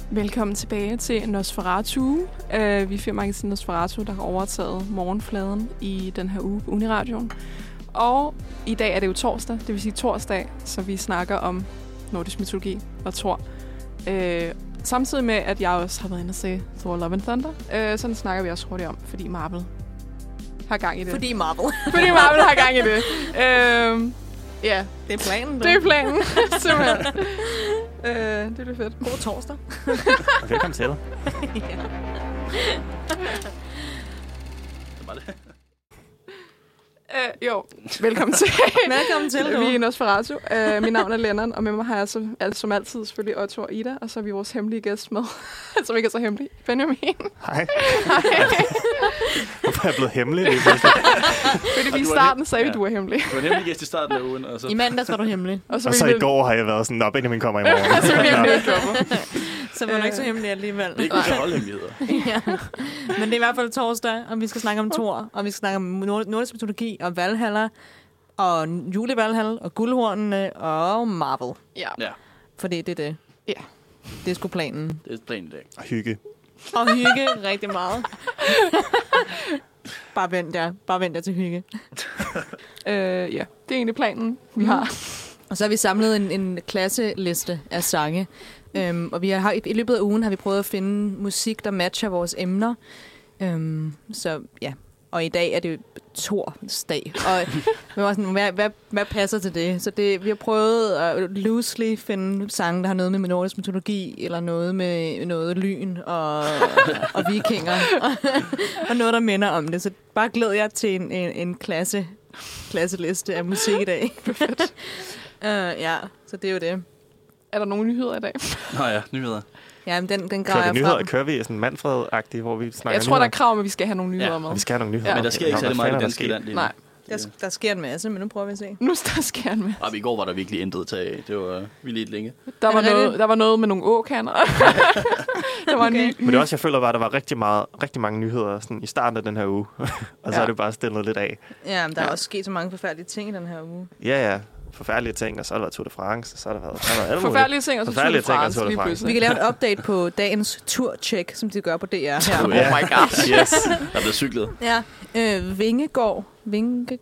Velkommen tilbage til Nosferatu. Vi er filmmagasinet Nosferatu, der har overtaget morgenfladen i den her uge på Uniradioen. Og i dag er det jo torsdag, det vil sige torsdag, så vi snakker om nordisk mytologi og Thor. Samtidig med, at jeg også har været inde og se Thor Love and Thunder, sådan snakker vi også hurtigt om, fordi Marvel har gang i det. Fordi Marvel har gang i det. Ja. Det er planen. Det er planen, simpelthen. Det bliver fedt. God torsdag. Velkommen til. Ja. Jo, velkommen til. Velkommen til, du. Vi er Nosferatu. Mit navn er Lennon, og med mig har jeg som altid selvfølgelig Otto og Ida, og så er vi vores hemmelige gæst med, som ikke er så hemmelig, Benjamin. Hej. Hvorfor er jeg blevet hemmelig? Fordi vi i starten sagde, at du er hemmelig. Du var en hemmelig gæst i starten af ugen. Og så... I mandags var du hemmelig. Og så i går har jeg været sådan, nå, Benjamin kommer i morgen. Så vi så var du ikke så hemmelig alligevel. Det er ikke noget at holde hemmeligheder. Ja. Men det er i hvert fald torsdag, og vi skal snakke om Thor, og vi skal snakke om nordisk mytologi, og Valhalla, og julevalhalla, og guldhornene, og Marvel. Ja. Fordi det er det. Ja. Det er sgu planen. Det er planen i dag. Og hygge. Og hygge rigtig meget. Bare vent jer til hygge. Ja, det er egentlig planen, vi har. Og så har vi samlet en klasseliste af sange. Og vi har i løbet af ugen har vi prøvet at finde musik, der matcher vores emner. Så ja. Og i dag er det Thors dag. Og vi var sådan, hvad passer til det? Så vi har prøvet at loosely finde sange, der har noget med nordisk mytologi, eller noget med noget lyn og vikinger, og noget, der minder om det. Så bare glæder jeg til en klasseliste af musik i dag. Ja, så det er jo det. Er der nogle nyheder i dag? Nå ja, nyheder. Ja, men den graver jeg frem. Kører vi sådan Manfred-agtigt, hvor vi snakker Jeg tror, der er krav om, at vi skal have nogle nyheder med. Vi skal have nogle nyheder. Ja. Men der sker ikke særlig meget i dansk land lige nu. Nej. Der sker en masse, men nu prøver vi at se. Nu der sker en masse. I går var der virkelig intet tag af. Det var vildt længe. Der var noget med nogle åkander. Der var okay. Men det også, jeg føler bare, at der var rigtig mange nyheder sådan, i starten af den her uge. Og så er det bare stillet lidt af. Ja, men der er også sket så mange forfærdelige ting i den her uge. Ja. Forfærdelige ting, og så har der været Tour de France, og så har der været alle forfærdelige ting, og så Tour de France lige pludselig. Vi kan lave et update på dagens turcheck, som de gør på DR her. Oh my god. Yes. Der er blevet cyklet. Ja. Vingegaard. Hvad?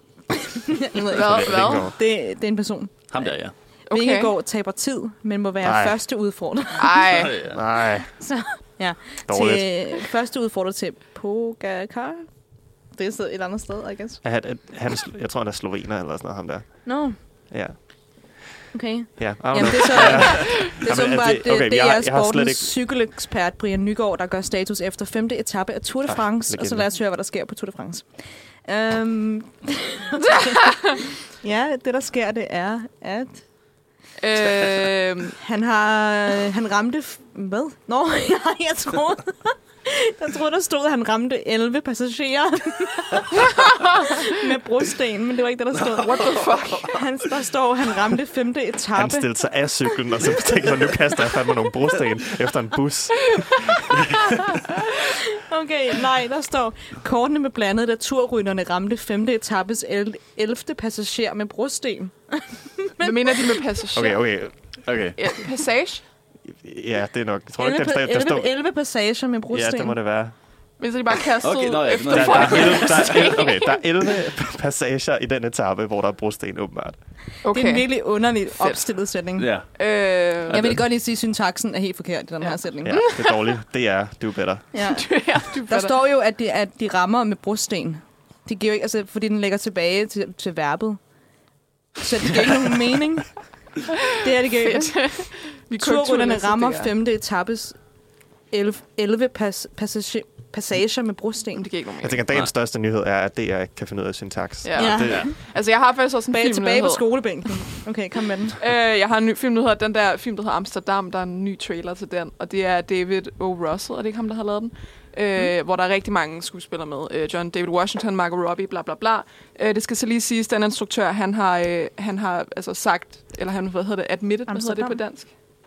Det er en person. Ham der, ja. Okay. Vingegaard taber tid, men må være første udfordrer. Nej. Så, ja. Dårligt. Til første udfordrer til Pogacar. Det er et eller andet sted, I guess. Jeg tror, han er slovener eller sådan noget, ham der. Nå. Ja. Okay. Ja, jamen, det er så bare det er sportens cykelekspert Brian Nygaard, der gør status efter 5. etape af Tour de France. Og så lad os høre, hvad der sker på Tour de France. Ja, det der sker, det er, at han ramte... Hvad? Nå, jeg troede, der stod, at han ramte 11 passagerer med brosten, men det var ikke det, der stod. What the fuck? Der står, han ramte 5. etape. Han stillede sig af cyklen, og så tænkte han, nu kaster jeg fandme nogle brosten efter en bus. Okay, nej, der står, kortene med blandet, da turrytterne ramte 5. etapes 11. passager med brosten. Hvad mener de med passager? Okay. Ja, passage? Ja, det er nok. Jeg tror ikke, der står 11 passager med brosten. Ja, det må det være. Hvis de bare kastede efter folk. Der er 11 passager i den etape, hvor der er brosten åbenbart. Okay. Det er en virkelig underligt opstillet sætning. Ja. Jeg vil godt lige sige, at syntaksen er helt forkert i den her sætning. Ja, det er dårligt. Det er do better. Ja. Der står jo, at de rammer med brosten. Det giver jo ikke, altså, fordi den lægger tilbage til verbet. Så det giver ikke nogen mening. Det er det giver ikke. Turrytterne rammer 5. etapes 11 passager med brosten. Det giver ikke nogen mening. Jeg tænker, at dagens største nyhed er, at DR ikke kan finde ud af syntaks. Ja. Altså, jeg har faktisk også en film, tilbage på skolebænken. Okay, kom med den. Jeg har en ny film, den der film, der hedder Amsterdam. Der er en ny trailer til den, og det er David O. Russell, og det er ikke ham, der har lavet den. Hvor der er rigtig mange skuespillere med. John David Washington, Margot Robbie, bla bla bla. Det skal så lige siges, den instruktør, han har altså sagt, eller han, hvad hedder det, admitted, hvad hedder det på dansk?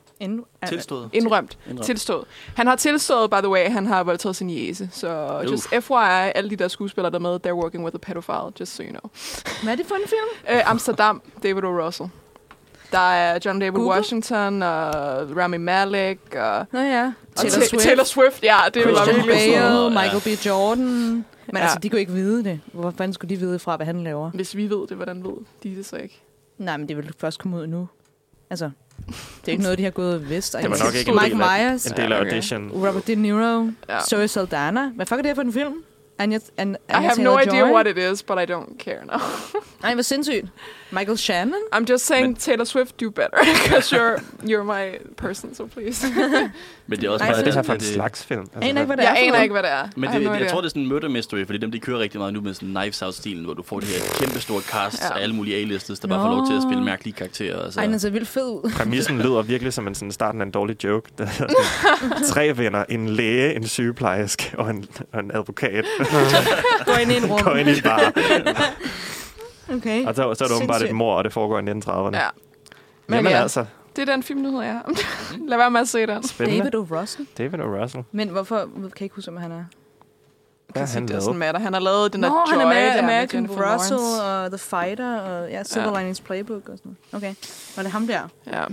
Tilstået. Han har tilstået, by the way, han har voldtaget sin jæse. Så just FYI, alle de der skuespillere der med, they're working with a pedophile, just so you know. Hvad er det for en film? Amsterdam, David O. Russell. Der er John David Washington og Rami Malek og... Nå ja. Taylor Swift, ja. Det var Christian virkelig Bale, Michael B. Jordan. Men altså, de kunne ikke vide det. Hvor fanden skulle de vide fra, hvad han laver? Hvis vi ved det, hvordan ved de det så ikke? Nej, men det vil først komme ud nu. Altså, det er ikke noget, de har gået og vidst. Det var nok ikke Mike Myers, en del af audition. Robert De Niro, Zoe Saldana. Hvad fuck er det her for en film? Anya I have no idea what it is, but I don't care now. Nej, hvor sindssygt. Michael Shannon? I'm just saying Taylor Swift do better, because you're my person, so please. Men det er også Hvad bare... er det her for en slags film? Jeg aner ikke, hvad det er. Men jeg tror, det er sådan en murder mystery, fordi de kører rigtig meget nu med sådan Knives Out-stilen, hvor du får det her kæmpe store cast af alle mulige A-listes, der bare får lov til at spille mærkelige karakterer. Altså. Ej, den ser vildt fed ud. Præmissen lyder virkelig som en sådan starten af en dårlig joke. Der er 3 venner, en læge, en sygeplejerske og en advokat. Går ind i en rum. Går ind i en bar. Okay. Og så er det åbenbart et mord, og det foregår i 1930'erne. Ja. Men altså... Det er den filmnyhed, jeg har. Lad være med at se den. Spændende. David O. Russell. David O. Russell. Men hvorfor... Kan jeg ikke huske, om han er... Hvad har han lavet? Han har lavet den der Joy. Han er med der American Jennifer Russell Lawrence. og The Fighter og Silver Linings Playbook og sådan noget. Okay. Var det ham der? Ja.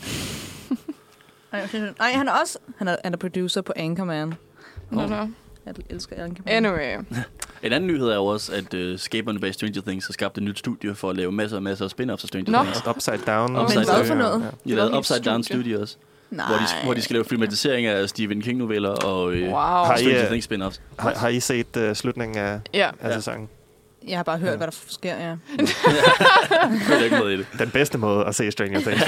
Nej, han er også... Han er producer på Anchorman. No. Jeg elsker Anchorman. Anyway. En anden nyhed er jo også, at skaberne bag Stranger Things har skabt et nyt studie for at lave masser af spin-offs af Stranger Things. Upside Down. Men hvad for noget? De har lavet Upside Down Studios, hvor de skal lave filmatisering af Stephen King-noveller og Stranger Things spin-offs. Har I set slutningen af sæsonen? Jeg har bare hørt, hvad der sker, ja. Jeg er ikke noget i det. Den bedste måde at se Stranger Things.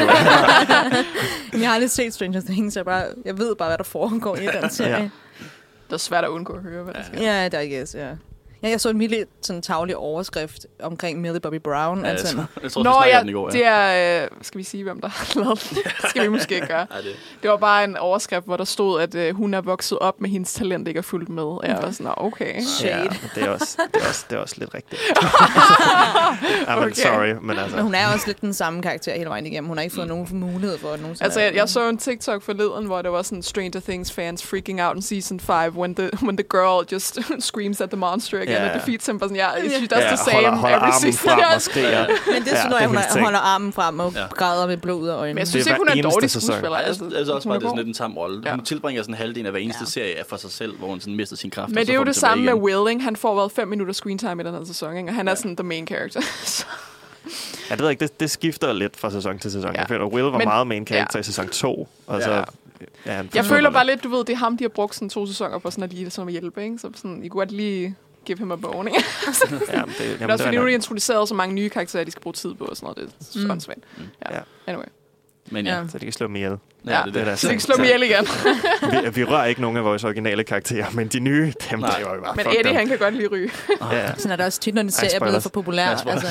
Jeg har aldrig set Stranger Things, jeg ved bare, hvad der foregår i den serie. Det er svært at undgå at høre, hvad der sker. Ja, det er yes, ja. Jeg så en virkelig sådan taglig overskrift omkring Millie Bobby Brown. Ja, altså. jeg tror, vi det er... skal vi sige, hvem der har lavet den? Skal vi måske ikke gøre. Det var bare en overskrift, hvor der stod, at hun er vokset op med hendes talent, ikke er fulgt med. Og jeg var sådan, okay. Shade. Ja, det er også lidt rigtigt. I'm sorry, men altså... Men hun er også lidt den samme karakter hele vejen igennem. Hun har ikke fået nogen mulighed for at nogen. Altså, jeg så en TikTok forleden, hvor der var sådan Stranger Things fans freaking out in season 5 when the girl just screams at the monster again and defeats him. Sådan, she does the same holder every season. Frem og skriger. Men det er sådan, at hun holder armen frem og græder med blod ud af øjnene. Men jeg synes ikke, hun er en dårlig skuespiller. Altså også bare, det er sådan lidt den samme rolle. Hun tilbringer sådan halvdelen af hver eneste serie for sig selv, hvor hun sådan mister sin kraft. Men det er jo det samme med Willing. Han får 5 minutter screen time i den her sæson, ikke? Og han er sådan the main character. Jeg ved ikke, det skifter lidt fra sæson til sæson. Jeg føler, Will var meget main character i sæson 2. Og så, jeg føler bare lidt, du ved, det er ham, de har brugt sådan 2 sæsoner på sådan at lige sådan at hjælpe, ikke? Så sådan, I kunne godt lige give ham en bone, ikke? Det er også fordi, nu er de introduceret så mange nye karakterer, de skal bruge tid på og sådan noget. Det er sådan svært. Anyway. Men så de kan slå dem ihjel. Så de kan slå dem ihjel igen. vi rører ikke nogen af vores originale karakterer, men de nye, dem der jo bare. Men Eddie, han kan godt lide ryge. Sådan er der også tit, når en serie er blevet for populær.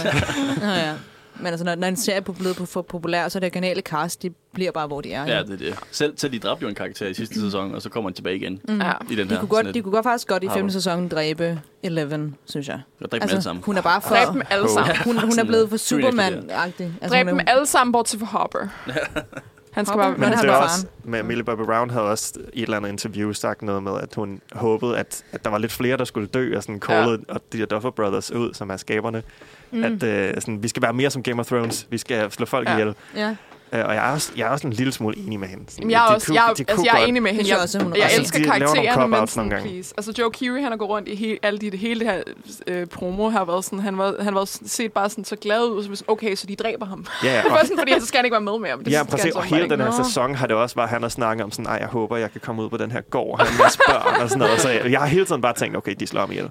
Men altså, når en serie er blevet for populær, så er det originale cast, de bliver bare, hvor de er. Ja, det er det. Selv de dræbte jo en karakter i sidste sæson, og så kommer han tilbage igen i den her. De kunne godt faktisk godt i 5. sæson dræbe Eleven, synes jeg. Dræbe dem alle sammen. Hun er bare for... Dræbe dem alle sammen. Hun er blevet for Superman-agtig. Dræbe dem alle sammen, bort til for Hopper. Han skal bare... Men det er også, med Millie Bobby Brown havde også i et eller andet interview sagt noget med, at hun håbede, at der var lidt flere, der skulle dø, og sådan callede de der Duffer Brothers ud, som er skaberne. At sådan, vi skal være mere som Game of Thrones. Vi skal slå folk ihjel. Ja. Og jeg er også en lille smule enig med hende. Sådan, jeg er enig med hende. Jeg elsker karaktererne, men sådan, please. Altså Joe Keery, han har gået rundt i hele det her promo, har været sådan, han var set bare sådan så glad ud, så okay, så de dræber ham. Ja. Det var sådan, fordi så skal han ikke være med mere. Ja, præcis. Og hele den her sæson har det også været, han har snakket om sådan, jeg håber, jeg kan komme ud på den her gård, han med børn og sådan noget. Så jeg har hele tiden bare tænkt, okay, de slår ham ihjel.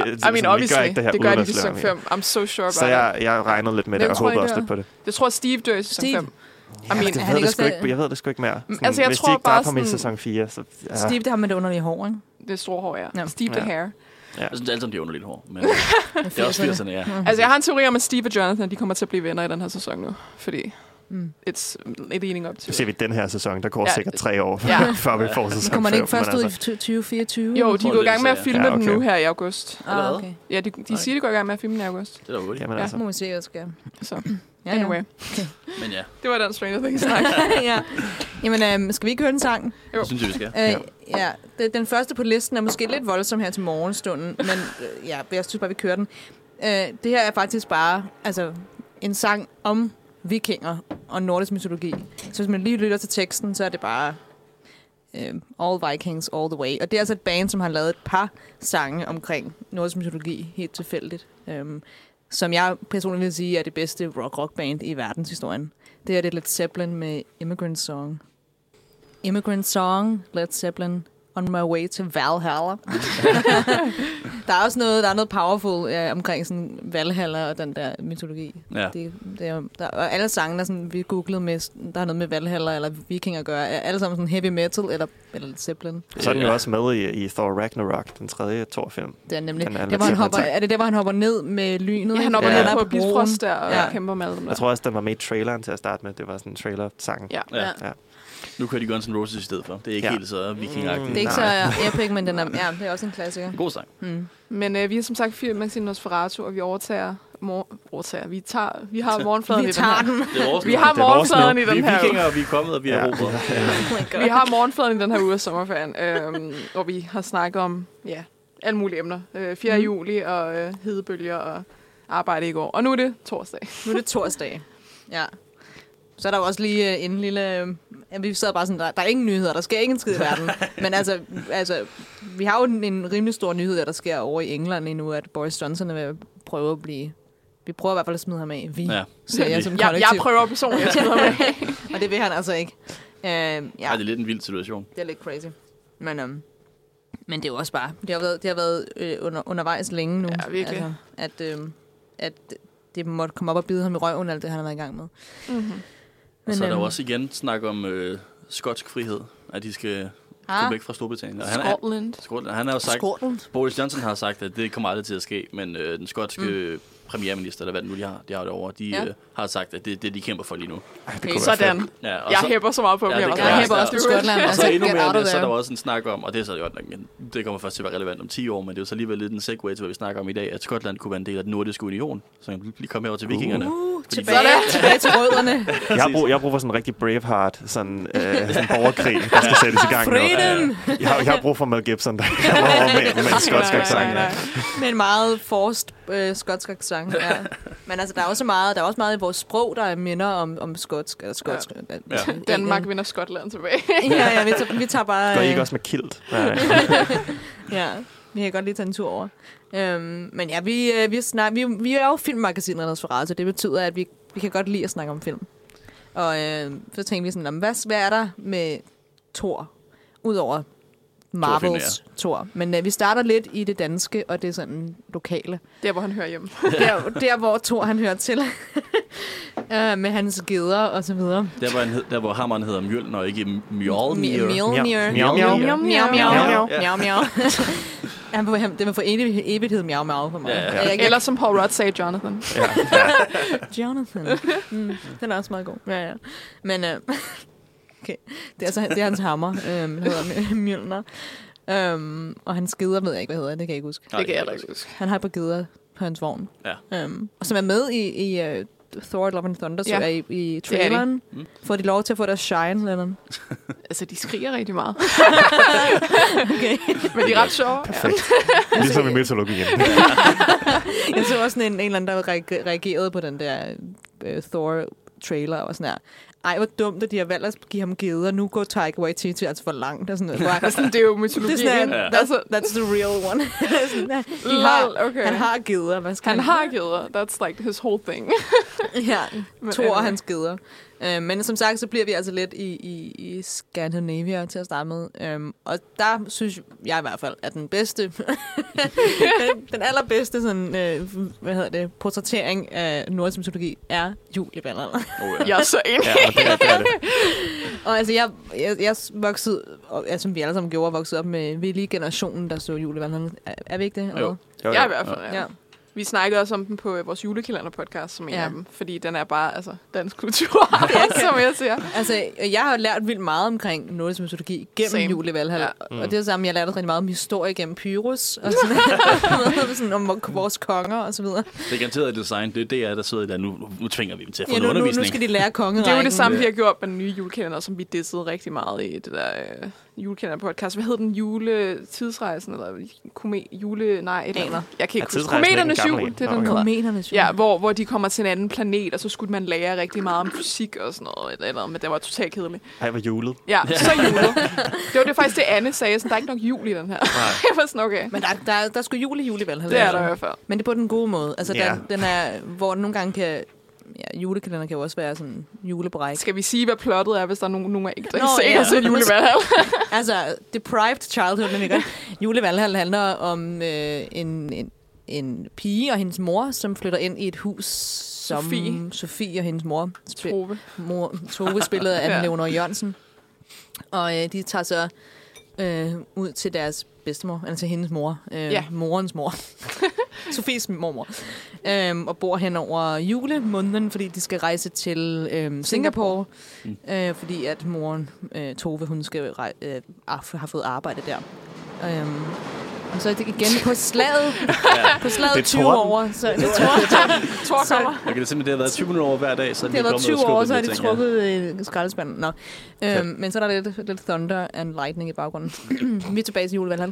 Det gør de i sæson 5. I'm so sure about it. Så jeg regnede lidt med det, og håber også lidt på det. Jeg tror, Steve dør i sæson 5. Jeg ved det sgu ikke mere. Sådan, altså, hvis de ikke dræber ham i sæson 4, så... Ja. Steve, det har med det underlige hår, ikke? Det er store hår, ja. Steve, the hair. Jeg synes altid, det er underligt hår, men det er også 80'erne, ja. Altså, jeg har en teori om, at Steve og Jonathan, de kommer til at blive venner i den her sæson nu, fordi it's leading up to. Så ser vi den her sæson, der går sikkert 3 år, før vi får sæson 5. Kommer det ikke først ud i 2024? Jo, de er gået i gang med at filme den nu her i august. Okay. Ja, de siger, de går i gang med at filme den i august. Det er da godt. Jamen, altså. Må vi se, hvad der sker. Så, anyway. Okay. Men ja. Det var den Stranger Things-snak. Ja. Jamen, skal vi ikke høre en sang? Jo. Det synes jeg, vi skal. Den første på listen er måske lidt voldsom her til morgenstunden, men jeg synes bare, vi kører den. Det her er faktisk bare en sang om vikinger og nordisk mytologi. Så hvis man lige lytter til teksten, så er det bare all Vikings all the way. Og det er altså et band, som har lavet et par sange omkring nordisk mytologi, helt tilfældigt. Som jeg personligt vil sige er det bedste rock-band i verdenshistorien. Det er det Led Zeppelin med Immigrant Song. Immigrant Song, Led Zeppelin, On My Way to Valhalla. Der er også noget powerful omkring sådan Valhalla og den der mytologi. Ja. Og alle sangene, sådan, vi googlede med, der har noget med Valhalla eller vikinger at gøre, er alle sammen sådan heavy metal eller Led Zeppelin. Så er den jo også med i Thor Ragnarok, den tredje Thor-film. Det er nemlig. Er det der, hvor han hopper ned med lynet? Ja, han hopper ned på Bifrost der og kæmper med dem der. Jeg tror også, den var med i traileren til at starte med. Det var sådan en trailer-sang. Ja. Nu kører de Guns N' Roses i stedet for. Det er ikke helt så vikingagtigt. Det er ikke så epic, men det er også en klassiker. God sang. Men vi har som sagt Filmmagasin Nosferatu, og vi overtager. Vi har morgenfladen i den her. Vi har morgenfladen i den her. Vi er vikinger, og vi er kommet, og vi er råbet. Vi har morgenfladen i den her uge af sommerferien, hvor vi har snakket om alle mulige emner. 4. juli og hedebølger og arbejde i går. Og nu er det torsdag. Ja. Så er der jo også lige en lille... vi sidder bare sådan, der er ingen nyheder, der sker ingen skid i verden. Men altså, vi har jo en rimelig stor nyhed, der sker over i England lige nu, at Boris Johnson er ved at prøve at blive... Vi prøver i hvert fald at smide ham af. Jeg prøver personligt at smide ham af. Og det vil han altså ikke. Det er lidt en vild situation. Det er lidt crazy. Men det er jo også bare... Det har været undervejs længe nu. Ja, virkelig. Altså, at det måtte komme op og bide ham i røven, alt det, han har været i gang med. Mm-hmm. Og så er der jo også igen snak om skotsk frihed, at de skal komme væk fra Storbritannien. Skotland. Han har jo sagt, Boris Johnson har sagt, at det kommer aldrig til at ske, men den skotske premierminister, eller hvad det nu de har derovre, de har sagt, at det er det, de kæmper for lige nu. Okay. Sådan. Ja, jeg hæpper så meget på dem. Jeg hæpper også på Skotland. Og så endnu mere det, så er der også en snak om, og det er så godt nok, det kommer først til at være relevant om 10 år, men det er jo så alligevel lidt en segue til, hvad vi snakker om i dag, at Skotland kunne være en del af den nordiske union, så jeg kan lige komme herover til vikingerne. Tilbage til rødderne. Jeg har brug for sådan en rigtig Braveheart, sådan borgerkrig, der skal sættes i gang. Freedom! Jeg har brug for Mel Gibson, der kommer med en skotsk accent. Med en meget forced skotsk accent. Ja. Men altså, der er også meget i vores sprog, der minder om skotsk. Eller skotsk. Ja. Danmark vinder Skotland tilbage. Vi tager bare... Går I ikke også med kilt? Ja, vi kan godt lige tage en tur over. Men ja, vi er jo filmmagasinet Nosferatu, så det betyder, at vi kan godt lide at snakke om film. Og så tænkte vi sådan, hvad er der med Thor, udover Marvels Thor? Men vi starter lidt i det danske, og det er sådan lokale. Der, hvor han hører hjemme. der hvor Thor han hører til. Med hans geder og så videre. Der hvor hammeren hedder Mjølner, og ikke Mjolnir. Det var for evighed miau for mig. Ja. Eller som Paul Rudd sagde, Jonathan. Jonathan. Den er også meget god. Ja. Men okay. Det er hans hammer. Hedder Mjølner. Og hans geder ved jeg ikke, hvad hedder. Det kan jeg ikke huske. Det kan jeg ikke huske. Han har et par geder på hans vogn. Ja. Og som er med i Thor Love and Thunder, så er i traileren. Får de lov til at få deres shine, Lennon? Altså, de skriger rigtig meget. Okay. Men de er ret sjove. Perfekt. Ligesom i mytologien. Jeg så også en eller anden, der reagerede på den der Thor-trailer og sådan her. Ej, hvor dumt, at de har valgt at give ham geder. Nu går Taika Waititi altså for langt. Det er jo mytologien. That's the real one. Han har geder. Han har geder. That's like his whole thing. Ja, Thor og hans geder. Men som sagt, så bliver vi altså lidt i Scandinavia til at starte med. Og der synes jeg i hvert fald, at den bedste, den allerbedste sådan, portrættering af nordisk mytologi er Julie Valhalla. Jeg er så enig. Ja, det er det. Og altså, jeg voksede, som vi alle sammen gjorde, voksede op med, vi er lige generationen, der så Julie Valhalla. Er vi ikke det? Jo. Jeg i hvert fald, ja. Vi snakkede også om den på vores julekalender-podcast, som en af dem, fordi den er bare dansk kultur, som jeg siger. Altså, jeg har lært vildt meget omkring nordisk mytologi gennem Julie Valhalla. Og det er samme, jeg lærte rigtig meget om historie gennem Pyrrhus, og sådan om vores konger og så videre. Det er garanteret design. Det er DR, der sidder der. Nu tvinger vi dem til at få en undervisning. Nu skal de lære kongerækken. Det er jo det samme, vi har gjort med den nye julekalender, som vi dissede rigtig meget i det der julekalender-podcast. Hvad hed den? Juletidsrejsen? Eller nej, et eller andet. Jeg kan ikke huske. Tidsrejsen er Kometernes den jul, gamle det er en. den Nå, hedder. Kometernes jul. Ja, hvor de kommer til en anden planet, og så skulle man lære rigtig meget om fysik og sådan noget, men det var totalt kedeligt. Ej, hvor julet. Ja, så julet. Det var faktisk det, Anne sagde, sådan, der er ikke nok jul i den her. Jeg var sådan, okay. Men der er sgu jul i Valhall. Det er der i hvert fald. Men det er på den gode måde. Altså, Ja. den er, hvor den nogle gange kan... Ja, julekalender kan jo også være sådan julebræk. Skal vi sige, hvad plottet er, hvis der er nogen af ikke, der Nå, ikke ja. ser til julevalghall? Altså, deprived childhood, men ikke? Julevalhall handler om en pige og hendes mor, som flytter ind i et hus, som Sofie og hendes mor. Tove spillet af Anne Leonor Jørgensen. Og de tager så ud til deres bedstemor, altså til hendes mor, morens mor, Sofies mormor, og bor hen over julemåneden, fordi de skal rejse til Singapore, fordi at moren, Tove, hun skal har fået arbejde der. Og så er det igen på slaget, på slaget 20 år. Så det Tor kommer. Okay, det er simpelthen, det har været 20 minutter over hver dag, så det har været 20 år, så har de trukket ja. skraldespanden. Nå. Men så er der lidt thunder and lightning i baggrunden. Vi er tilbage til julevalghall.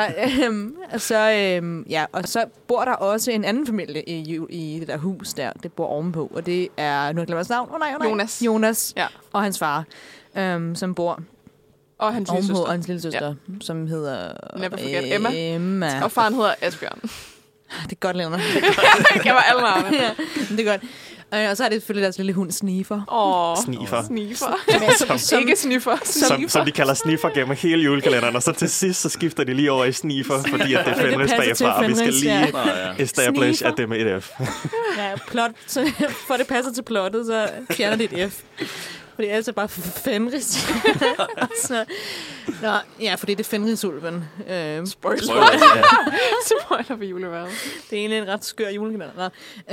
Og så bor der også en anden familie i det der hus der. Det bor ovenpå, og det er, nu har jeg glemt hans navn. Jonas og hans far, som bor og hans lille søster. Og hans lille søster, som hedder... Never forget Emma. Og faren hedder Asbjørn. Det er godt, Leonard. Det kan være alle navne. Ja, det er godt. Og så er det selvfølgelig deres lille hund, Sniffer. Sniffer. Ikke Sniffer. Som de kalder Sniffer gennem hele julekalenderen, og så til sidst, så skifter de lige over i Sniffer, fordi at det er Fenris bagfra, og vi skal lige establish, at det er med et F. Ja, plot. Så for det passer til plottet, så fjerner det et F. Fordi ellers er bare Fenris. Fordi det er Fenrisulven. Spoiler. Spoiler for julevalget. Det er egentlig en ret skør julekalender.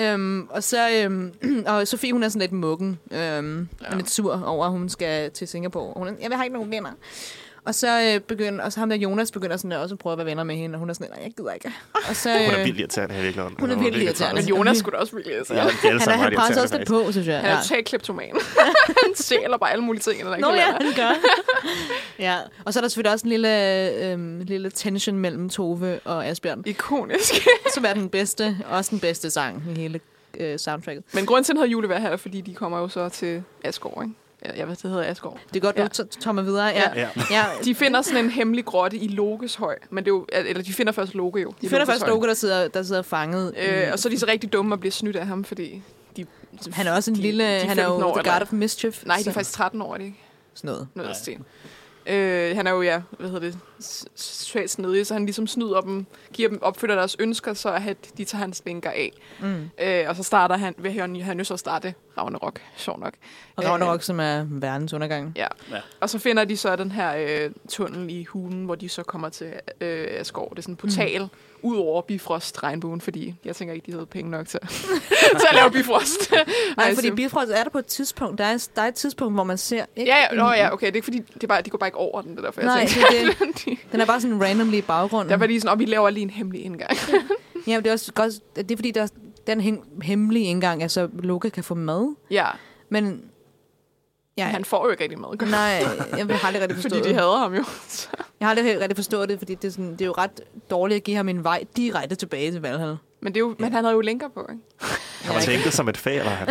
Og Sofie, hun er sådan lidt muggen. Hun er lidt sur over, at hun skal til Singapore. Jeg har ikke nogen venner. Og så ham der Jonas begynder sådan også at prøve at være venner med hende, og hun er sådan, jeg gider ikke. Og så, hun er vildt irriterende, jeg ikke. Hun er vildt irriterende. Men Jonas skulle da også vildt irriterende. Han presser også lidt på, synes jeg. Han er totalt kleptoman. Han stjæler bare alle mulige ting. Han gør. Ja, og så er der selvfølgelig også en lille tension mellem Tove og Asbjørn. Ikonisk. Som er den bedste sang i hele soundtracket. Men grunden til, at den hedder Julevalghall er, fordi de kommer jo så til Asgård, ikke? Jeg ved, det hedder Asgård. Det er godt, du tager mig videre. Ja. De finder sådan en hemmelig grotte i Loges høj. Men det er jo, eller de finder først Loke jo. De finder først Loke, der sidder fanget. Og så er de så rigtig dumme at blive snydt af ham, fordi han er også en lille... Han er jo the god of mischief. Nej, de er faktisk 13 år, er det ikke? Sådan noget. Han er jo, svært snedig, så han ligesom snyder dem, opfylder deres ønsker, så at de tager hans lænker af. Og så starter han jo så starte Ragnarok, sjov nok. Og Ragnarok, som er verdens undergang. Ja. Og så finder de så den her tunnel i hulen, hvor de så kommer til Asgård. Det er sådan en portal ud over Bifrost regnbuen, fordi jeg tænker ikke, de havde penge nok til at lave Bifrost. Nej, fordi Bifrost er der på et tidspunkt. Der er et tidspunkt, hvor man ser... Ikke? Okay. Det er ikke fordi, de går bare ikke over den, det er derfor, jeg tænker. Den er bare sådan randomly i baggrunden. Der var lige sådan, vi laver lige en hemmelig indgang. Ja, det er også godt, det er fordi, den hemmelige indgang er så, Loke kan få mad. Ja. Men... Ja, han får jo ikke rigtig mad. Nej, jeg har aldrig rigtig forstået fordi de hader ham jo. Jeg har aldrig rigtig forstået det, fordi det er jo ret dårligt at give ham en vej direkte tilbage til Valhall. Men, men han havde jo lænker på, ikke? Han var tænkt som et fag, eller han?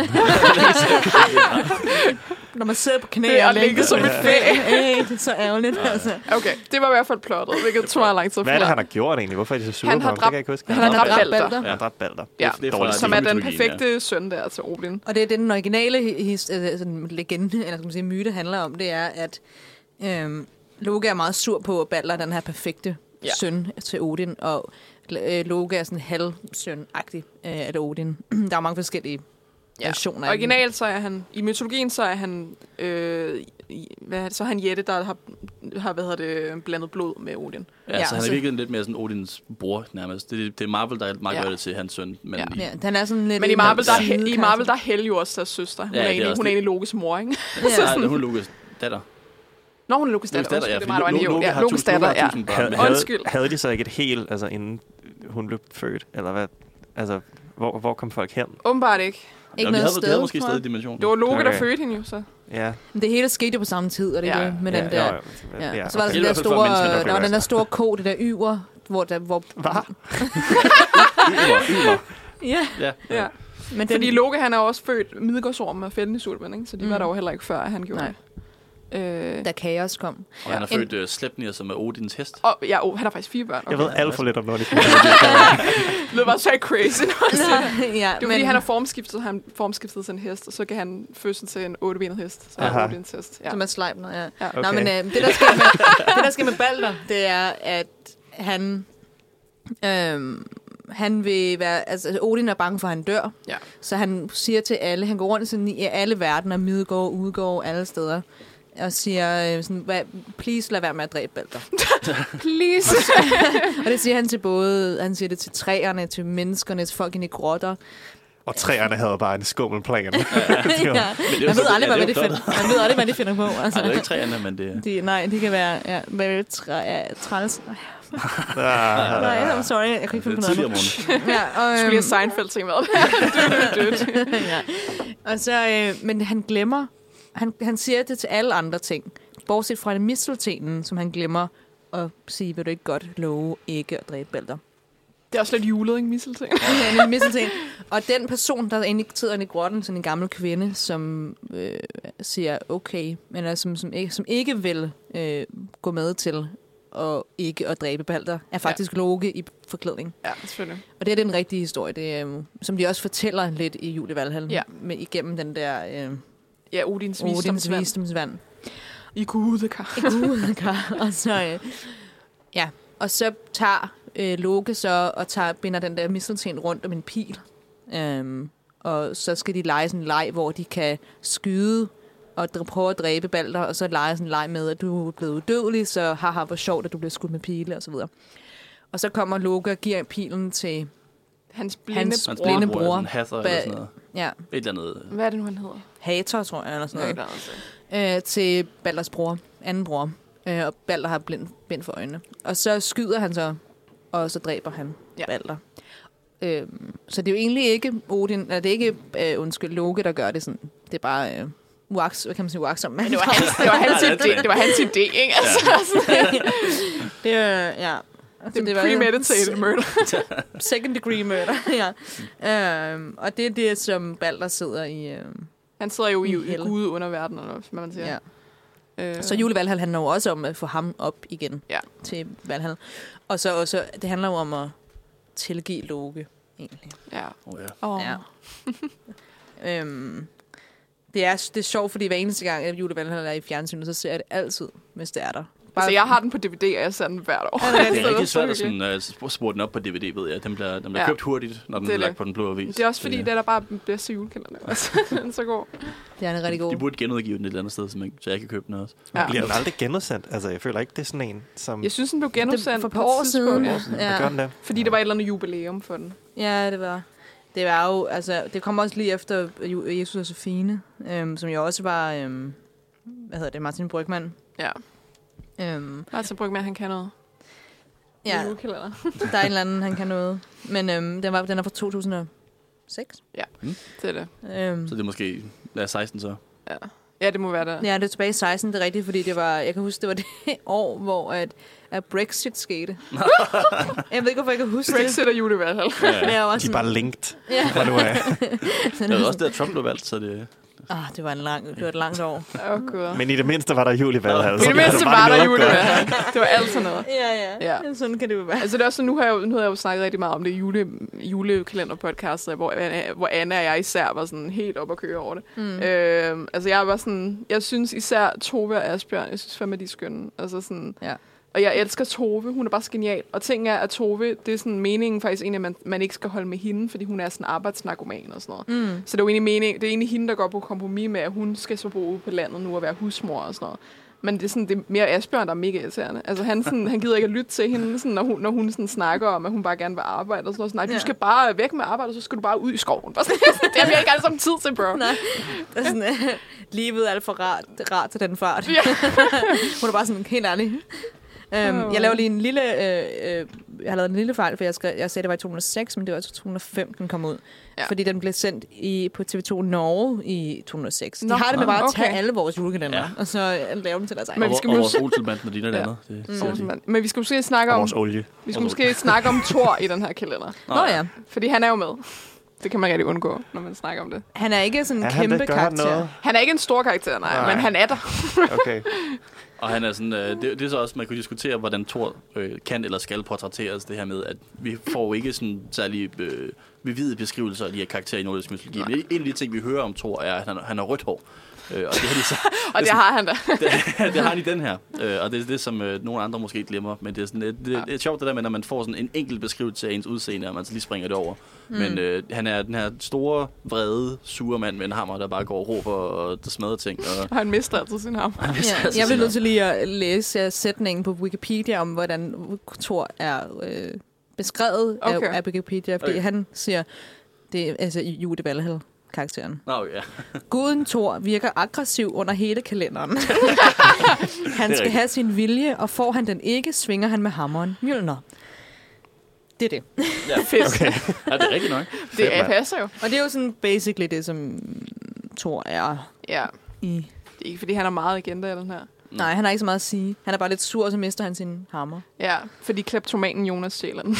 Når man sidder på knæ og lænker som et fag. Det er så ærgerligt, altså. Okay, det var i hvert fald plottet, hvilket tog meget lang tid. Hvad er det, han har gjort egentlig? Hvorfor er de så sure på ham? Det kan jeg ikke huske. Han har dræbt Balder. Han har dræbt Balder. Ja, som er den perfekte søn der til Odin. Og det er den originale legende, eller skal man sige myte, handler om, det er, at Loke er meget sur på Balder, den her perfekte søn til Odin, og Loke er sådan halvsøn-agtig af Odin. Der er mange forskellige versioner. Originalt så er han, i mytologien så er han, så er han Jette, der har blandet blod med Odin. Ja, så han er virkelig lidt mere sådan Odins bror nærmest. Det er Marvel, der meget gør det til hans søn. Men den er sådan lidt... Men i Marvel, der er Hel jo også deres søster. Hun er egentlig Lokes mor, ikke? Ja, hun er Lokes datter. Nå, hun er Lokes datter. Lokes datter, ja. Havde de så ikke et helt, altså inden hun blev født? Eller hvad? Altså, Hvor kom folk hen? Åbenbart ikke. Ikke Vi noget havde sted, måske tror stadig jeg. dimension. Det var Loke, der Okay. fødte hende jo så. Ja. Men det hele skete jo på samme tid, og det Ja. ja. med den ja, der... ja, Ja. Så var der okay. den I der hvert fald for store, mennesker, der der var den der store ko, det der yver, hvor... Hvad? Ymer. Ja, Ja. Ja. men Fordi Loke, han er også født Midgårdsorm med fælden i Sulven, ikke? Så de var der jo heller ikke før, at han gjorde Nej. det. da kaos kom. Og han er født Sleipnir, som er Odins hest. Og ja, han har faktisk 4 børn. Jeg ved alt for lidt om noget. Det lyder bare så crazy. ja, Det er fordi, han er formskiftet, han formskiftet til en hest, og så kan han fødsel til en 8-benet hest. Så er Aha. Odins hest. Ja. Som er Sleipner, ja. Ja. Okay. Nå, men det, der sker med Balder, det er, at han... han vil være... Altså, Odin er bange for, at han dør. Ja. Så han siger til alle... Han går rundt sådan i alle verdener, Midgård, Udgård, alle steder. Og siger please lad være med at dræbe Balder. Please. Og det siger han til både... Han siger det til træerne, til menneskerne, til folk inde i grotter. Og træerne havde bare en skummel plan. Ja. Men det er jo Man så- ved aldrig, ja, hvad det er de jo finder. Man ved aldrig, hvad de finder på. Altså. Ej, det er ikke træerne, men det Nej, de kan være træls. Nej, I'm sorry. Jeg kan ikke finde på tidligere noget. morgen. Ja, og, Skulle lige have Seinfeld ting med. ja. Og så, men han glemmer, han siger det til alle andre ting, bortset fra misteltenen, som han glemmer at sige, vil du ikke godt love ikke at dræbe Balder. Det er også lidt julet, ikke? Misselting. Ja, mistelten. Og den person, der sidder inde i grotten, sådan en gammel kvinde, som siger okay, men som ikke vil gå med til og ikke at dræbe Balder, er faktisk Loke i forklædning. Ja, selvfølgelig. Og det er den rigtige historie, det, som de også fortæller lidt i Jul i Valhall, Ja. igennem den der Ja, Odins Odins visdomsvand. visdomsvand. I gudekar. Og så, og så tager Loke så og binder den der mistelten rundt om en pil. Og så skal de lege sådan en leg, hvor de kan skyde og prøve at dræbe Balder, og så lege sådan en leg med, at du er blevet udødelig, så haha, hvor sjovt, at du bliver skudt med pile, og så videre. Og så kommer Loke og giver pilen til Hans blinde Hans bror. blinde bror. Sådan Hather eller sådan noget. ja, Et eller andet. Hvad er det nu, han hedder? Hator, tror jeg, eller sådan noget. Ja, Til Balders bror, anden bror. Og Balder har bind for øjnene. Og så skyder han så, og så dræber han Balder. Så det er jo egentlig ikke Odin, eller det er ikke Loke, der gør det sådan. Det er bare uagtsomt. Men det var hans idé. Det var hans idé, ikke? Altså, det er det er premeditated murder. second degree murder, ja. Og det er det, som Balder sidder i. Han sidder jo i helle. gude underverden, eller hvad man siger. Ja. Så Jul i Valhall handler jo også om at få ham op igen til Valhall. Og så også, det handler jo om at tilgive Loke, egentlig. Ja. Ja. Det er sjovt, fordi hver eneste gang, at Jul i Valhall er i fjernsynet, så ser jeg det altid, hvis det er der. Så jeg har den på DVD, og jeg ser den hvert år. Ja, Det er rigtig svært at sådan, spore den op på DVD, ved jeg. Den bliver købt hurtigt, når den bliver lagt på den blå avis. Det er også fordi, det er der bare den bedste julekalender. Altså, den er så god. Det er en rigtig god. De burde genudgive den et eller andet sted, så jeg kan købe den også. Ja. Bliver den aldrig genudsendt? Altså, jeg føler ikke, det er sådan en, som... Jeg synes, den blev genudsendt for et på par år et tidspunkt, siden. ja. Hvad gør den der? Fordi det var et eller andet jubilæum for den. Ja, det var. Det var jo, altså, det kom også lige efter Jesus og Sofine, som jo også var, Martin Brygmann. Ja. Martin Brygmann, han kan noget. Ja, Julekalender. der er en eller anden, han kan noget. Men den er fra 2006. Ja, det er det. Så det er måske 16 så. Ja. Ja, det må være det. Ja, det er tilbage i 16, det er rigtigt, fordi det var, jeg kan huske, det var det år, hvor at Brexit skete. Jeg ved ikke, hvorfor jeg kan huske Brexit og Jul i Valhall. Men jeg var De er sådan, bare linked. ja. Hvad nu er. Det var også der, Trump blev valgt, så det... Det var et langt år. God. Men i det mindste var der jul i Valhall. I det mindste var der Jul i Valhall. Det var altid noget. Ja. Sådan kan det jo være. Altså det er også, nu har jeg jo snakket rigtig meget om det julekalenderpodcastet, hvor Anna og jeg især var sådan helt op at køre over det. Altså jeg var sådan, jeg synes især Tove og Asbjørn, jeg synes fandme, de er skønne. Altså sådan, og jeg elsker Tove, hun er bare så genial. Og ting er, at Tove, det er sådan meningen faktisk egentlig, at man ikke skal holde med hende, fordi hun er sådan arbejdsnarkoman og sådan noget. Så det er jo egentlig det er egentlig hende, der går på kompromis med, at hun skal så bo ude på landet nu og være husmor og sådan noget. Men det er, sådan, det er mere Asbjørn, der er mega irriterende. Altså han gider ikke at lytte til hende, sådan, når hun sådan snakker om, at hun bare gerne vil arbejde og sådan noget. Nej, du skal bare væk med arbejde, og så skal du bare ud i skoven. Det har vi ikke alle sammen tid til, bro. Nej, det er sådan, livet er alt for rart til den fart. Ja. Hun er bare sådan helt ærlig. Jeg laver lige en lille har lavet en lille fejl, for jeg sagde, det var i 2006, men det var altså 2005, den kom ud. Ja. Fordi den blev sendt på TV2 Norge i 2006. De har det med bare at tage alle vores julekalender, og så lave dem til deres egen. Men vores Olsenband, når de er andet. Men vi skal måske snakke om... vores olie. Vi skal måske snakke om Thor i den her kalender. Nå ja. Fordi han er jo med. Det kan man rigtig undgå, når man snakker om det. Han er ikke sådan en kæmpe karakter. Han er ikke en stor karakter, nej. Men han er der. Okay. Og han er sådan, det er så også, man kunne diskutere, hvordan Thor kan eller skal portrætteres, det her med, at vi får ikke sådan særlig bevide beskrivelser af de her karakterer i nordisk mytologi. Men en af de ting, vi hører om Thor, er, at han har rødt hår. Og det har de så, det har han da. det har han i den her. Og det er det, som nogle andre måske glemmer. Men det er, sådan, det er sjovt det der med, når man får sådan en enkelt beskrivelse af ens udseende, og man så lige springer det over. Men han er den her store, vrede, sure mand med en hammer, der bare går og råber og smadrer ting. Og han mister altid sin hammer. Jeg bliver nødt til lige at læse sætningen på Wikipedia om, hvordan Thor er beskrevet af Wikipedia. Fordi han siger, det er altså Jude Valhall. Karakteren. Guden Thor virker aggressiv under hele kalenderen. Han skal have sin vilje, og får han den ikke, svinger han med hammeren Mjølner. Det er det. Ja, fedt. Okay. Ja, det er rigtigt nok. Det passer jo. Og det er jo sådan basically det, som Thor er. Ja. Det er ikke, fordi han har meget agenda i den her. Nej, han har ikke så meget at sige. Han er bare lidt sur, og så mister han sin hammer. Ja, fordi kleptomanen Jonas stjæler den.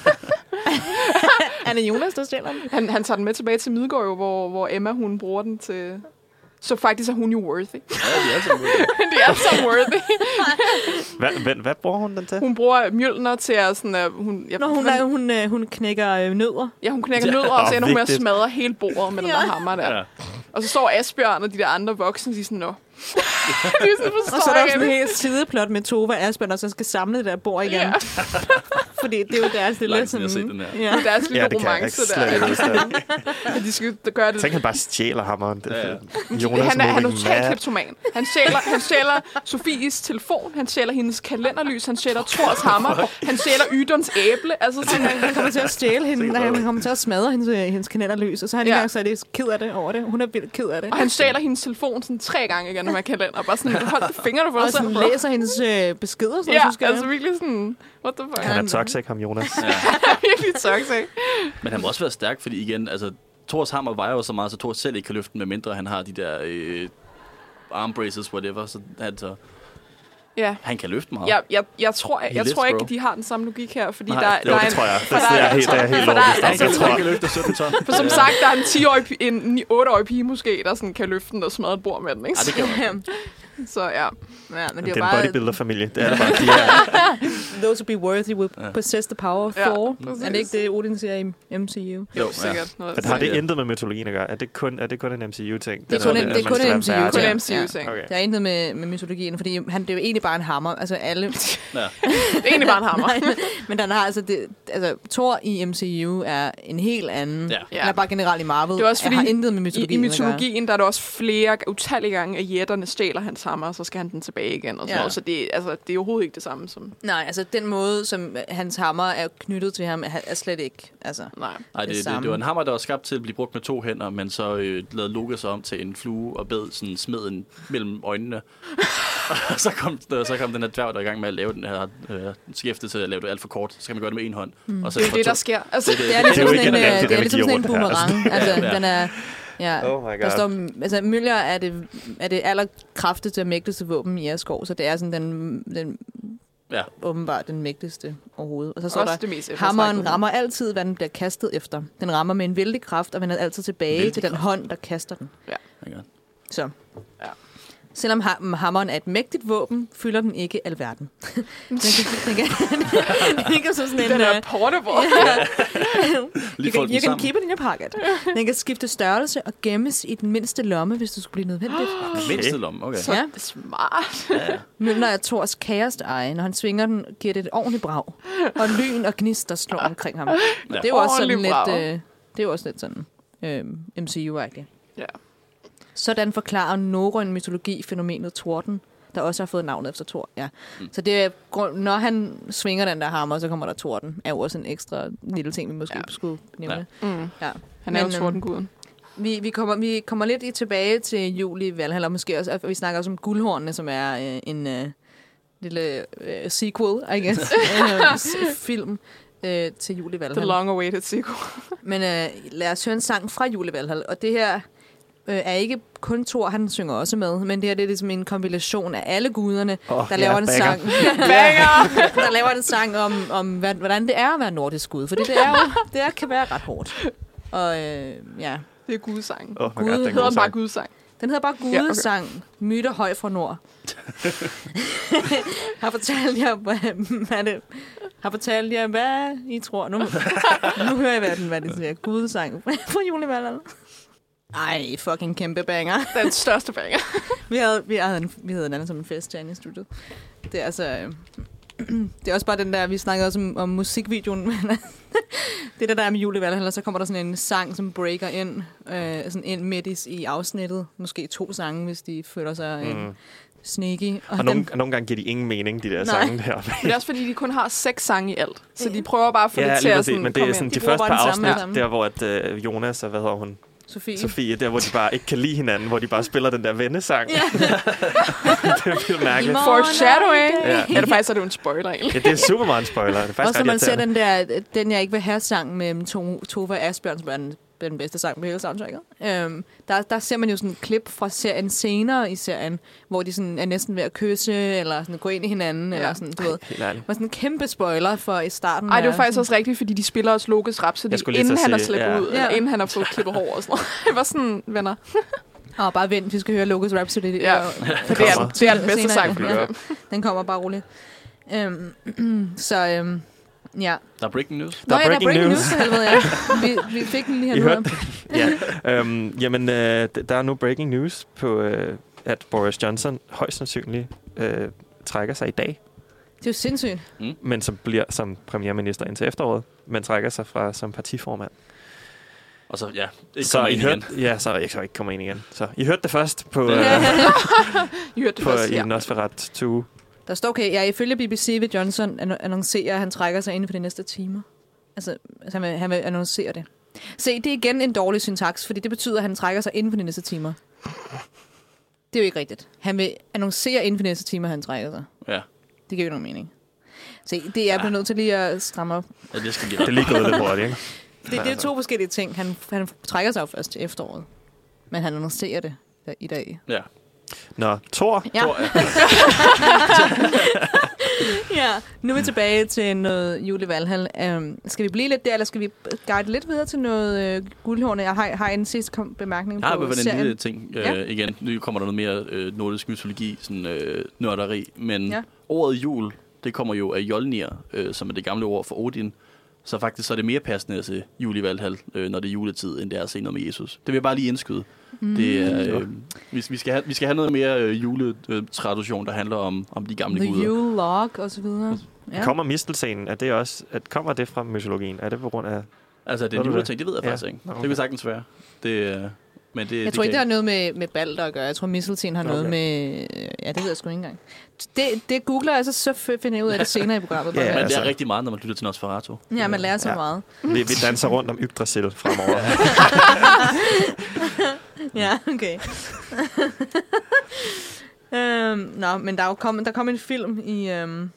Han er Jonas, der stjæler den? Han tager den med tilbage til Midgård, jo, hvor Emma, hun bruger den til... Så faktisk er hun jo worthy. Ja, de er altså worthy. De er så worthy. Hvad bruger hun den til? Hun bruger Mjølner til at sådan... Hun knækker nødder. Ja, hun knækker nødder, og så ender hun med at smadre hele bordet med den der hammer der. Ja. Og så står Asbjørn og de der andre voksne og siger sådan, og så er der sådan en helt sideplot med Tove og Asbjørn, og så skal samle det der bord igen. Ja. Fordi det er jo deres lille sådan... Ja. Deres lille romance der. De skal gøre det. Tænk, han bare stjæler hammeren. Han er totalt kleptoman. Han stjæler Sofies telefon, han stjæler hendes kalenderlys, han stjæler Thors hammer, han stjæler Ydons æble. Altså sådan, han kommer til at stjæle hende, han kommer til at smadre hendes kalenderlys, og så er han ikke engang så lidt ked af det over det. Hun er vildt ked af det. Og han stjæler hendes telefon sådan 3 gange igen, når man kalender. Bare sådan, hold fingrene for dig selv. Og sådan læser hendes beskeder. Ja, altså virkelig sådan, what the fuck. Han er toxic, ham Jonas. Ja. Virkelig toxic. Men han må også være stærk, fordi igen, altså, Thors hammer vejer jo så meget, så Thor selv ikke kan løfte den, medmindre han har de der arm braces, whatever, så han kan løfte meget. Jeg tror ikke, de har den samme logik her, fordi det tror jeg. Det er helt logisk. Han kan løfte 17 ton. For som sagt, der er en 8-årig pige måske, der sådan kan løfte den og smadre et bord med den, ikke? Ja, det kan man. Så ja. Men det er en bodybuilder-familie. Det er der bare. Those who be worthy will possess the power of Thor. Er det ikke det, Odin siger i MCU? Jo, sikkert. Har det intet med mytologien at gøre? Er det kun en MCU-ting? Det er kun en MCU-ting. Det er intet med mytologien, fordi det er jo egentlig bare en hammer. Altså alle... Det er egentlig bare en hammer. Men den har altså Thor i MCU er en helt anden. Den er bare generelt i Marvel. Det er også fordi, har intet med mytologien i mytologien, der er der også flere utallige gange, at jætterne stjæler hans hammer, og så skal han den tilbage igen. Og så det er overhovedet ikke det samme som... Nej, altså den måde, som hans hammer er knyttet til ham, er slet ikke... Altså, Nej, det var en hammer, der var skabt til at blive brugt med 2 hænder, men så lavede Loke sig om til en flue og bed sådan smeden mellem øjnene. Og så kom den her dværg, der er i gang med at lave den her skifte til at lave det alt for kort. Så kan man gøre det med 1 hånd. Og så det er det, der sker. Altså, det er ligesom sådan en boomerang. Altså, den er... Ja, oh my God. Der står, altså Mjølner er det allerkraftigste og mægtigste våben i Asgård, så det er sådan den åbenbart den mægtigste overhovedet. Og så står der, hammeren rammer altid, hvad den bliver kastet efter. Den rammer med en vældig kraft, og vender altid tilbage til den hånd, der kaster den. Ja. Så. Ja. Selvom hammeren er et mægtigt våben, fylder den ikke alverden. den kan så sådan den er portable. You can keep it in your pocket. Den kan skifte størrelse og gemmes i den mindste lomme, hvis det skulle blive nødvendigt. Mindste lomme, okay. Så smart. Mjølner er Thors kæreste eje. Når han svinger den, giver det et ordentligt brag. Og lyn og gnister slår omkring ham. Det er jo også sådan lidt... det er jo også lidt sådan MCU-agtigt. Ja. Sådan forklarer norrøn mytologi fænomenet Torden, der også har fået navnet efter Thor. Ja. Så det er, når han svinger den der hammer, så kommer der Torden. Er jo også en ekstra lille ting, vi måske skulle nævne. Ja. Han er jo Tordenguden. Vi kommer lidt tilbage til jul i Valhalla, måske også, vi snakker også om guldhornene, som er lille sequel, I guess, film til Jul i Valhall. The long-awaited sequel. Men lad os høre en sang fra Jul i Valhall. Og det her er ikke kun Thor, han synger også med, men det her det er ligesom en kombination af alle guderne, der laver en sang. Der laver en sang om hvordan det er at være nordisk gud. Fordi det kan være ret hårdt. Og ja. Det er gudsang. Gud hedder bare gudsang. Den hedder bare Gudesang. Ja, okay. Myter høj fra nord. Har fortalt jer, hvad I tror nu. Nu hører jeg hvad det siger. Gudesang fra Jul i Valhall. Ej, fucking kæmpe banger. Den største banger. vi havde en anden som en fest herinde i studiet. Det er altså... det er også bare den der, vi snakkede også om musikvideoen, men det der er med Jul i Valhall, så kommer der sådan en sang, som breaker ind, sådan ind midt i afsnittet. Måske 2 sange, hvis de føler sig sneaky. Og nogle gange giver de ingen mening, de der sange der. Men det er også fordi, de kun har 6 sange i alt. Så de prøver bare at få det til at sådan, men det er sådan de første par afsnit, der hvor at, Jonas og hvad hedder hun? Sofie, der hvor de bare ikke kan lide hinanden, hvor de bare spiller den der vennesang. Ja. Det er vildt mærkeligt. Foreshadowing. Ja, det faktisk er det en spoiler egentlig. Ja, det er super meget en spoiler. Det er faktisk også når man ser den jeg ikke vil have sang med Tove Asbjørn, som er den bedste sang med hele soundtracket. Der ser man jo sådan et klip fra serien senere i serien, hvor de sådan er næsten ved at kysse, eller sådan gå ind i hinanden, eller sådan, du ved. Det var sådan en kæmpe spoiler for i starten. Ej, det var faktisk også rigtigt, fordi de spiller også Lokes Rhapsody, inden han er slæbt ud, eller inden han har fået klippet hår og sådan noget. Det var sådan, venner. Bare vent, vi skal høre Lokes Rhapsody. Ja, for det er den bedste sang. Ja. Den kommer bare roligt. Ja. Der er breaking news. Der er breaking news. Helvede, ja. Vi fik den lige her nu. Ja. Jamen, der er nu breaking news på, at Boris Johnson højst sandsynligt trækker sig i dag. Det er jo sindssygt. Men som bliver som premierminister indtil efteråret, men trækker sig fra som partiformand. Og så, ikke kommer ind igen. Ja, så ikke kommer ind igen. Så I hørte det først på, i Nosferatu. Der står, okay, ifølge BBC vil Johnson annoncere, at han trækker sig inden for de næste timer. Altså han vil annoncere det. Se, det er igen en dårlig syntaks, fordi det betyder, at han trækker sig inden for de næste timer. Det er jo ikke rigtigt. Han vil annoncere inden for de næste timer, at han trækker sig. Ja. Det giver jo nogen mening. Se, det er blevet nødt til lige at stramme op. Ja, det skal det er lige gået lidt hurtigt, ikke? Det er 2 forskellige ting. Han trækker sig jo først til efteråret, men han annoncerer det i dag. Ja. Nå, Thor. Ja. Ja, nu er vi tilbage til noget Jul i Valhall. Skal vi blive lidt der, eller skal vi guide lidt videre til noget guldhorn? Jeg har en sidste bemærkning på serien. Jeg har en lille ting igen. Nu kommer der noget mere nordisk mytologi, sådan nørderi. Men ordet jul, det kommer jo af Jolnir, som er det gamle ord for Odin. Så faktisk så er det mere passende at se Jul i Valhall, når det er juletid, end det er at se noget med Jesus. Det vil jeg bare lige indskyde. Det er, vi skal have noget mere juletradition, der handler om de gamle guder. The Yule Log og så videre. Ja. Kommer mistelscenen? Kommer det fra mytologien? Er det på grund af... Altså, det er en juleting, det ved jeg faktisk ikke. Okay. Det vil sagtens være. Men jeg tror ikke, det har noget med Balder at gøre. Jeg tror, mistelten har noget med... Ja, det ved jeg sgu ikke engang. Det googler jeg, så finder jeg ud af det senere i programmet. Men det er rigtig meget, når man lytter til Nosferatu. Ja, man lærer så meget. Vi danser rundt om Yggdrasil fremover. Ja, okay. Men der kom en film i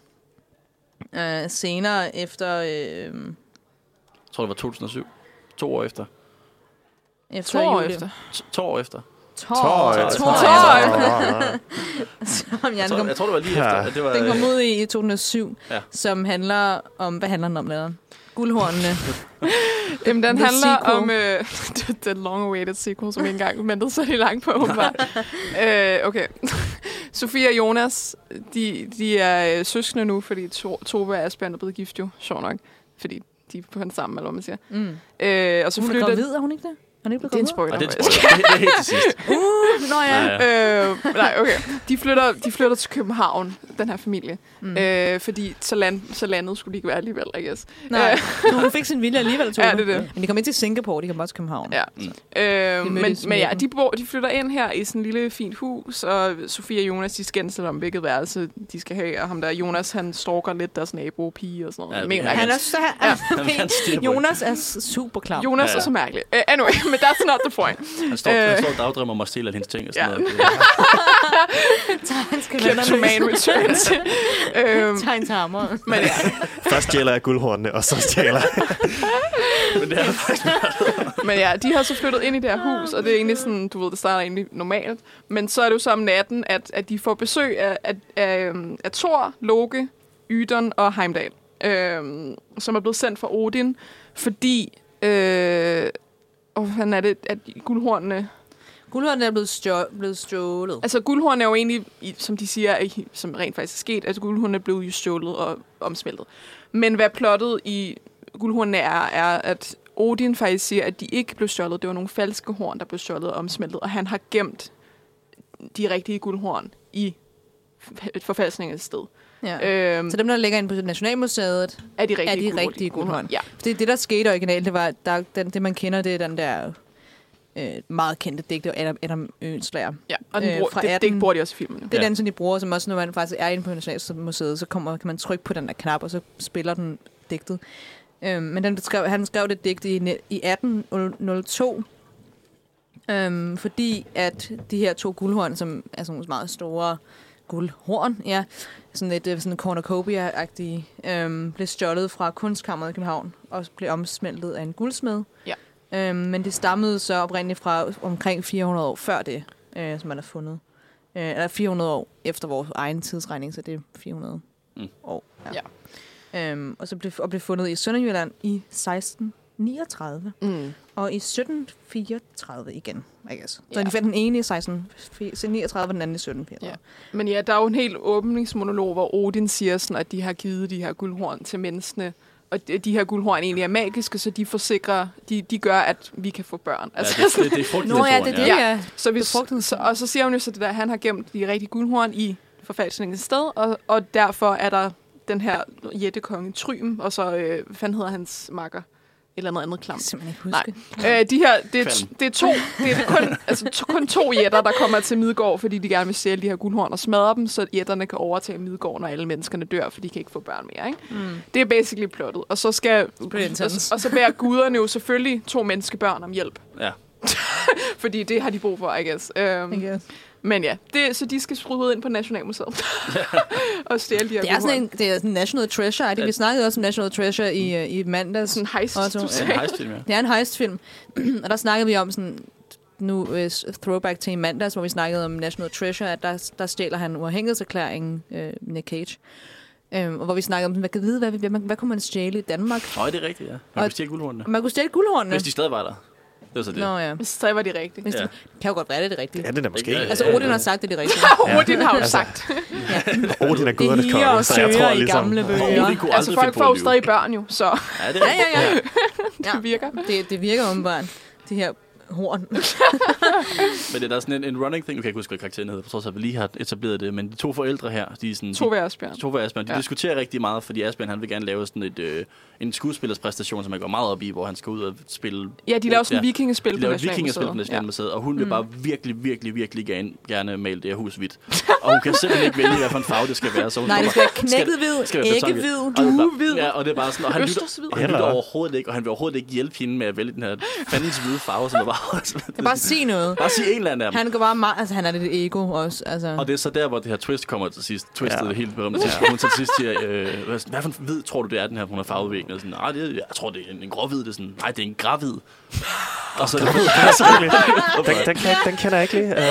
senere efter... Jeg tror, det var 2007. 2 år efter. 2 år efter. 2 år efter. 2 år efter. Jeg tror, det var lige efter. Den kom ud i 2007, som handler om... Hvad handler den om, lederen? Guldhornene. Jamen, den handler om den long-awaited sequel, som ikke engang ventede så langt på, okay. Sofie og Jonas, de er søskende nu, fordi Tove og Asbjørn er blevet gift jo, sjov nok. Fordi de er på sammen, eller hvad man siger. Og så hun er gravid, er hun ikke det? Det er en spoiler. Det er helt til sidst. Nej, okay. De flytter til København, den her familie. Fordi så landet skulle de ikke være alligevel, I guess. Nej, hun fik sin vilje alligevel, tror jeg. Ja, det er det. Men de kom ind til Singapore, de kom også til København. Ja. Men ja, de flytter ind her i sådan en lille fint hus, og Sofie og Jonas, de skændsler om hvilket værelse de skal have, og ham der Jonas, han stalker lidt deres nabopige og sådan noget. Han er så Jonas er super klar. Jonas er så mærkelig. Anyway, men that's not the point. Han står og dagdrømmer om at stjæle hendes ting og sådan noget. Kleptoman Returns. Tegn til hammer. Men ja. Først stjæler jeg guldhornene, og så stjæler Men det er faktisk Men ja, de har så flyttet ind i det her hus, og det er egentlig sådan, du ved, det starter egentlig normalt. Men så er det jo så om natten, at de får besøg af Thor, Loke, Ydon og Heimdall, som er blevet sendt fra Odin, fordi han er det, at guldhornene... Guldhornene er blevet stjålet. Altså, guldhornene er jo egentlig, som de siger, som rent faktisk er sket, at guldhornene blev jo stjålet og omsmeltet. Men hvad plottet i guldhornene er, at Odin faktisk siger, at de ikke blev stjålet. Det var nogle falske horn, der blev stjålet og omsmeltet, og han har gemt de rigtige guldhorn i et forfalskningens sted. Ja. Så dem, der ligger inde på Nationalmuseet, er de rigtige guldhorn. Ja. Det, der skete originalt, det var, det man kender, det er den der meget kendte digter, Adam Oehlenschläger. Ja, og det bruger de også i filmen. Det er den, som de bruger, som også, når man faktisk er inde på Nationalmuseet, så kan man trykke på den der knap, og så spiller den digtet. Men han skrev det digt i 1802, fordi at de her 2 guldhorn, som er sådan nogle meget store guldhorn, ja, sådan lidt sådan cornucopia-agtige, blev stjålet fra Kunstkammeret i København og blev omsmeltet af en guldsmed. Ja. Men det stammede så oprindeligt fra omkring 400 år før det, som man har fundet. Eller 400 år efter vores egen tidsregning, så det er 400 år. Ja. Og så blev fundet i Sønderjylland i 1639. Og i 1734 igen, I guess. Så de fandt den ene i 1639, og den anden i 1734. Ja. Men ja, der er jo en helt åbningsmonolog, hvor Odin siger sådan, at de har givet de her guldhorn til menneskene. Og de her guldhorn egentlig er magiske, så de forsikrer, de gør, at vi kan få børn. Altså, ja, det er frugtens Nå, ja, det er det, ja. Og så siger hun jo så det der, han har gemt de rigtige guldhorn i forfalskningens sted, og derfor er der den her jættekonge Trym, og så, hvad fanden hedder hans makker? Eller andet klamt. Simpelthen ikke huske. Nej. De her, det er to. Det er kun 2 jætter, der kommer til Midgård, fordi de gerne vil sælge de her guldhorn og smadre dem, så jætterne kan overtage Midgård, når alle menneskerne dør, for de kan ikke få børn mere. Ikke? Det er basically plottet. Og så så bærer guderne jo selvfølgelig 2 menneskebørn om hjælp. Ja. Fordi det har de brug for, I guess. Men ja, så de skal sprude ind på Nationalmuseet og stjæle de her guldhorn. Det er sådan en National Treasure. Vi snakkede også om National Treasure i mandags. Sådan en heist. Det er en heistfilm, ja. Det er en heistfilm. Og der snakkede vi om sådan nu throwback til i mandags, hvor vi snakkede om National Treasure, at der stjæler han uafhængighedserklæringen, Nick Cage. Og hvor vi snakkede om, hvad kunne man stjæle i Danmark? Det er rigtigt, ja. Man kunne stjæle guldhornene. Man kunne stjæle guldhornene. Hvis de stadig var der. Det var så det. Nå, ja. Hvis det var de rigtige. Det kan jo godt være, det rigtige. Ja, det er måske. Altså, Odin har sagt, det er det rigtige. Odin har jo sagt. Odin er gudernes konge, så jeg tror ligesom... gamle bøger. Altså, folk får jo stadig børn jo, så... Ja, det er det virker. Det virker åbenbart, de her horn. Men det er sådan en running thing. Nu kan jeg ikke huske, hvad karakteren hedder, for trods at vi lige har etableret det. Men de 2 forældre her, de er sådan... Tove Asbjørn. De diskuterer rigtig meget, fordi Asbjørn, han vil gerne lave sådan en skuespillerspræstation, som han går meget op i, hvor han skal ud og spille... Ja, de laver sådan en vikingespil på Nationalmuseet. Og hun vil bare virkelig gerne male det her hus hvidt. Og hun kan simpelthen ikke vælge, hvad for en farve det skal være. Så hun nej, det skal være knækket hvid, æggehvid, duehvid. Ja, og det er bare sådan... Og han lytter overhovedet ikke, og han vil overhovedet ikke hjælpe hende med at vælge den her fandens hvide farve, som er bare... Bare sig noget. Bare sig en eller anden af dem. Han går bare meget... Altså, han er lidt ego også. Altså. Og det er så der, hvor det her twist kommer til sidst. Twistet det helt berømt. Hun til sidst siger, hvad for en hvid tror du, det er, den her, hun har farvet væggen? Og sådan, jeg tror, det er en gråhvid. Det er sådan, nej, det er en gravhvid. Og så... Den kender jeg ikke lige.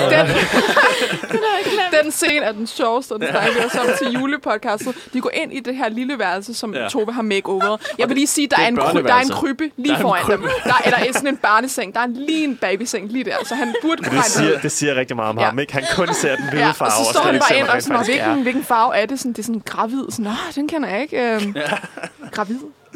Den scene er den sjoveste, og den snakker vi også om til julepodcastet. De går ind i det her lille værelse, som Tove har makeover. Jeg vil lige sige, der er en krybbe lige foran dem. Der er sådan en barneseng. Der er lige en babyseng lige der, så han burde kunne det siger rigtig meget om ham, ikke? Han kun ser den hvide farve. Og så står han bare ind og sådan, hvilken farve er det? Sådan, det er sådan gravid. Sådan, den kender jeg ikke. Gravid.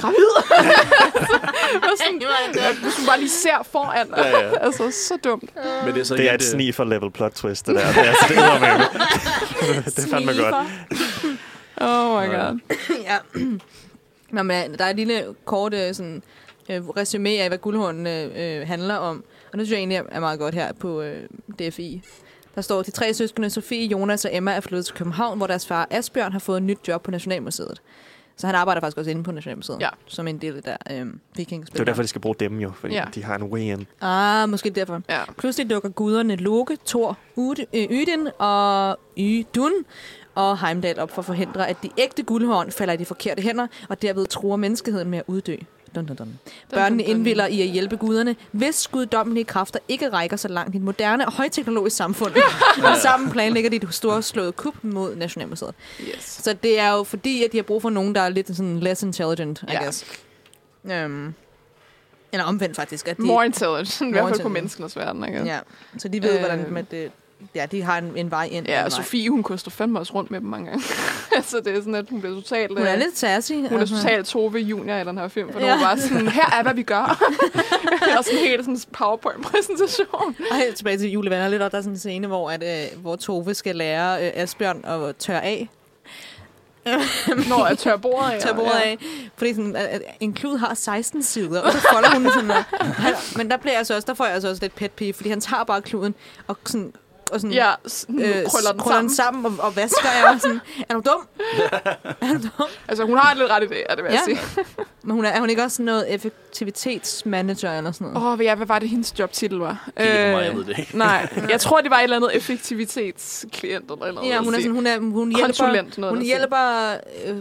Hvis du bare lige ser foran. Altså, så dumt. Men det er et sniffer-level plot twist, det der. Det er fandme godt. Oh my god. Ja. Nå, men der er et lille kort sådan, resumé af, hvad guldhornene handler om. Og det synes jeg egentlig er meget godt her på DFI. Der står, de 3 søskende, Sofie, Jonas og Emma, er flyttet til København, hvor deres far Asbjørn har fået et nyt job på Nationalmuseet. Så han arbejder faktisk også inde på Nationalmuseet, som en del af der vikingespil. Det er derfor, de skal bruge dem jo, fordi de har en way-in. Måske derfor. Ja. Pludselig dukker guderne Loke, Thor, Ydin og Ydun og Heimdall op for at forhindre, at de ægte guldhorn falder i de forkerte hænder, og derved truer menneskeheden med at uddø. Børnene indvilder i at hjælpe guderne, hvis guddommelige kræfter ikke rækker så langt i et moderne og højteknologisk samfund. Og sammen planlægger de et storslået kup mod Nationalmuseet. Yes. Så det er jo fordi, at de har brug for nogen, der er lidt sådan less intelligent, I guess. Eller omvendt faktisk. At de, more intelligent, i hvert fald på menneskenes verden. Ikke? Ja, så de ved, hvordan med det... Ja, de har en vej ind. Ja, og Sofie, hun koster fandme også rundt med dem mange gange. Så det er sådan, at hun bliver totalt... Hun er lidt sassy. Hun er totalt Tove Junior i den her film, for det var bare sådan, her er, hvad vi gør. Og sådan en helt sådan PowerPoint-præsentation. Og tilbage til Julevenner lidt, og der er sådan en scene, hvor Tove skal lære Asbjørn at tørre af. Når jeg tør bordet af. Tør bordet af. Fordi sådan, en klud har 16 sider, og så folder hun sådan noget. Men der får jeg altså også lidt pet peeve, fordi han tager bare kluden og sådan... Og sådan, krøller den sammen og vasker jeg. Sådan, er du dum? Altså, hun har en lidt ret idé, det vil jeg sige. Men er hun ikke også noget effektivitetsmanager eller sådan noget? Hvad var det, hendes jobtitel var? Jeg ved det ikke. Nej, jeg tror, det var et eller andet effektivitetsklient eller noget. Ja, hun er sådan, hun hjælper, hun hjælper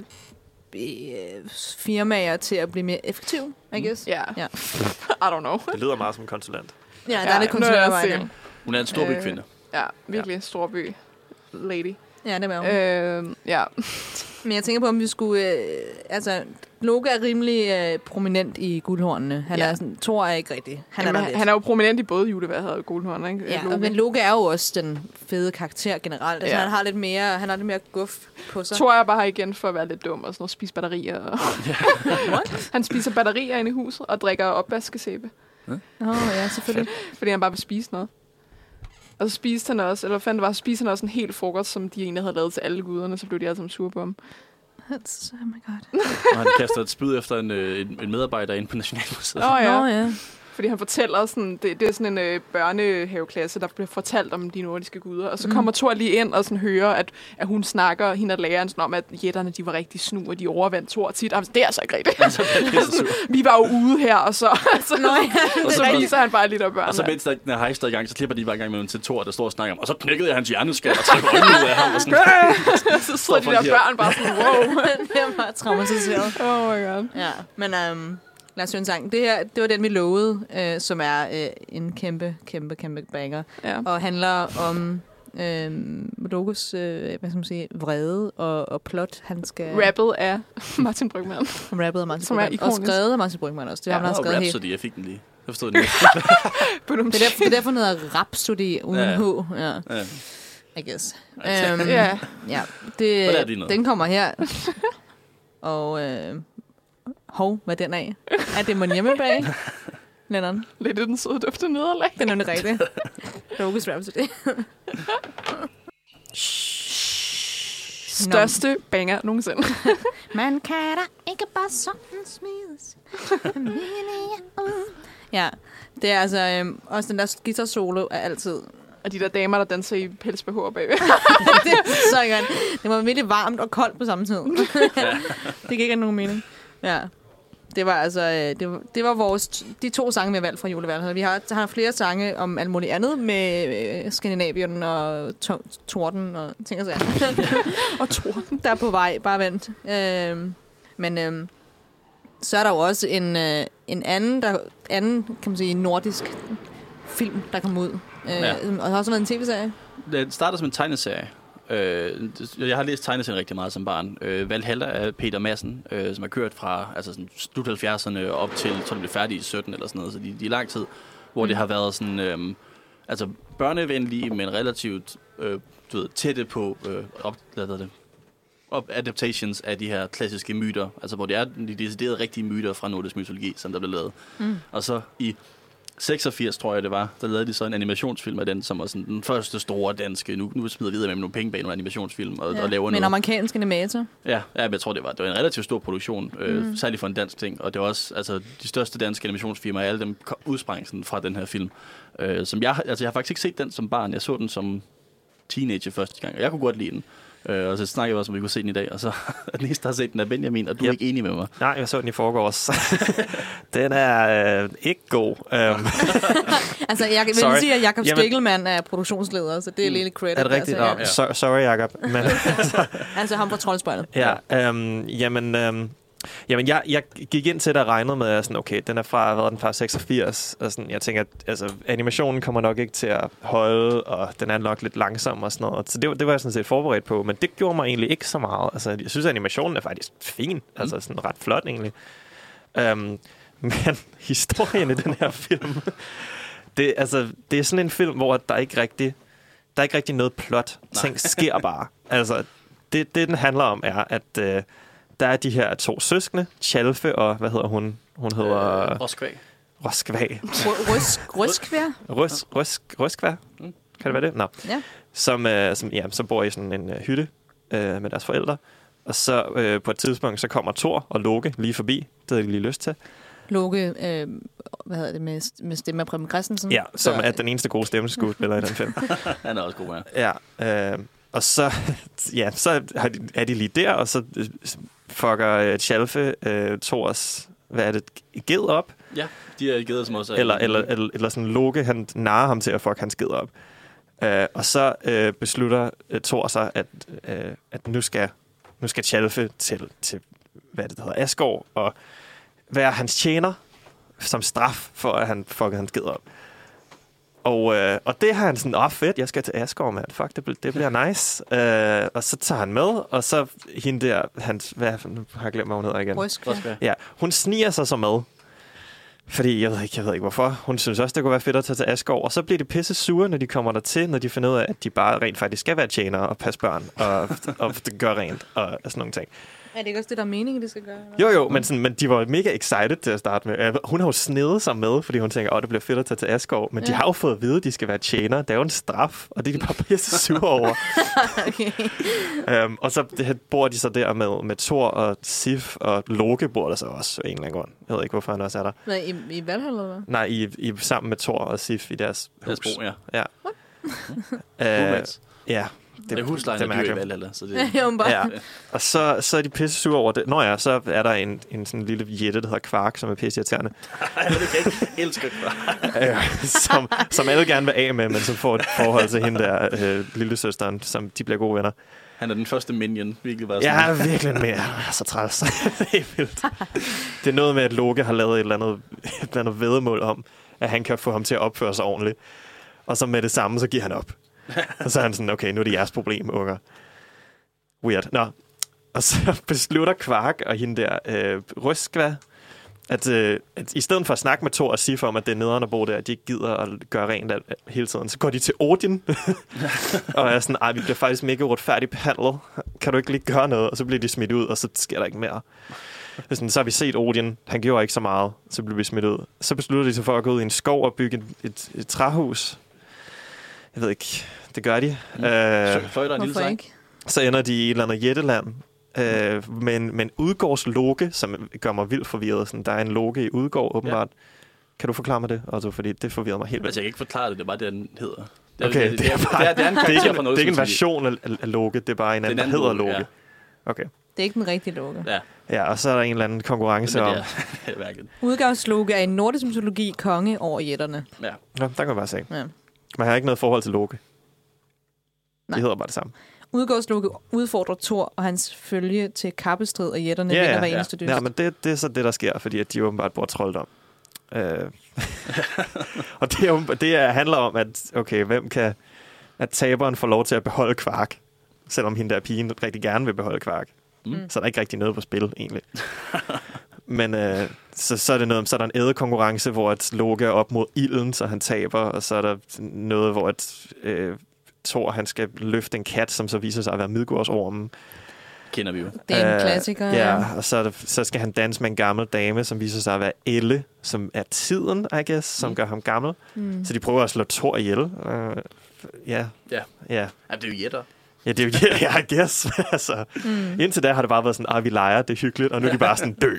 firmaer til at blive mere effektive, I guess. Ja. I don't know. Det lyder meget som en konsulent. Ja, der er lidt konsulentarbejde. Hun er en stor kvinde. Ja, virkelig storby lady. Ja, det var hun. Ja. Men jeg tænker på, om vi skulle... Loke er rimelig prominent i Guldhornene. Han er sådan... Thor er ikke rigtig. Han er jo prominent i både Juleværet og Guldhorn, ikke? Ja, men Loke er jo også den fede karakter generelt. Altså, han har lidt mere guf på sig. Thor er bare her igen for at være lidt dum og sådan noget, spise batterier. Han spiser batterier inde i huset og drikker opvaskesæbe. Ja, selvfølgelig. Fordi han bare vil spise noget. Og så spiste han også, eller hvad fanden det var, så spiste han også en hel frokost, som de egentlig havde lavet til alle guderne, så blev de alle sammen sure på ham. Oh my god. Og han kaster et spyd efter en medarbejder inde på Nationalmuseet. Ja. Fordi han fortæller sådan, det er sådan en børnehaveklasse, der bliver fortalt om de nordiske guder. Og så kommer Thor lige ind og sådan hører, at hun snakker, hende og læreren, sådan om, at jætterne, de var rigtig snu, og de overvandt Thor tit. Altså, det er så ikke rigtigt. Vi var jo ude her, og så viser han bare lidt af børnene. Og så mens der hejster i gang, så klipper de bare i gang med til Thor, der står og snakker om, og så knækkede jeg hans hjerneskal og trækker øjnene ud af ham. Og sådan. Så sidder de der børn bare sådan, wow. Det er bare traumatiseret. Oh my god. Ja, men... lad os høre en sang. Det var den, vi lovede, som er en kæmpe banger. Ja. Og handler om Lokes, hvad skal man sige, vrede og plot. Han skal... Rappet af Martin Brygmann. Rappet af Martin Brygmann. Og skrevet af Martin Brygmann også. Det var ham, der har skrevet Rhapsody, jeg fik den lige. Jeg forstod den ikke. det er derfor, den hedder Rhapsody uden H. Ja. I guess. Den kommer her. Og... hvad den af? Er det mon hjemmebag? Lennon. Lidt i den søde dufte nederlag. Den er rigtig. Lokes Rhapsody. Største banger nogensinde. Man kan da ikke bare sådan smides. Ja, det er altså også den der guitar solo er altid. Og de der damer, der danser i pelsbehår bagved. Det er så godt. Det var virkelig varmt og koldt på samme tid. Det gik ikke nogen mening. Ja. Det var altså det var de 2 sange, vi har valgt fra Julevalget. Vi har flere sange om alt muligt andet med Skandinavien og torden og ting og sager. Og torden, der er på vej. Bare vent. Men så er der jo også en anden kan man sige, nordisk film, der kom ud. Og har også været en tv-serie. Det starter som en tegneserie. Jeg har læst tegneserien rigtig meget som barn. Valhalla af Peter Madsen, som har kørt fra sådan slut 70'erne op til, jeg tror, det blev færdigt i 17 eller sådan noget, så de er lang tid, hvor det har været sådan, børnevenlige, men relativt tætte på adaptations af de her klassiske myter, altså hvor det er de deciderede rigtige myter fra nordisk mytologi, som der blev lavet. Og så i 86, tror jeg det var, der lavede de så en animationsfilm af den, som var sådan den første store danske, nu smider vi videre med nogle penge bag nogle animationsfilm og laver noget. Men amerikansk animator? Ja, men jeg tror, det var en relativt stor produktion, særligt for en dansk ting, og det var også, altså de største danske animationsfirmaer, alle dem udsprang sådan fra den her film. Som jeg har faktisk ikke set den som barn, jeg så den som teenager første gang, og jeg kunne godt lide den. Og så snakkede vi også, om vi kunne se den i dag, og så den eneste, der har set den, er Benjamin, og du er ikke enig med mig. Nej, jeg så den i forgårs. Den er ikke god. Altså, jeg vil sige, at Jakob Stikkelmann er produktionsleder, så det er lidt credit. Er det rigtigt? Altså, ja. Sorry, Jakob. Men, altså ham fra Troldspejlet. Ja, Jamen, jeg gik ind til det og regnede med, at sådan, okay, den er fra 86, og sådan, jeg tænker, at altså, animationen kommer nok ikke til at holde, og den er nok lidt langsom og sådan noget. Så det var jeg sådan set forberedt på, men det gjorde mig egentlig ikke så meget. Altså, jeg synes, at animationen er faktisk fin, altså sådan ret flot egentlig. Men historien i den her film, det er sådan en film, hvor der er ikke rigtig noget plot. Ting sker bare. Altså, det den handler om er, at der er de her 2 søskende, Tjalfe og, hvad hedder hun? Hun hedder... Roskvæg. Røskvær? Kan det være det? Nå. Ja. Som bor i sådan en hytte med deres forældre. Og så på et tidspunkt, så kommer Thor og Loke lige forbi. Det havde jeg lige lyst til. Loke, hvad hedder det, med stemme af Preben Christensen? Ja, som er den eneste gode stemmeskuespiller i den film. Han er også god, ja. Ja, og så er de lige der, og så fucker Tjalfe Thors, hvad er det, ged op? Ja, de er geder som også. Eller sådan Loke, han narrer ham til at fuck hans ged op. Og så beslutter Thor sig, at nu skal Tjalfe til hvad det hedder, Asgård, og være hans tjener som straf for, at han fucker hans ged op. Og det har han sådan, fedt, jeg skal til Asgård, mand. Fuck, det bliver nice. Og så tager han med, og så hende der, nu har jeg glemt, hvad hun hedder igen. Røskvær. Ja, hun sniger sig så med. Fordi, jeg ved ikke hvorfor. Hun synes også, det kunne være fedt at tage til Asgård. Og så bliver de pisse sure, når de kommer dertil, når de finder ud af, at de bare rent faktisk skal være tjenere og passe børn og gøre rent og sådan nogle ting. Er det ikke også det, der er meningen, det skal gøre? Jo, men de var mega excited til at starte med. Hun har jo snedet sig med, fordi hun tænker, det bliver fedt at tage til Asgård. Men de har jo fået at vide, at de skal være tjenere. Det er jo en straf, og det er de bare pisse sure over. Okay. Og så bor de så der med Thor og Sif, og Loke bor der så også af en eller anden grund. Jeg ved ikke, hvorfor han også er der. Nej, i Valhall, eller hvad? Nej, sammen med Thor og Sif i deres hus. Bo, ja. Ja. Det er huslejen, der dyr i Valhall, så det ja. Og så er de pisse sure over det. Nå ja, så er der en sådan lille jætte, der hedder Kvark, som er pisse irriterende. Jeg elsker Kvark. som alle gerne vil af med, men som får et forhold til hende der lillesøsteren, som de bliver gode venner. Han er den første minion, virkelig bare sådan. Ja, virkelig mere. Så træls. Det er vildt. Det er noget med, at Loke har lavet et eller andet væddemål om, at han kan få ham til at opføre sig ordentligt. Og så med det samme, så giver han op. Og så er han sådan, okay, nu er det jeres problem, unger. Weird. Nå. Og så beslutter Kvark og hende der Røskva, at i stedet for at snakke med Thor og Sif om, at det er nederen at bo der, at de ikke gider at gøre rent hele tiden, så går de til Odin og er sådan, vi bliver faktisk mega uretfærdigt behandlet. Kan du ikke lige gøre noget? Og så bliver de smidt ud, og så sker der ikke mere. Så har vi set Odin. Han gjorde ikke så meget, så blev vi smidt ud. Så beslutter de sig for at gå ud i en skov og bygge et træhus. Jeg ved ikke. Det gør de. Hvorfor ikke? Så ender de i et eller andet jætteland. Men Udgårds Loke, som gør mig vildt forvirret. Sådan, der er en Loke i Udgård, åbenbart. Ja. Kan du forklare mig det, Otto? Fordi det forvirrer mig helt vildt. Altså, jeg kan ikke forklare det. Det er bare det, den hedder. Okay, det er en karakter for noget. Det er ikke en version af Loke. Det er bare en anden, der hedder Loke. Ja. Okay. Det er ikke den rigtige Loke. Ja, og så er der en eller anden konkurrence om... Udgangsloke er i nordisk mytologi konge over jætterne. Ja, der kan man bare se. Ja. Man har ikke noget forhold til Loke. De hedder bare det samme. Udgårdsloke udfordrer Thor og hans følge til kappestrid, og jætterne vinder hver eneste dyst. Ja, men det er så det, der sker, fordi at de åbenbart bor trolddom. Og det handler om, at okay, at taberen får lov til at beholde Kvark, selvom hende der pigen rigtig gerne vil beholde Kvark. Så er der ikke rigtig noget på spil, egentlig. Men så er det noget, så er der en ædekonkurrence, hvor at Loke er op mod ilden, så han taber, og så er der noget, hvor at Thor, han skal løfte en kat, som så viser sig at være Midgårdsormen. Kender vi jo. Det er en klassiker. Ja, og så skal han danse med en gammel dame, som viser sig at være Elle, som er tiden, I guess, som gør ham gammel. Så de prøver at slå Thor ihjel. Ja. Det er jo jætter. Ja, det er jo, I guess. Altså, indtil da har det bare været sådan, vi leger, det er hyggeligt, og nu er de bare sådan dø.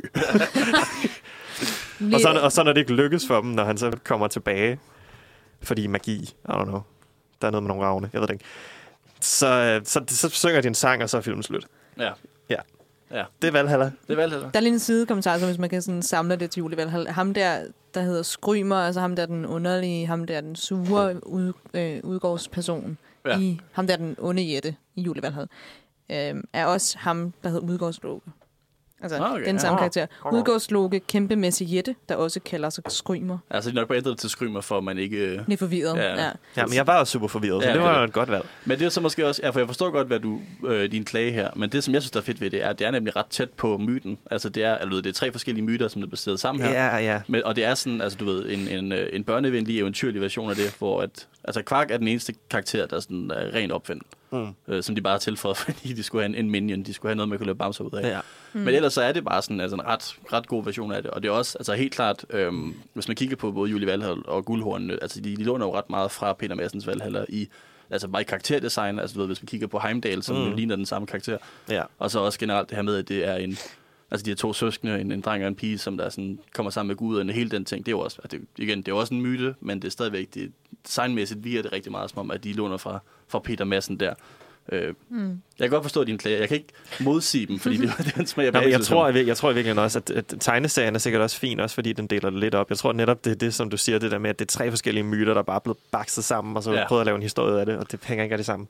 og så når det ikke lykkes for dem, når han så kommer tilbage, fordi magi, I don't know, der er noget med nogle ravne, jeg ved det ikke. så synger de en sang, og så er filmen slut. Ja. Det er Valhalla. Det er Valhalla. Der er lige en sidekommentar, så hvis man kan sådan samle det til jul i Valhalla. Ham der hedder Skrymer, altså ham der den underlige, ham der den sure udgårdsperson. Ja. Ham der den onde Jette i jul i Valhalla. Er også ham, der hedder Udgårdsloke. Altså den samme karakter. Udgårdsloke, kæmpemæssig Jette, der også kalder sig Skrymer. Altså, de er nok bare ændret til Skrymer, for man ikke... Lidt forvirret. Ja, men jeg var også super forvirret, så det var jo et godt valg. Men det er så måske også... Ja, for jeg forstår godt, hvad din klage her. Men det, som jeg synes, der er fedt ved det, er, at det er nemlig ret tæt på myten. Altså, det er 3 forskellige myter, som er baseret sammen her. Ja. Og det er sådan, altså du ved, en børnevenlig, eventyrlig version af det, hvor at... Altså, Quark er den eneste karakter, der er sådan rent opfindt. Som de bare har tilføjet, fordi de skulle have en minion. De skulle have noget, man kunne løbe bamser ud af. Ja. Men ellers så er det bare sådan, altså en ret god version af det. Og det er også altså helt klart, hvis man kigger på både Julie Valhalla og Guldhornene, altså de låner jo ret meget fra Peter Madsens Valhalla altså bare i karakterdesign. Altså du ved, hvis man kigger på Heimdall, som ligner den samme karakter. Ja. Og så også generelt det her med, at det er altså de her 2 søskende, en dreng og en pige, som der sådan kommer sammen med guderne, hele den ting. Det er jo også, det er også en myte, men det er stadigvæk, designmæssigt virker det rigtig meget som om, at de låner fra Peter Madsen der. Jeg kan godt forstå dine klager. Jeg kan ikke modsige dem, fordi det er en smag. Jeg tror i virkeligheden også, at tegneserien er sikkert også fin, også fordi den deler det lidt op. Jeg tror netop, det er det, som du siger, det der med, at det er 3 forskellige myter, der bare er blevet bakset sammen, og så prøvet at lave en historie af det, og det hænger ikke rigtig sammen.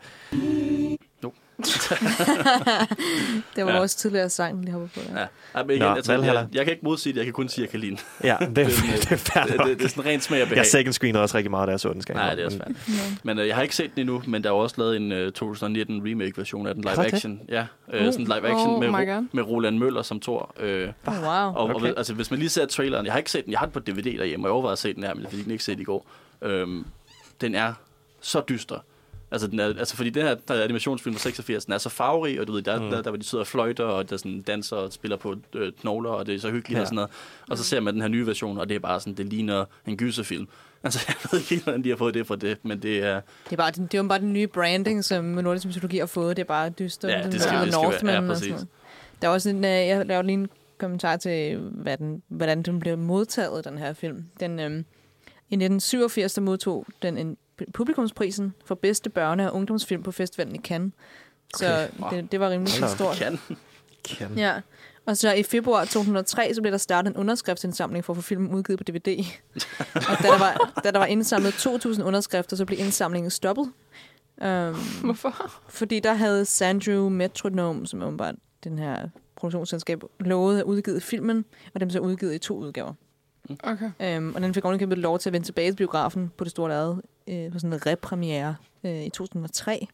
Det var også tidligere sang, de hoppede på. Men igen, jeg kan ikke modsige det, jeg kan kun sige, at jeg kan lide. Ja, det er fair. Det er sådan rent smag og behag. Jeg second screener også rigtig meget, da jeg så den. Nej, det er også fair. Men jeg har ikke set den endnu, men der er også lavet en 2019 remake-version af den live action. Ja, sådan live action med Roland Møller som Thor. Wow. Og altså, hvis man lige ser traileren, jeg har ikke set den, jeg har den på DVD derhjemme, og jeg overvejede at se den her, men jeg fik den ikke set i går. Den er så dyster. Altså, fordi den her animationsfilm fra 86, den er så farverig, og du ved, der hvor de sidder og fløjter, og der sådan danser og spiller på knogler, og det er så hyggeligt og sådan noget. Og så ser man den her nye version, og det er bare sådan, det ligner en gyserfilm. Altså, jeg ved ikke, hvordan de har fået det fra det, men det er... Det er jo bare den nye branding, som nordisk mytologi har fået. Det er bare dyster. Ja, det skal være. Ja, præcis. Der er også jeg lavede lige en kommentar til, hvordan den blev modtaget, den her film. I 1987, der modtog den en publikumsprisen for bedste børne- og ungdomsfilm på festivalen i Cannes. Så det var rimelig stort. Cannes. Ja. Og så i februar 2003, så blev der startet en underskriftsindsamling for at få filmen udgivet på DVD. Og da der var indsamlet 2.000 underskrifter, så blev indsamlingen stoppet. Hvorfor? Fordi der havde Sandrew Metronome, som er åbenbart den her produktionsselskab, lovet at udgive filmen, og den blev så udgivet i 2 udgaver. Okay. Og den fik ovenikøbet lov til at vende tilbage til biografen på det store lærred på sådan en repremiere i 2003.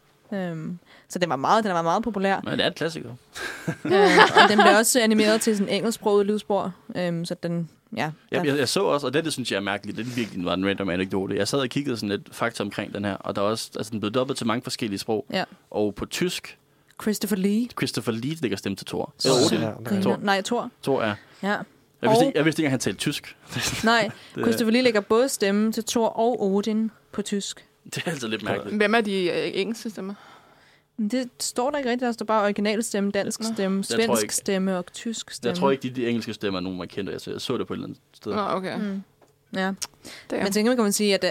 Så den var meget populær. Men det er et klassiker. Og den blev også animeret til sådan en engelsksproget lydspor. Så den, jeg så også, og det synes jeg er mærkeligt, det virkelig var en random anekdote. Jeg sad og kiggede sådan lidt fakta omkring den her, og der er også, altså den blev dubbet til mange forskellige sprog. Ja. Og på tysk, Christopher Lee ligger stemme til Thor. Nej, Thor. Thor, ja. Jeg vidste ikke, at han talte tysk. Nej, Christopher Lee lægger både stemme til Thor og Odin på tysk. Det er altså lidt mærkeligt. Hvem er de engelske stemmer? Det står der ikke rigtigt. Der står bare original stemme, dansk stemme, svensk stemme og tysk stemme. Jeg tror ikke, de engelske stemmer er nogen, man kender. Jeg så det på et eller andet sted. Okay. Ja. Men tænker man, kan man sige, at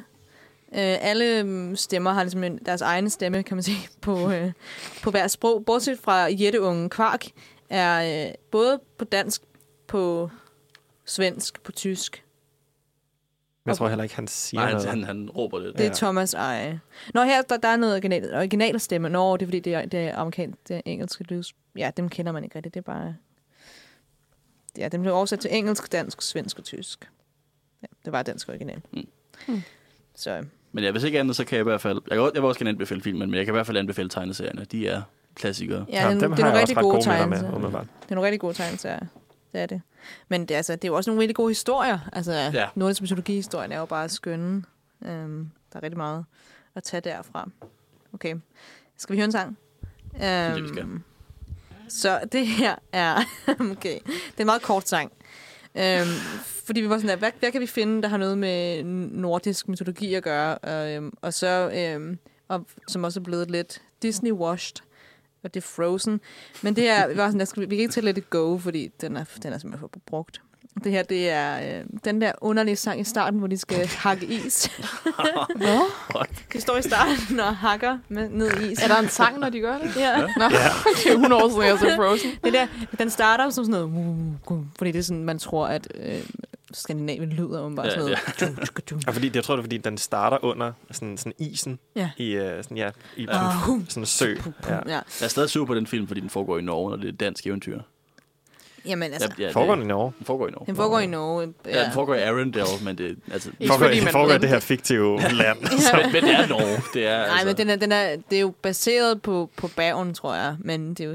alle stemmer har ligesom deres egne stemme, kan man sige, på hver sprog. Bortset fra Jætteungen Quark er både på dansk, på svensk, på tysk. Jeg tror heller ikke, han siger noget. Han råber det. Det er Thomas Eje. Nå, her der er noget originale stemme. Nå, det er fordi, det er amerikansk, det er engelske lyd. Ja, dem kender man ikke rigtigt. Det er bare... Ja, dem blev oversat til engelsk, dansk, svensk og tysk. Ja, det var dansk original. Så... Men hvis ikke andet, så kan jeg i hvert fald... Jeg vil også gerne anbefale filmen, men jeg kan i hvert fald anbefale tegneserierne. De er klassikere. Ja, det er nogle rigtig gode tegneserier. Det er nogle rigtig gode tegneserier. Det er det. Men det er jo også nogle rigtig gode historier. Altså, nordisk mytologi-historien er jo bare skønne. Der er rigtig meget at tage derfra. Okay. Skal vi høre en sang? Det vi skal. Så det her er... okay. Det er en meget kort sang. Fordi vi var sådan der, hvad kan vi finde, der har noget med nordisk mytologi at gøre? Og så... og som også er blevet lidt Disney-washed. Og det er Frozen. Men det her var sådan, vi kan ikke til Let It Go, fordi den er simpelthen for brugt. Det her, det er den der underlige sang i starten, hvor de skal hakke is. De står i starten og hakker ned i is. Er der en sang, når de gør det? Ja. Nå, det er 100 år siden, jeg så Frozen. Det der, den starter som sådan noget, fordi det er sådan, man tror, at Skandinavien lyder om bare sådan noget. Ja, fordi jeg tror, det er, fordi den starter under sådan isen i sådan sådan en sø. Ja. Ja. Jeg er stadig sur på den film, fordi den foregår i Norge, og det er et dansk eventyr. Jamen altså, Foregår den i Norge? Den foregår i Norge. den foregår i Norge. Ja, den foregår i Arendelle, men det altså... Foregår i det her fiktive land. Men det er Norge. Det er, Nej, altså... men det er jo baseret på Bergen, tror jeg. Men det er jo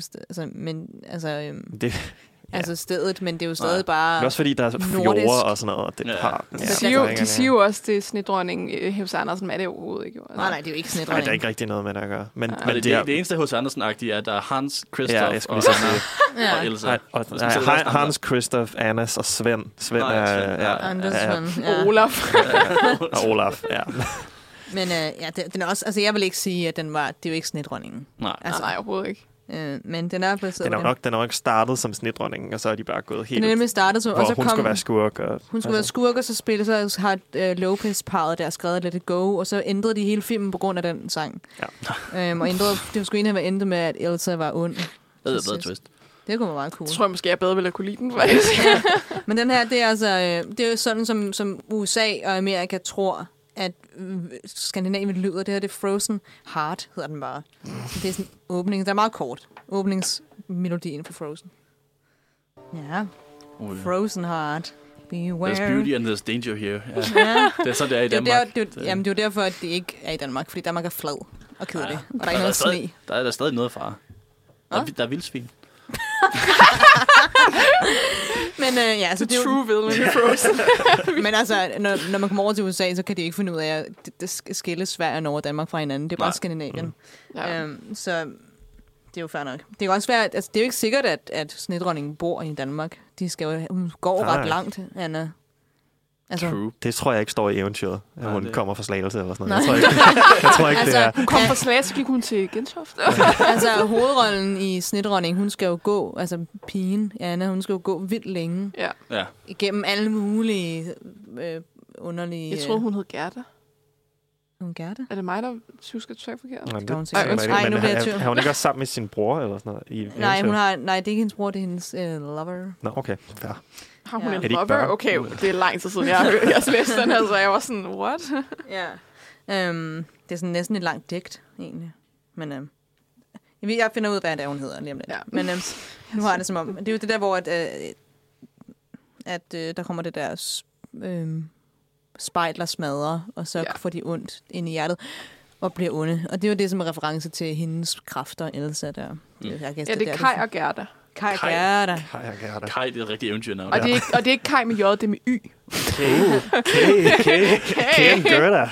altså stedet, men det er jo stadig bare... Det er også fordi, der er fjorde og sådan noget. Det De siger jo også, det er snedronning H.C. Andersen, men er det overhovedet ikke. Altså. Nej, det er jo ikke snedronning. Nej, der er ikke rigtig noget med det at gøre. Men det eneste H.C. Andersen-agtige er, at der er Hans, Christoph og Anna og Elsa. Hans, Christoph, Annas og Svend. Svend er... Og Olaf. Og Olaf, ja. Men den er også... Altså, jeg vil ikke sige, at det er jo ikke snedronningen. Nej. Altså, Nej, overhovedet ikke. Men den er baseret den er nok startet som snedronningen, og så er de bare gået helt... Den er nemlig startet som... Hvor hun skulle være skurk. Hun skulle være skurk, og så har Lopez-parret der skrevet Let It Go, og så ændrede de hele filmen på grund af den sang. Ja. Og ændrede, det skulle egentlig have endt med, at Elsa var ond. Det er bedre twist. Det kunne være meget cool. Jeg tror måske, jeg bedre ville kunne lide den, faktisk. Ja. Men den her, det er altså... Det er jo sådan, som USA og Amerika tror, at Skandinavien lyder. Det her, det er Frozen Heart, hedder den bare. Det er sådan åbning. Der er meget kort. Åbningsmelodien for Frozen. Ja. Frozen Heart. Beware. There's beauty and there's danger here. Ja. Det er sådan, det er i Danmark. Jamen, det er jo derfor, at det ikke er i Danmark. Fordi Danmark er flad og kedelig. Og der er ikke noget sne. Der er stadig noget far. Der er vildsvin. Men så det er true villain i Frozen. Men altså, når man kommer over til USA, så kan de ikke finde ud af, at det skilles Sverige og Norge og Danmark fra hinanden. Det er bare Skandinavien. Ja. Så det er jo fair nok. Det kan også være, altså det er jo ikke sikkert, at snedronningen bor i Danmark. Hun går ret langt, Anna. Altså, True. Det tror jeg ikke står i eventyret, at hun kommer fra Slagelse eller sådan noget. Jeg tror ikke altså, det er. Hun kom fra Slagelse, så gik hun til Gentofte. Altså, hovedrollen i Snedronning, hun skal jo gå, altså pigen, Anna, hun skal jo gå vildt længe. Ja. Igennem alle mulige underlige... Jeg troede, hun hed Gerda. Hun Gerda? Er det mig, der husker totalt forkert? Har hun ikke også sammen med sin bror eller sådan noget? Nej, det er ikke hendes bror, det er hendes lover. Nå, okay, fair. Har hun en lover? Okay, det er lang tid siden, jeg har læst den her, så jeg var sådan, what? Ja. Det er sådan næsten et langt digt, egentlig. Men jeg finder ud af, hvad det er, hun hedder lige om lidt. Ja. Men nu har jeg det som om... Det er jo det der, hvor at der kommer det der spejl, der smadrer, og så får de ondt ind i hjertet og bliver onde. Og det er jo det, som er reference til hendes kræfter, Elsa der. Det er Kai og Gerda. Kai og Gerda. Kai, det er et rigtigt eventyrnavn. Og det er ikke Kai med J, det er med Y. Kæren Gerda.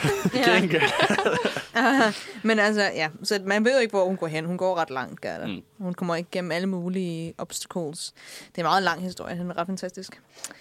Men altså, ja. Så man ved jo ikke, hvor hun går hen. Hun går ret langt, Gerda. Hun kommer ikke gennem alle mulige obstacles. Det er en meget lang historie. Den er ret fantastisk.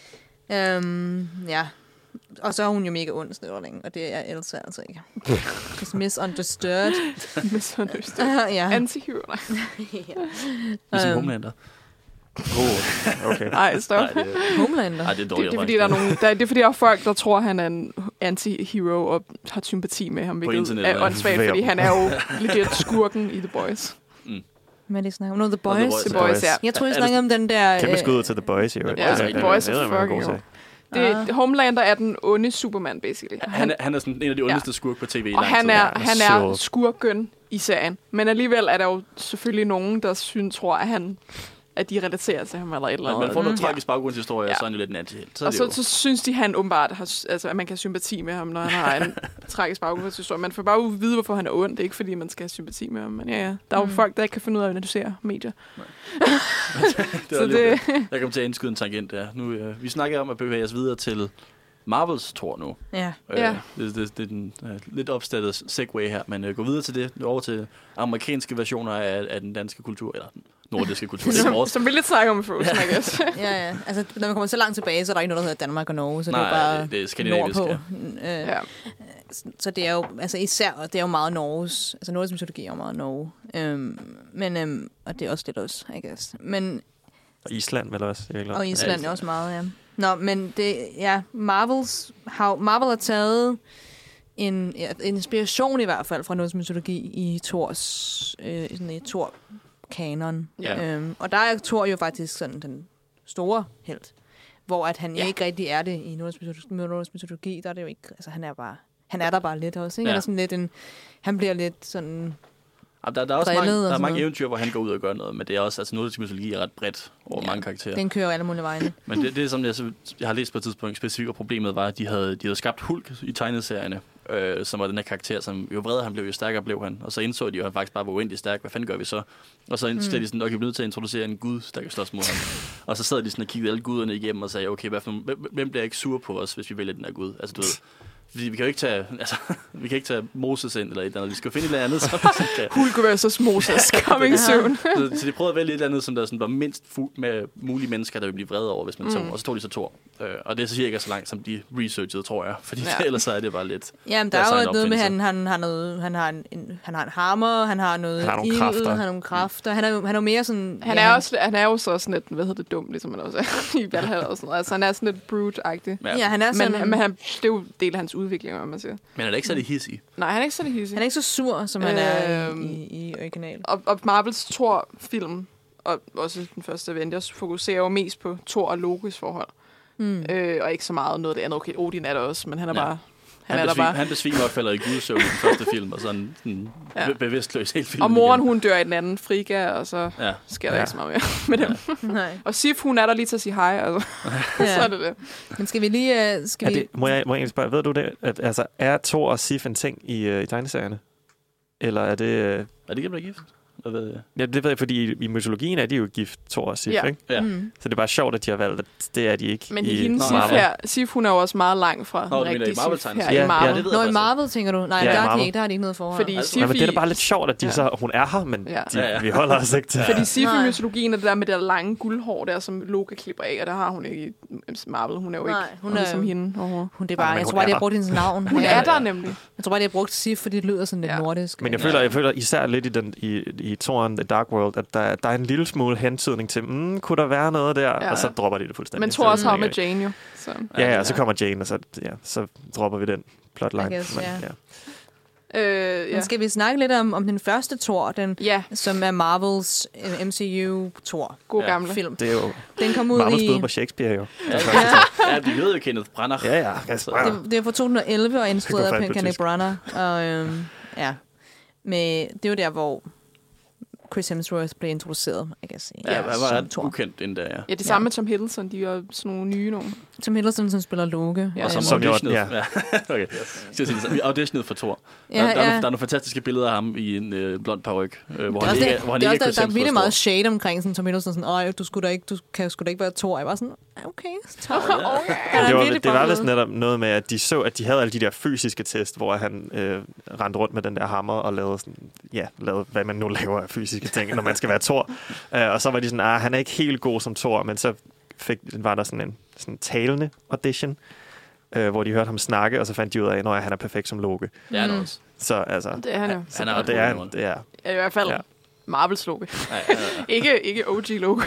Ja. Og så er hun jo mega ond, Snedronningen, og det er Elsa altså ikke. It's misunderstood. Ja. Anti-hero. Ligesom Homelander. Okay. Ej, stop. Homelander? Ej, det er dårligt. Det er fordi, det er fordi, der er folk, der tror, han er en anti-hero og har sympati med ham. Hvilket er åndssvagt, fordi han er jo legit skurken i The Boys. Hvad er det snakker om? No, The Boys? The Boys, ja. Jeg tror, jeg snakker om den der... Kæmpe skud til The Boys, jo. Ja, The Boys er fucking Homelander er den onde Superman, basically. Han er sådan en af de ondeste skurk på tv. Og han er skurken i serien. Men alligevel er der jo selvfølgelig nogen, der tror, at de relaterer til ham eller et eller andet. Man får noget tragisk baggrundshistorie, og så er han jo lidt en antihelt. Og så synes de, han åbenbart at man kan have sympati med ham, når han har en tragisk baggrundshistorie. Man får bare vide, hvorfor han er ond. Det er ikke, fordi man skal have sympati med ham. Men ja, der er jo folk, der ikke kan finde ud af at analysere medier. Jeg kommer til at indskyde en tangent der. Nu, vi snakker om at bevæge os videre til Marvels Thor nu. Ja. Det er den lidt opstattet segway her, men gå videre til det. Over til amerikanske versioner af den danske kultur, eller den nordiske kultur. Som vi lidt snakker om i Frozen, I guess. Ja. Altså, når man kommer så langt tilbage, så er der ikke noget, der hedder Danmark og Norge, så det er bare det er skandinavisk, nordpå. Så det er jo, altså især, det er jo meget Norges, altså nordisk mytologi er jo meget Norge. Og det er også lidt også, I guess. Men og Island vel også. Og Island er også meget, ja. Nå, men Marvel har taget en inspiration i hvert fald fra nordisk mytologi i Thor-kanon. Ja. Og der er Thor jo faktisk sådan den store helt, hvor at han ikke rigtig er det i nordisk mytologi. Der er det jo ikke, altså han er der bare lidt også, ikke? Ja. Eller sådan lidt han bliver lidt sådan... Der er også drillet og mange sådan eventyr, hvor han går ud og gør noget, men det er også, altså nordisk mytologi er ret bredt over mange karakterer. Den kører alle mulige vegne. Men det er som jeg har læst på et tidspunkt specifikt, og problemet var, at de havde skabt Hulk i tegneserierne, som var den her karakter, som jo bredere han blev, jo stærkere blev han. Og så indså de jo, at han faktisk bare var uendelig stærk. Hvad fanden gør vi så? Og så indså de sådan, okay, vi er nødt til at introducere en gud, der kan slås mod ham. Og så sad de sådan og kiggede alle guderne igennem og sagde, okay, hvem bliver ikke sur på os, hvis vi vælger den her gud? Altså, du ved, fordi vi kan jo ikke tage Moses ind eller et eller andet. Vi skal finde et eller andet, som kan... Hulk versus Moses coming soon. Så de prøvede at vælge et eller andet, som der sådan var mindst med mulige mennesker, der vil blive vrede over, hvis man tog. Og så tog de så Thor. Og det er så cirka så langt, som de researchede, tror jeg. Fordi ellers så er det bare lidt... Jamen, der er jo noget med, han har en hammer, han har noget ild, han har nogle kræfter. Han er jo mere sådan... Han er jo så sådan lidt, hvad hedder det, dum, ligesom man også er i Valhalla og sådan noget. Altså, han er sådan lidt brute-agtig. Ja, han er sådan... Men det er jo del af hans udvikling, hvad man siger. Men er det ikke så det hissig? Nej, han er ikke så det hissig. Han er ikke så sur, som han er i originalen. Og Marvels Thor-film, og også den første Avengers, fokuserer jo mest på Thor og Lokes forhold. Og ikke så meget noget af det andet. Okay, Odin er der også, men han er bare... Han besvimer og falder i gudsøvn i den første film, og sådan bevidstløs helt film. Og moren, hun dør i den anden, Frigga, og så sker der ikke så meget mere med dem. Nej. Og Sif, hun er der lige til at sige hej, altså. Så er det. Men skal vi lige... Må jeg egentlig spørge, ved du det? Altså, er Thor og Sif en ting i tegneserierne? Eller er det... Er det ikke blevet gift? Ja, det ved jeg, fordi i mytologien er de jo gift, Thor og Sif, ikke? Ja. Så det er bare sjovt, at de har valgt, at det er de ikke. Men i hendes Sif her, Sif, hun er jo også meget langt fra den rigtige Sif her i Marvel. Nå, i Marvel, tænker du? Nej, der er de ikke noget forhold. Fordi Sif men det er da bare lidt sjovt, at de så, hun er her, men vi holder os ikke til. Fordi Sif i mytologien er det der med det lange guldhår der, som Loke klipper af, og der har hun ikke i Marvel. Hun er jo ikke hun er som hende. Hun det bare, jeg tror bare, de har brugt hendes navn. Hun er der nemlig. Jeg tror bare, de har brugt Sif, fordi det lyder sådan lidt nordisk. Men jeg føler især lidt i Thoren The Dark World, at der er en lille smule hentydning til, kunne der være noget der? Og så dropper de det fuldstændig. Men Thor også har med Jane jo. Så. Ja, så kommer Jane, og så dropper vi den plotline. Men skal vi snakke lidt om den første Thor, som er Marvels MCU Thor gamle film. Det er jo den kom ud Marvels bøde på Shakespeare jo. Ja, de ved jo Kenneth Branagh. Ja. Det er fra 2011 og instrueret af Kenneth Branagh. Og det er jo der, hvor Chris Hemsworth blev introduceret, jeg kan sige. Ja, hvad var det ukendt den der, Ja, det samme med Tom Hiddleston, de er sådan nogle nye nogen. Tom Hiddleston, som spiller Loke. Og som auditionede. Okay. Vi auditionede for Thor. Der er nogle fantastiske billeder af ham i en blond paryk, hvor han ikke er Chris Hemsworth. Der er virkelig meget shade omkring sådan, Tom Hiddleston, sådan, du kan sgu da ikke være Thor. Jeg var sådan, okay, Thor. Det var vist netop noget med, at de så, at de havde alle de der fysiske test, hvor han rendte rundt med den der hammer og lavede hvad man nu laver af fysiske ting, når man skal være Thor. Og så var de sådan, han er ikke helt god som Thor, men så var der sådan en talende audition, hvor de hørte ham snakke, og så fandt de ud af, at han er perfekt som Loke. Det er han også. Så altså... Det er han jo. Han er ret det er i hvert fald Marvels Loke. Ikke OG Loke.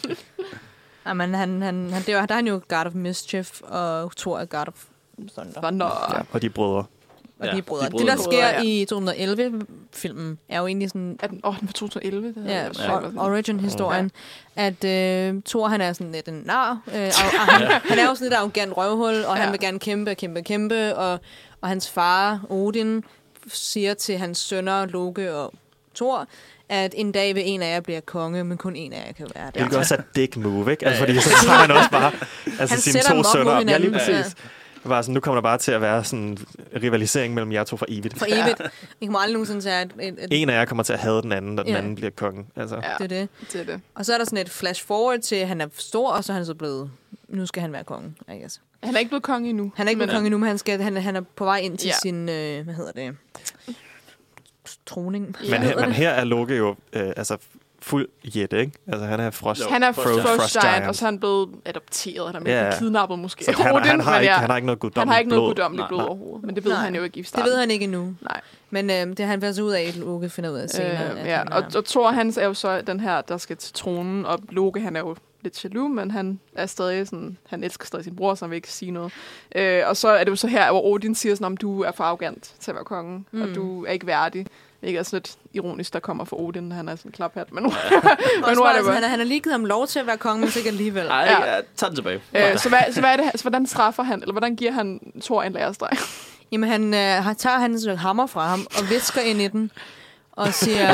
Men der er han jo God of Mischief, og Thor er God of Thunder. Ja, og de brødre. Og de brødre. Det, der sker i 2011-filmen, er jo egentlig sådan... Den var 2011? Origin-historien. At Thor, han er sådan lidt en nar. Han er jo sådan lidt arrogant røvhul, og han vil gerne kæmpe. Og hans far, Odin, siger til hans sønner, Loke og Thor, at en dag vil en af jer blive konge, men kun en af jer kan være der. Det er også et dick move, ikke? Altså, fordi så tager han også bare sine to sønner. Ja, lige præcis. Var sådan, nu kommer der bare til at være sådan en rivalisering mellem jer to for evigt. For evigt. Vi kommer aldrig nogensinde til at... En af jer kommer til at hade den anden, og den anden bliver kongen. Altså. Ja, det er det. Og så er der sådan et flash forward til, at han er stor, og så er han så blevet... Nu skal han være konge, I guess. Han er ikke blevet konge endnu. Men han er på vej ind til sin... troning. Men her er Loke jo... fuld jætte, ikke? Altså, han er Frost. Han er Frost Giant, og så er han blevet adopteret. Han er blevet kidnappet måske. Så han har ikke noget guddommeligt blod overhovedet. Men det ved han jo ikke i starten. Det ved han ikke endnu. Nej. Men det har han været ud af, at Loke finder ud af senere. Og Thor, han er jo så den her, der skal til tronen, og Loke, han er jo lidt jaloux, men han er stadig sådan, han elsker stadig sin bror, så han vil ikke sige noget. Og så er det jo så her, hvor Odin siger sådan, om du er for arrogant til at være kongen, og du er ikke værdig. Ikke altså lidt ironisk, der kommer fra Odin, han er sådan en klaphat, men nu, men nu er det bare. Han har lige givet ham lov til at være konge, men ikke alligevel. Nej, ja. Tag den tilbage. Så hvad er det, så hvordan straffer han, eller hvordan giver han Thor en lærestreg? Jamen, han tager hans hammer fra ham og visker ind i den, og siger...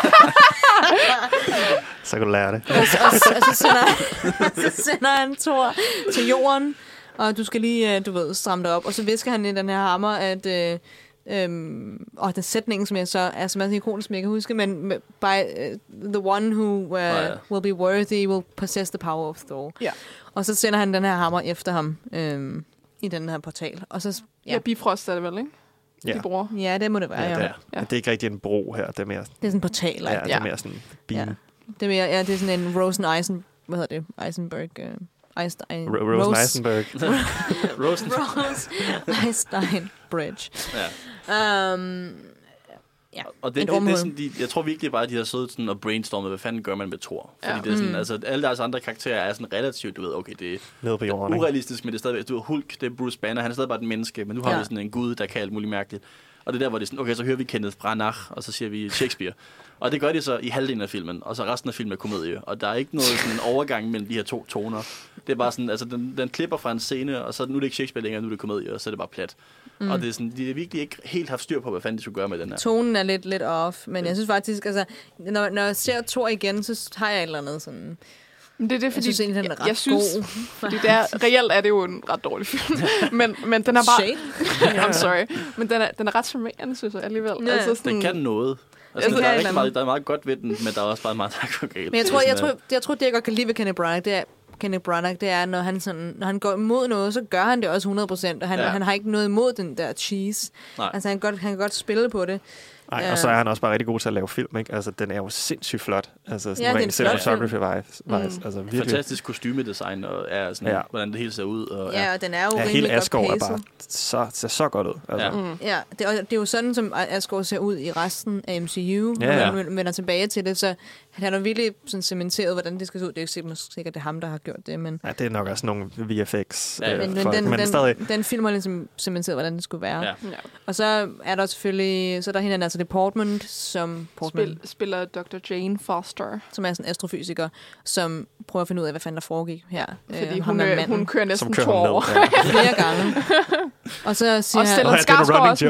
Så kan du lære det. og så sender han Thor til jorden, og du skal lige, stramme dig op. Og så visker han i den her hammer, at... den sætning, som jeg så er så meget ikonisk, som jeg kan huske, men the one who will be worthy will possess the power of Thor. Ja. Og så sender han den her hammer efter ham i den her portal. Og så, Ja, Bifrost er det vel, ikke? Ja. De bruger. Ja, det må det være. Ja, Ja, det ja. er. Ja. Det er ikke rigtig en bro her. Det er mere, Det er sådan en portal. ja, det er mere sådan beam. Ja. Det er mere, ja, det er sådan en Rosen Eisenberg. Rosen Eisenberg. Rose Einstein Bridge. Ja. Ja. Og det er sådan, jeg tror virkelig bare, at de har siddet sådan og brainstormet, hvad fanden gør man med Thor? Fordi det er sådan, altså alle deres andre karakterer er sådan relativt, du ved, okay, det Nede på jorden, er urealistisk, men det er stadigvæk, du ved, Hulk, det er Bruce Banner, han er stadig bare et menneske, men nu har vi sådan en gud, der kan alt muligt mærkeligt. Og det er der, hvor det er sådan, okay, så hører vi Kenneth Branagh, og så siger vi Shakespeare. Og det gør de så i halvdelen af filmen, og så resten af filmen er komedie. Og der er ikke noget sådan en overgang mellem de her to toner. Det er bare sådan, altså den klipper fra en scene, og så nu er det ikke Shakespeare længere, nu er det komedie, og så er det bare plat. Og det er sådan, de har virkelig ikke helt haft styr på, hvad fanden de skulle gøre med den her. Tonen er lidt off, men jeg synes faktisk, altså, når jeg ser Thor igen, så har jeg et eller andet sådan... Men det er det, fordi jeg synes egentlig, den er ret jeg synes, god. Fordi reelt er det jo en ret dårlig film. men den er bare... I'm sorry. Men den er ret charmerende, synes jeg alligevel. Ja. Altså sådan, Den kan noget. Altså, Den der kan er meget, der er meget godt ved den, men der er også bare meget, der går galt. Men jeg tror, det jeg godt kan lide ved Kenneth Branagh, det er, når han går imod noget, så gør han det også 100%, og han har ikke noget imod den der cheese. Nej. Altså, han kan godt spille på det. Nej, og så er han også bare rigtig god til at lave film, ikke? Altså, den er jo sindssygt flot. Altså, sådan rent cinematography-wise. Altså, virkelig. Fantastisk kostymedesign, og er sådan, hvordan det hele ser ud. Og, og den er jo hele rimelig Asgård godt er bare ser så godt ud. Altså. Ja, det er jo sådan, som Asgård ser ud i resten af MCU, når man vender tilbage til det, så han har virkelig sådan cementeret, hvordan det skal se ud. Det er ikke sikkert, det er ham, der har gjort det, men... Ja, det er nok også nogle VFX. Men den film har ligesom cementeret, hvordan det skulle være. Ja. Og så er der selvfølgelig... Så er der hende, Natalie Portman, som... Spiller Dr. Jane Foster. Som er sådan en astrofysiker, som prøver at finde ud af, hvad fanden der foregik her. Fordi hun kører næsten Thor over. Flere gange. Og så siger og Stellan Skarsgård også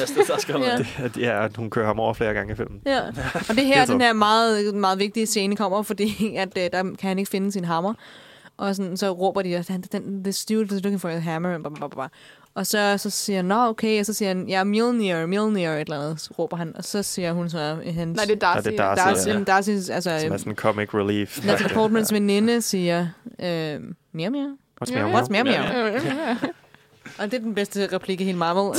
med. Ja, hun kører ham over flere gange i filmen. Ja. Og det her, den her meget, meget vigtige scene kommer, fordi at, der kan han ikke finde sin hammer. Og sådan, så råber de, the student is looking for a hammer. Og så siger han, okay, og så siger han, ja, Mjolnir, et eller andet, så råber han. Og så siger hun så, hendes... Nej, det er Darcy. Ja, det er Darcy, altså... Som er sådan en comic relief. Natalie Portmans veninde siger, miau, miau. What's miau, miau? Og det er den bedste replik i hele Marvel.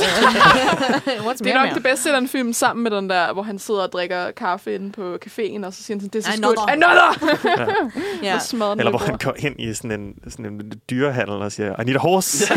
Det er nok det bedste i den film, sammen med den der, hvor han sidder og drikker kaffe inde på caféen, og så siger han sådan, det er så skønt. Another! Ja. Eller hvor han går ind i sådan en dyrehandel og siger, I need a horse. Siger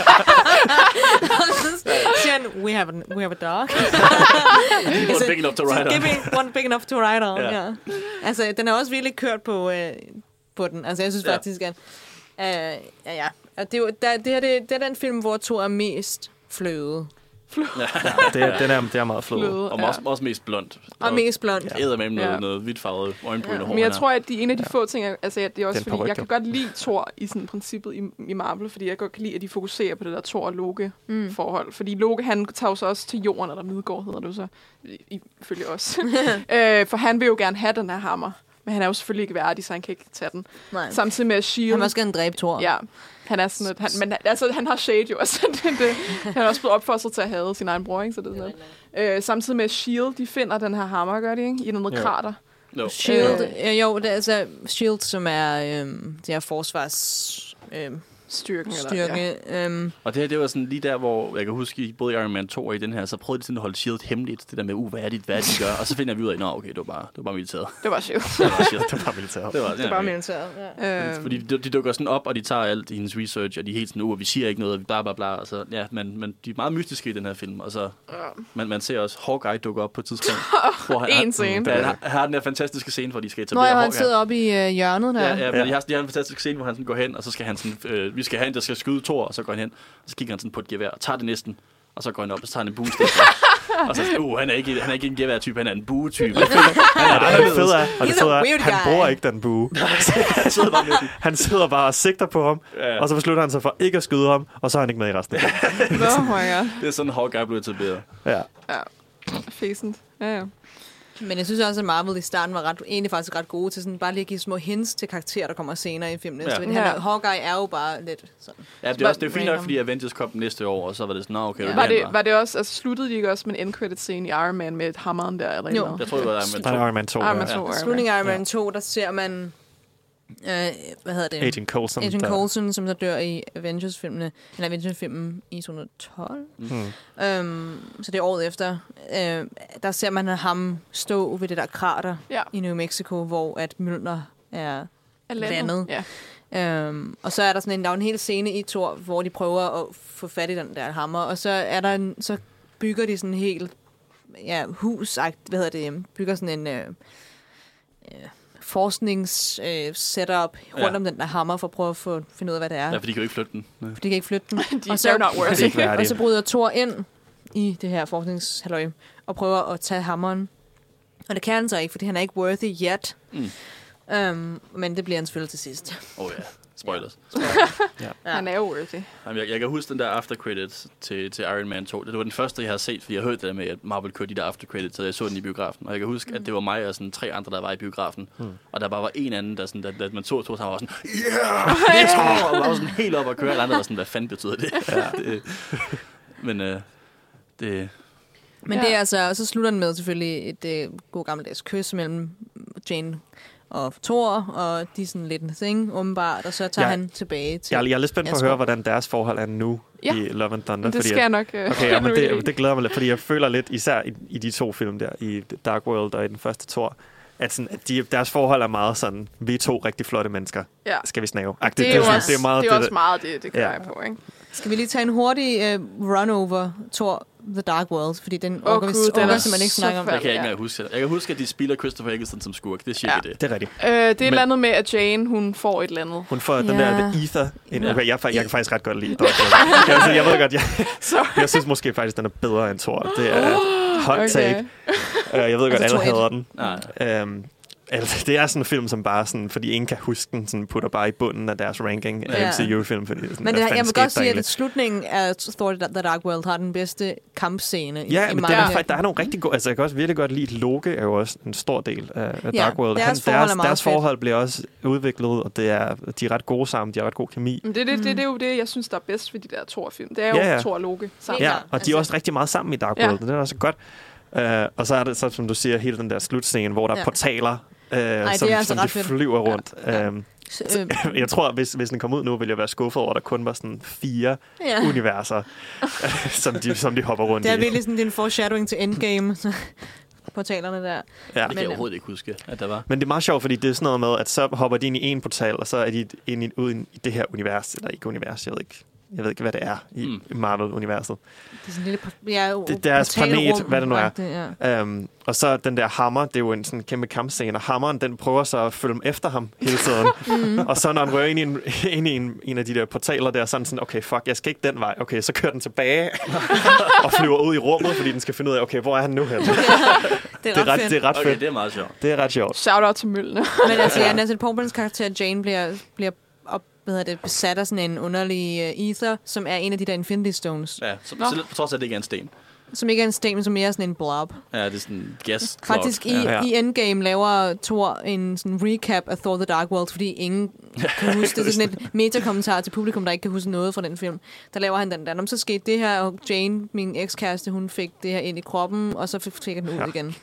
han, we have a dog. One big enough to ride on. One big enough to ride on, ja. Altså, den er også virkelig kørt på den. Altså, jeg synes faktisk, at... ja. Og det er den film, hvor Thor er mest fløde. Det er meget fløde. Og også mest blond. Og mest blond. Æder med noget hvidtfarvet øjenbryn og hår. Men jeg tror, at en af de få ting, altså det er også fordi, jeg kan godt lide Thor i sådan princippet i Marvel, fordi jeg godt kan lide, at de fokuserer på det der Thor og Loke-forhold. Fordi Loke, han tager så også til jorden, eller Midgård hedder det så, ifølge os. For han vil jo gerne have den her hammer. Men han er jo selvfølgelig ikke værdig, så han kan ikke tage den. Nej. Samtidig med S.H.I.E.L.D. Han må også gerne dræbe Thor. Ja, han er sådan et... Men altså, han har shade jo også. Han er også blevet opfostret til at have sin egen bror, ikke? Så det er sådan noget. Samtidig med S.H.I.E.L.D., de finder den her hammer, gør de, ikke? I noget krater. No. S.H.I.E.L.D., det er altså S.H.I.E.L.D., som er det her forsvars... styrke. Ja. Og det var sådan lige der, hvor jeg kan huske, både i Iron Man 2 og i den her, så prøvede de sådan at holde S.H.I.E.L.D. hemmeligt. Det der med, hvad er de gør? Og så finder vi ud af, okay, det var bare militæret. Det var sjovt. Det var bare militæret. Det var bare militæret, ja. Fordi de dukker sådan op, og de tager alt i hendes research, og de er helt sådan, vi siger ikke noget, og vi bla bla bla. Og så, men de er meget mystiske i den her film. Og så, man ser også Hawkeye dukke op på et tidspunkt. En scene. Han har den her fantastiske scene, hvor de skal etablere Hawkeye. Han sidder oppe i hjørnet der. Ja, men de har en fantastisk scene, hvor han sådan går hen, og så skal han sådan, vi skal have en, der skal skyde Thor, og så går han hen, og så kigger han sådan på et gevær, og tager det næsten, og så går han op, og så tager han en buestik. Og så han er ikke en gevær-type, han er en bue-type. Det fede er, han bruger ikke den bue. Han sidder bare og sigter på ham, og så beslutter han sig for ikke at skyde ham, og så er han ikke med i resten af det. Det er sådan, Hawkeye blev etableret. Ja. Fæsent. Ja. Men jeg synes også, at Marvel i starten var egentlig faktisk ret gode til sådan bare lige at give små hints til karakterer, der kommer senere i filmen. Så Hawkeye er jo bare lidt sådan. Ja, det er også fint nok, fordi Avengers kom næste år, og så var det sådan, okay. Var det også, altså sluttede de ikke også med en end-credit scene i Iron Man med hammeren der? Eller jo. Jeg tror, det var Iron Man 2. Slutningen af Iron Man 2, der ser man hvad hedder det? Agent Coulson, som så dør i Avengers-filmen i 2012. Så det er året efter. Der ser man ham stå ved det der krater i New Mexico, hvor at Mjølner er landet. Ja. Og så er der sådan en hel scene i Thor, hvor de prøver at få fat i den der hammer, og så er der så bygger de sådan en helt bygger sådan en forsknings-setup rundt om den der hammer, for at prøve at finde ud af, hvad det er. Ja, for de kan jo ikke flytte den. For de kan ikke flytte den. Og så bryder Thor ind i det her forskningshalløj og prøver at tage hammeren. Og det kan han så ikke, fordi han er ikke worthy yet. Men det bliver han selvfølgelig til sidst. Spoilers. Han er jo worthy. Jeg kan huske den der after credits til Iron Man 2. Det var den første, jeg har set, fordi jeg hørte det med, at Marvel kørte de der after credits, så jeg så den i biografen. Og jeg kan huske, at det var mig og sådan 3 andre, der var i biografen. Og der bare var en anden, der sådan, da man så han var sådan, det tror! Og var sådan helt op og køre, og andre var sådan, hvad fanden betyder det? Men det er altså, og så slutter den med selvfølgelig et god gammeldags kys mellem Jane og Thor, og de er sådan lidt en thing, åbenbart, og så tager han tilbage til... Jeg er lidt spændt på at høre, hvordan deres forhold er nu i Love and Thunder. Det skal jeg nok... Okay, men det glæder mig lidt, fordi jeg føler lidt, især i de 2 film der, i Dark World og i den første Thor, at deres forhold er meget sådan, vi er 2 rigtig flotte mennesker, skal vi snave. Det er også meget det gør jeg på, ikke? Skal vi lige tage en hurtig run over Thor The Dark World, fordi den orker man ikke snakke om. Det kan jeg ikke engang huske. Jeg kan huske, at de spiller Christopher Eccleston som skurk. Det er cirka det. Det er rigtigt. Det er et eller andet med, at Jane, hun får et eller andet. Hun får den der Ether. Okay, jeg kan faktisk ret godt lide Dark World. Jeg ved godt, jeg synes måske faktisk, den er bedre end Thor. Det er hot take. Jeg ved godt, alle hader den. Altså, det er sådan en film, som bare sådan, fordi ingen kan huske den, sådan putter bare i bunden af deres ranking af MCU-film. Fordi sådan, men jeg vil godt sige, at slutningen af Thor The Dark World har den bedste kampscene i men der er nogle rigtig gode... Altså, jeg kan også virkelig godt lide, Loke er jo også en stor del af Dark World. Deres forhold bliver også udviklet, og de er ret gode sammen, de har ret god kemi. Det er jo det, jeg synes, der er bedst ved de der Thor-film. Det er jo Thor og Loke sammen. Ja, og de er også rigtig meget sammen i Dark World, og det er også godt. Og så er det, så, som du siger, hele den der slutscene, hvor der er portaler, som de flyver rundt. Jeg tror, hvis den kom ud nu, ville jeg være skuffet over, at der kun var sådan 4 universer, som de hopper rundt i. Det er virkelig sådan en foreshadowing til Endgame. Portalerne der. Ja. Det kan jeg overhovedet ikke huske, at der var. Men det er meget sjovt, fordi det er sådan noget med, at så hopper de ind i en portal, og så er de ud i det her univers, eller ikke univers, jeg ved ikke, hvad det er i Marvel-universet. Det er sådan en lille... det er deres planet, hvad det nu er. Og så den der hammer, det er jo en sådan kæmpe kampscene, og hammeren, den prøver så at følge efter ham hele tiden. Og så når han rører ind i en af de der portaler der, sådan, okay, fuck, jeg skal ikke den vej. Okay, så kører den tilbage og flyver ud i rummet, fordi den skal finde ud af, okay, hvor er han nu her? Det er ret fedt. Okay, det er meget sjovt. Det er ret sjovt. Shout out til Møllene. Men altså, Natalie Portmans karakter Jane bliver besat af sådan en underlig ether, som er en af de der Infinity Stones. Ja, så på trods af, at det ikke er en sten. Som ikke er en sten, men som mere er sådan en blob. Ja, det er sådan en gas. Faktisk i Endgame laver Thor en sådan recap af Thor The Dark World, fordi ingen kan huske det. Det er sådan et metakommentar til publikum, der ikke kan huske noget fra den film. Der laver han den der. Så skete det her, og Jane, min ekskæreste, hun fik det her ind i kroppen, og så fik den ud igen.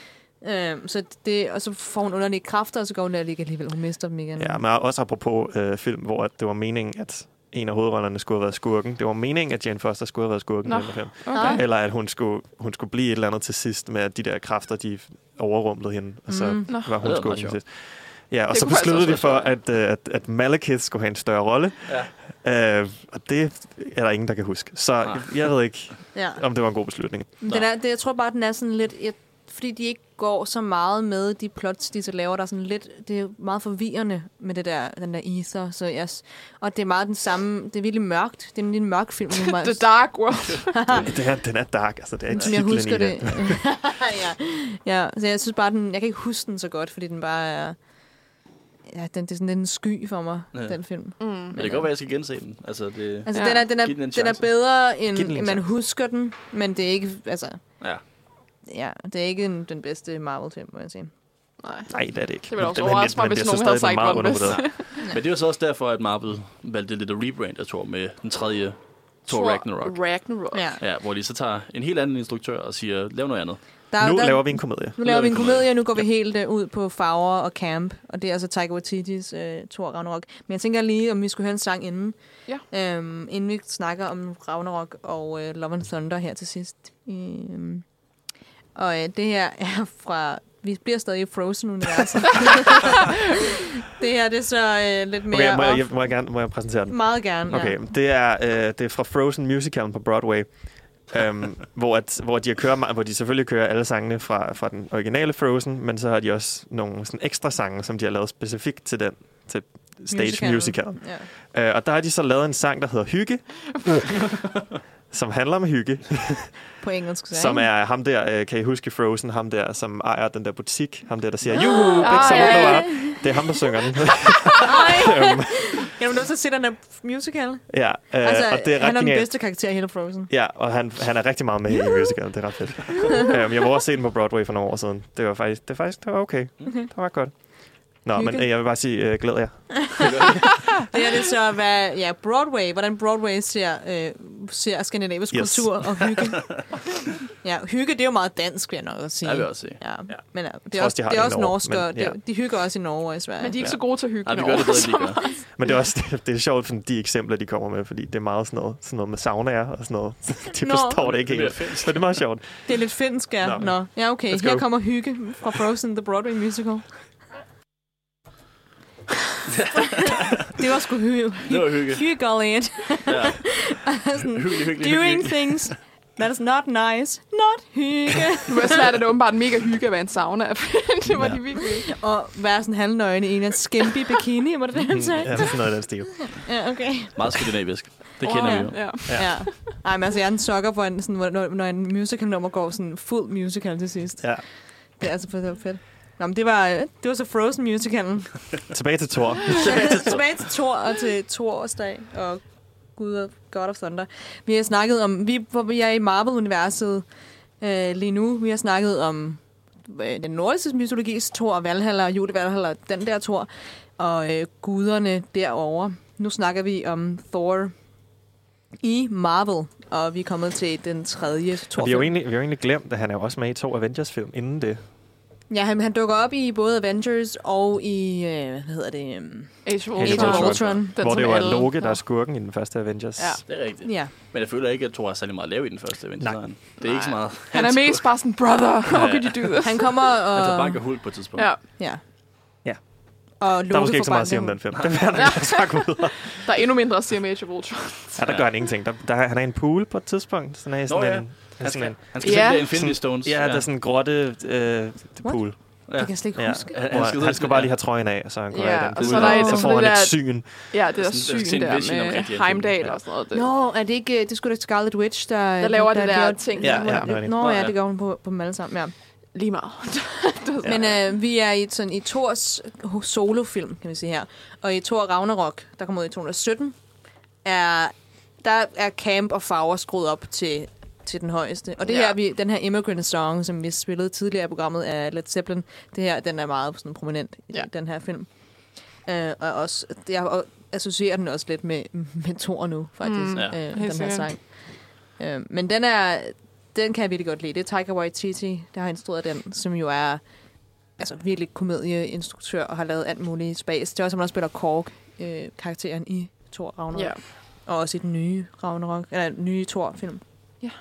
Og så får hun underlige kræfter, og så går hun der lige alligevel. Hun mister dem igen. Ja, men også apropos film, hvor det var meningen, at en af hovedrollerne skulle have været skurken. Det var meningen, at Jane Foster skulle have været skurken i den her film. Okay. Eller at hun skulle blive et eller andet til sidst med, at de der kræfter, de overrumlede hende. Og så var hun skurken til sidst. Ja, og så besluttede de for, at Malekith skulle have en større rolle. Ja. Og det er der ingen, der kan huske. Så jeg ved ikke, om det var en god beslutning. Jeg tror bare, den er sådan lidt... Fordi de ikke går så meget med de plots, de så laver, der er sådan lidt... Det er meget forvirrende med den der ether. Så yes. Og det er meget den samme... Det er virkelig mørkt. Det er en lille mørk film. The Dark World. Den er dark. Altså, det er titlen jeg husker det. ja, så jeg synes bare, jeg kan ikke huske den så godt, fordi den bare er... Ja, det er sådan en sky for mig, den film. Men det kan godt være, at jeg skal gense den. Altså, den er bedre, end man husker den, men det er ikke... Altså, det er ikke den bedste Marvel-film, må jeg sige. Nej, det er det ikke. Det ville også overraske mig, hvis nogen havde sagt noget bedst. Men det er jo så også derfor, at Marvel valgte lidt at rebrand af Thor med den tredje Thor Ragnarok. Ja, hvor de så tager en helt anden instruktør og siger, lav noget andet. Nu laver vi en komedie. Nu laver vi en komedie, og nu går vi helt ud på farver og camp. Og det er altså Taika Waititis Thor Ragnarok. Men jeg tænker lige, om vi skulle høre en sang inden. Ja. Inden vi snakker om Ragnarok og Love and Thunder her til sidst. Og det her er fra... Vi bliver stadig i Frozen-universet. Det her, det er så lidt mere... Okay, må jeg præsentere den? Meget gerne, okay, det er fra Frozen musicalen på Broadway. Hvor de selvfølgelig kører alle sangene fra den originale Frozen, men så har de også nogle sådan ekstra sange, som de har lavet specifikt til stage musicalen. Yeah. Og der har de så lavet en sang, der hedder Hygge, som handler om hygge. På engelsk. Som er ham der, kan I huske Frozen, ham der, som ejer den der butik, ham der siger, juhu, det er ham, der synger den. Jamen, så sætter den der musical. Ja, altså, og det er han er den bedste karakter i hele Frozen. Ja, og han er rigtig meget med i musicalen. Det er ret fedt. Jeg var også se den på Broadway for nogle år siden. Det var okay. Det var godt. Nå, hygge. Men jeg vil bare sige, glæder jer. Det er det så, Broadway, hvordan Broadway ser skandinavisk kultur og hygge. Ja, hygge, det er jo meget dansk, vil jeg nok at sige. Jeg vil også sige. Ja. Men det er også norsk, og de hygger også i Norge og i Sverige. Men de er ikke så gode til at hygge. Ja, vi gør det bedre, de gør. Men det er også det er sjovt, for de eksempler, de kommer med, fordi det er meget sådan noget med saunaer og sådan noget. De forstår det ikke helt. Så det er meget sjovt. Det er lidt finsk, ja. Nå. Ja, okay. Her kommer hygge fra Frozen, the Broadway musical. Det var sgu hygge. Det var hygge. Hyggeligt. Ja. Hygge. Doing things that is not nice. Not hygge. Nu er svært, at det åbenbart mega hygge at være en sauna. Det var de virkelig. Og være sådan halvnøgne i en skimpy bikini, var det han sagde? Ja, sådan noget af den stil. Ja, okay. Meget skandinavisk. Det kender vi jo. Ja. Ej, men altså, jeg er en sokker for, når en musical-nummer går sådan fuld musical til sidst. Ja. Det er altså fedt. Nå, men det var så Frozen musicalen. Tilbage til Thor. Tilbage til Thor og til Thors dag og God of Thunder. Vi har snakket om... Vi er i Marvel-universet lige nu. Vi har snakket om den nordiske mytologis Thor, Valhalla og Jude Valhalla, den der Thor, og guderne derovre. Nu snakker vi om Thor i Marvel, og vi er kommet til den tredje Thor-film. Vi har jo egentlig glemt, at han er jo også med i 2 Avengers-film inden det. Ja, han dukker op i både Avengers og i, hvad hedder det? Age of Ultron. Hvor det jo er Loke, der er skurken i den første Avengers. Ja, det er rigtigt. Ja. Men jeg føler ikke, at Thor er særlig meget lav i den første Avengers. Nej. Det er ikke så meget. Han er mest bare sådan, brother, how could you do this? Han kommer og... Han tager banker hul på et tidspunkt. Ja. Og der er måske ikke så meget at sige om den film. Det er der er endnu mindre at sige om Age of Ultron. Ja, der gør han ingenting. Han er i en pool på et tidspunkt. Sådan er sådan en... Han skal sætte Infinity Stones. Ja, der er sådan en grotte pool. Det kan jeg slet ikke huske. Han skal bare lige have trøjen af, så han går af den. Så får han et syn. Ja, det er syn der med Heimdall og sådan noget. Nå, er det ikke... Det skulle da Scarlet Witch, der laver det der ting. Ja, det gør hun på dem alle sammen, ja. Lige meget. Men vi er i Thors solofilm, kan vi sige her. Og i Thor Ragnarok, der kom ud i 2017, der er camp og farver skruet op til den højeste. Og det her, den her Immigrant Song, som vi spillede tidligere i programmet af Led Zeppelin, den er meget sådan prominent i den her film. Og også, jeg associerer den også lidt med Thor nu, faktisk, den her sang. Men den kan jeg virkelig godt lide. Det er Taika Waititi, der har instrueret den, som jo er virkelig komedieinstruktør og har lavet alt muligt spas. Det er også, som der spiller Korg, karakteren i Thor Ragnarok. Ja. Og også i den nye Ragnarok, eller nye Thor-film. Ja.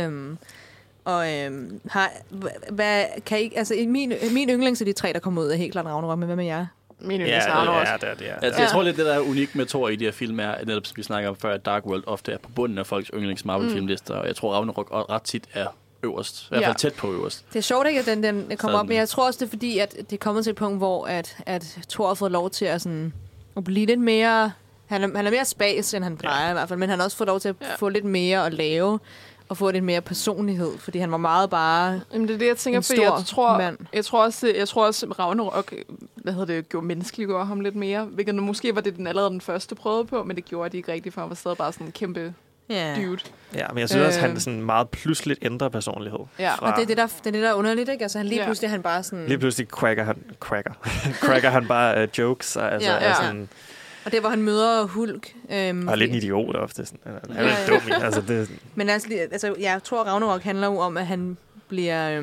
Hvad kan I, altså min yndlings af de 3, der kommer ud, er helt klart Ragnarok, men hvad med jer? Min Ja, Ragnarok. det er. Altså, jeg tror lidt, det der er unikt med Thor i de her film er, netop som vi snakker om før, at Dark World ofte er på bunden af folks yndlings Marvel-filmlister, og jeg tror, Ragnarok ret tit er øverst. I hvert fald tæt på øverst. Det er sjovt ikke, at den kommer Sådan. op, men jeg tror også, det er fordi, at det er kommet til et punkt, hvor at Thor har fået lov til at blive lidt mere... Han er mere spas, end han plejer i hvert fald, men han har også fået lov til at få lidt mere at lave, og få lidt mere personlighed, fordi han var meget bare Jamen, det er det, jeg tænker, en for stor mand. jeg tror også Ragnarok, gjorde menneskeliggjorde ham lidt mere, hvilket måske var det allerede den første prøvede på, men det gjorde de ikke rigtigt, for han var stadig bare sådan en kæmpe dude. Ja, men jeg synes også, at han sådan meget pludseligt ændrer personlighed. Ja. Fra, Og det er det, der er underligt, ikke? Altså, han lige pludselig han bare sådan... Lige pludselig cracker han bare jokes, og altså, er sådan... Og det, hvor han møder Hulk... og lidt en idiot ofte. Sådan. Han er lidt dum. Altså, det... Men altså, jeg tror, Ragnarok handler jo om, at han bliver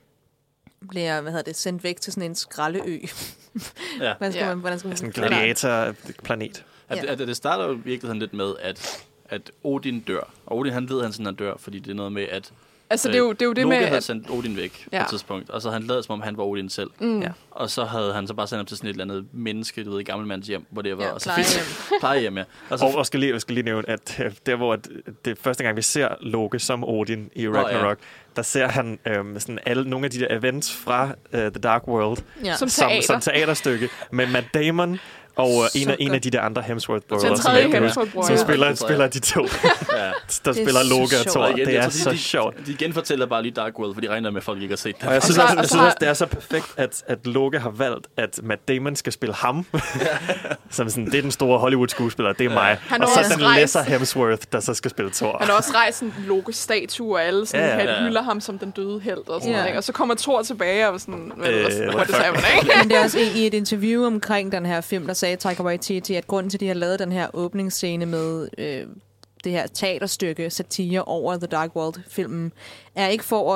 sendt væk til sådan en skraldeø. Ja. Hvordan skal man sådan en gladiatorplanet. Det starter jo i virkeligheden lidt med, at Odin dør. Og Odin, han ved, han dør, fordi det er noget med, at Altså, det er jo det Loke med... havde sendt Odin væk på et tidspunkt, og så han lavede, som om han var Odin selv. Ja. Og så havde han så bare sendt ham til sådan et eller andet menneske, du ved, i gammelmands hjem, hvor det var. Ja, og så plejehjem, ja. Og skal lige nævne, at der hvor det første gang, vi ser Loke som Odin i Ragnarok, der ser han sådan nogle af de der events fra The Dark World som teaterstykke med Matt Damon og en af de der andre Hemsworth-brødre, som spiller de to. Der spiller Loke og Thor. Det er så sjovt. De genfortæller bare lige Dark World, for de regner med, at folk ikke har set det. Og jeg synes også, det er så perfekt, at Loke har valgt, at Matt Damon skal spille ham. Som sådan, det er den store Hollywood-skuespiller, det er mig. Og så den lesser Hemsworth, der så skal spille Thor. Han har også rejst en Loke-statue, og alle sådan, hylder ham som den døde helt. Og, sådan, og så kommer Thor tilbage og sådan, what is happening? Men det er også i et interview omkring den her film, der sagde Taika Waititi, at grunden til, at de har lavet den her åbningsscene med det her teaterstykke satire over The Dark World-filmen, er ikke for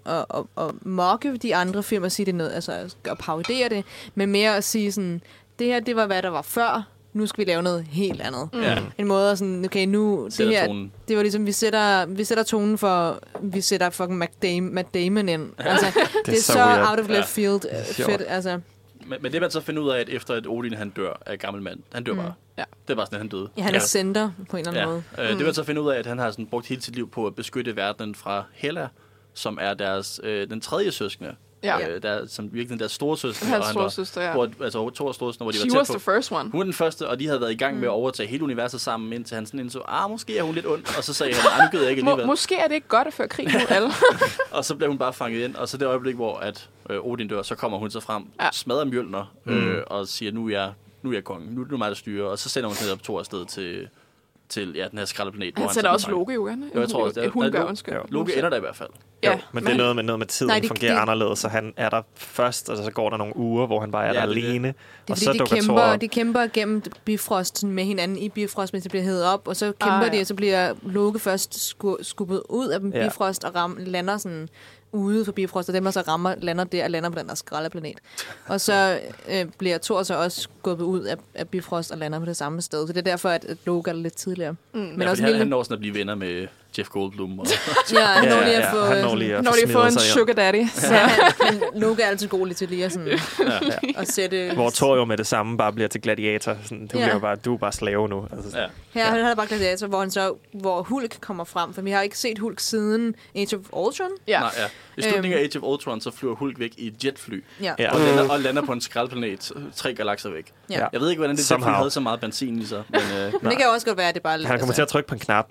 at mocke de andre film og sige det noget, altså at parodere det, men mere at sige sådan, det her, det var hvad der var før, nu skal vi lave noget helt andet. En måde sådan, okay, nu det her, det var ligesom, vi sætter tonen for, vi sætter fucking Matt Damon ind. Altså, det er så out of left field fedt, altså. Men det man så finder ud af, at efter at Odin han dør af gammel mand, han dør bare. Ja. Det er bare sådan, at han døde. Ja, han er center på en eller anden måde. Det man så finder ud af, at han har sådan brugt hele sit liv på at beskytte verdenen fra Hela, som er deres den tredje søskende. Der, som virkelig deres store søster. Hans store søster, altså Thors store søster, hvor de var tæt på. She was the first one. Hun var den første, og de havde været i gang med at overtage hele universet sammen, indtil han sådan indså, måske er hun lidt ond. Og så sagde han, nu gider jeg ikke alligevel. Måske er det ikke godt at føre krig mod alle. Og så blev hun bare fanget ind, og så det øjeblik, hvor at Odin dør, så kommer hun så frem, smadrer Mjølner, og siger, nu er jeg kongen, nu er det mig, der styrer. Og så sender hun netop Thor afsted til den her skraldeplanet. Han sætter også Loke jo, ikke? Jeg tror også, Loke ender der i hvert fald. Ja, men det er noget med tiden fungerer anderledes, så han er der først, og så går der nogle uger, hvor han bare er der alene. Det er og så fordi, de kæmper gennem Bifrost med hinanden i Bifrost, mens det bliver hævet op, og så kæmper de, og så bliver Loke først skubbet ud af Bifrost og lander sådan ude for Bifrost, og dem, der så lander på den der skraldeplanet. Og så bliver Thor så også skubbet ud af Bifrost og lander på det samme sted. Så det er derfor, at Loke er lidt tidligere. Men også han når sådan at blive venner med Jeff Goldblum. Og han når lige at få en sugar daddy. Men Loke er altid god til lige at, sådan, at sætte... Hvor Thor jo med det samme bare bliver til gladiator. Sådan, du er bare slave nu. Altså. Her han er bare gladiator, hvor Hulk kommer frem. For vi har ikke set Hulk siden Age of Ultron. I slutningen af Age of Ultron, så flyver Hulk væk i et jetfly. Og lander på en skraldplanet 3 galakser væk. Jeg ved ikke, hvordan det jetfly havde så meget benzin i sig. Men det kan også godt være, at det bare... Han kommer til at trykke på en knap.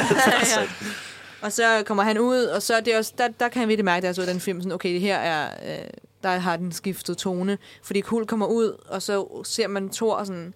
Og så kommer han ud, og så er det også, der kan vi det mærke, der så den film, sådan, okay, det her er, der har den skiftet tone. Fordi Hulk kommer ud, og så ser man Thor sådan,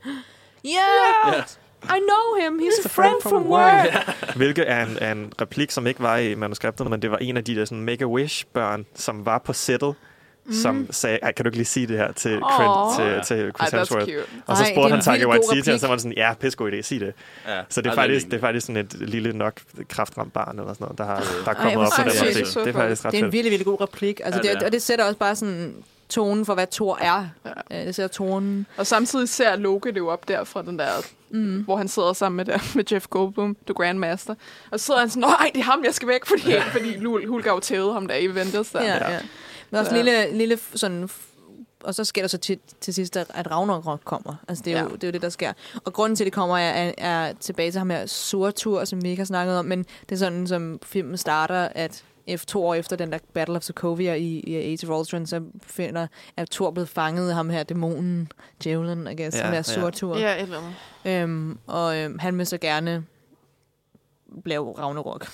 I know him, he's a friend from work. Hvilket er en replik, som ikke var i manuskriptet, men det var en af de der sådan Make-A-Wish-børn, som var på settet, som sagde, kan du ikke lige sige det her til Chris Hemsworth? Og så spurgte han Taika Waititi, og så var han sådan, pissegod idé, sig det. Så det er faktisk sådan et lille nok kraftramt barn, eller sådan noget, der er kommet op på den replik. Det er en virkelig, virkelig god replik. Altså, og det sætter også bare sådan tonen for, hvad Thor er. Ja. Det ser tonen. Og samtidig ser Loke det jo op der fra den der, hvor han sidder sammen med Jeff Goldblum, The Grandmaster. Og så sidder han sådan, nej, det er ham, jeg skal væk, fordi Hulk har jo tævet ham der i Avengers. Der. Ja. Men også lille sådan... Og så sker der så til sidst, at Ragnarok kommer. Altså, det er jo det, der sker. Og grunden til, at det kommer, er tilbage til ham her Surtur, som vi ikke har snakket om. Men det er sådan, som filmen starter, at 2 år efter den der Battle of Sokovia i Age of Ultron, så finder, at Thor blevet fanget af ham her dæmonen, djævlen, I guess, som er Surtur. Ja, et eller andet. Han vil så gerne lave Ragnarok.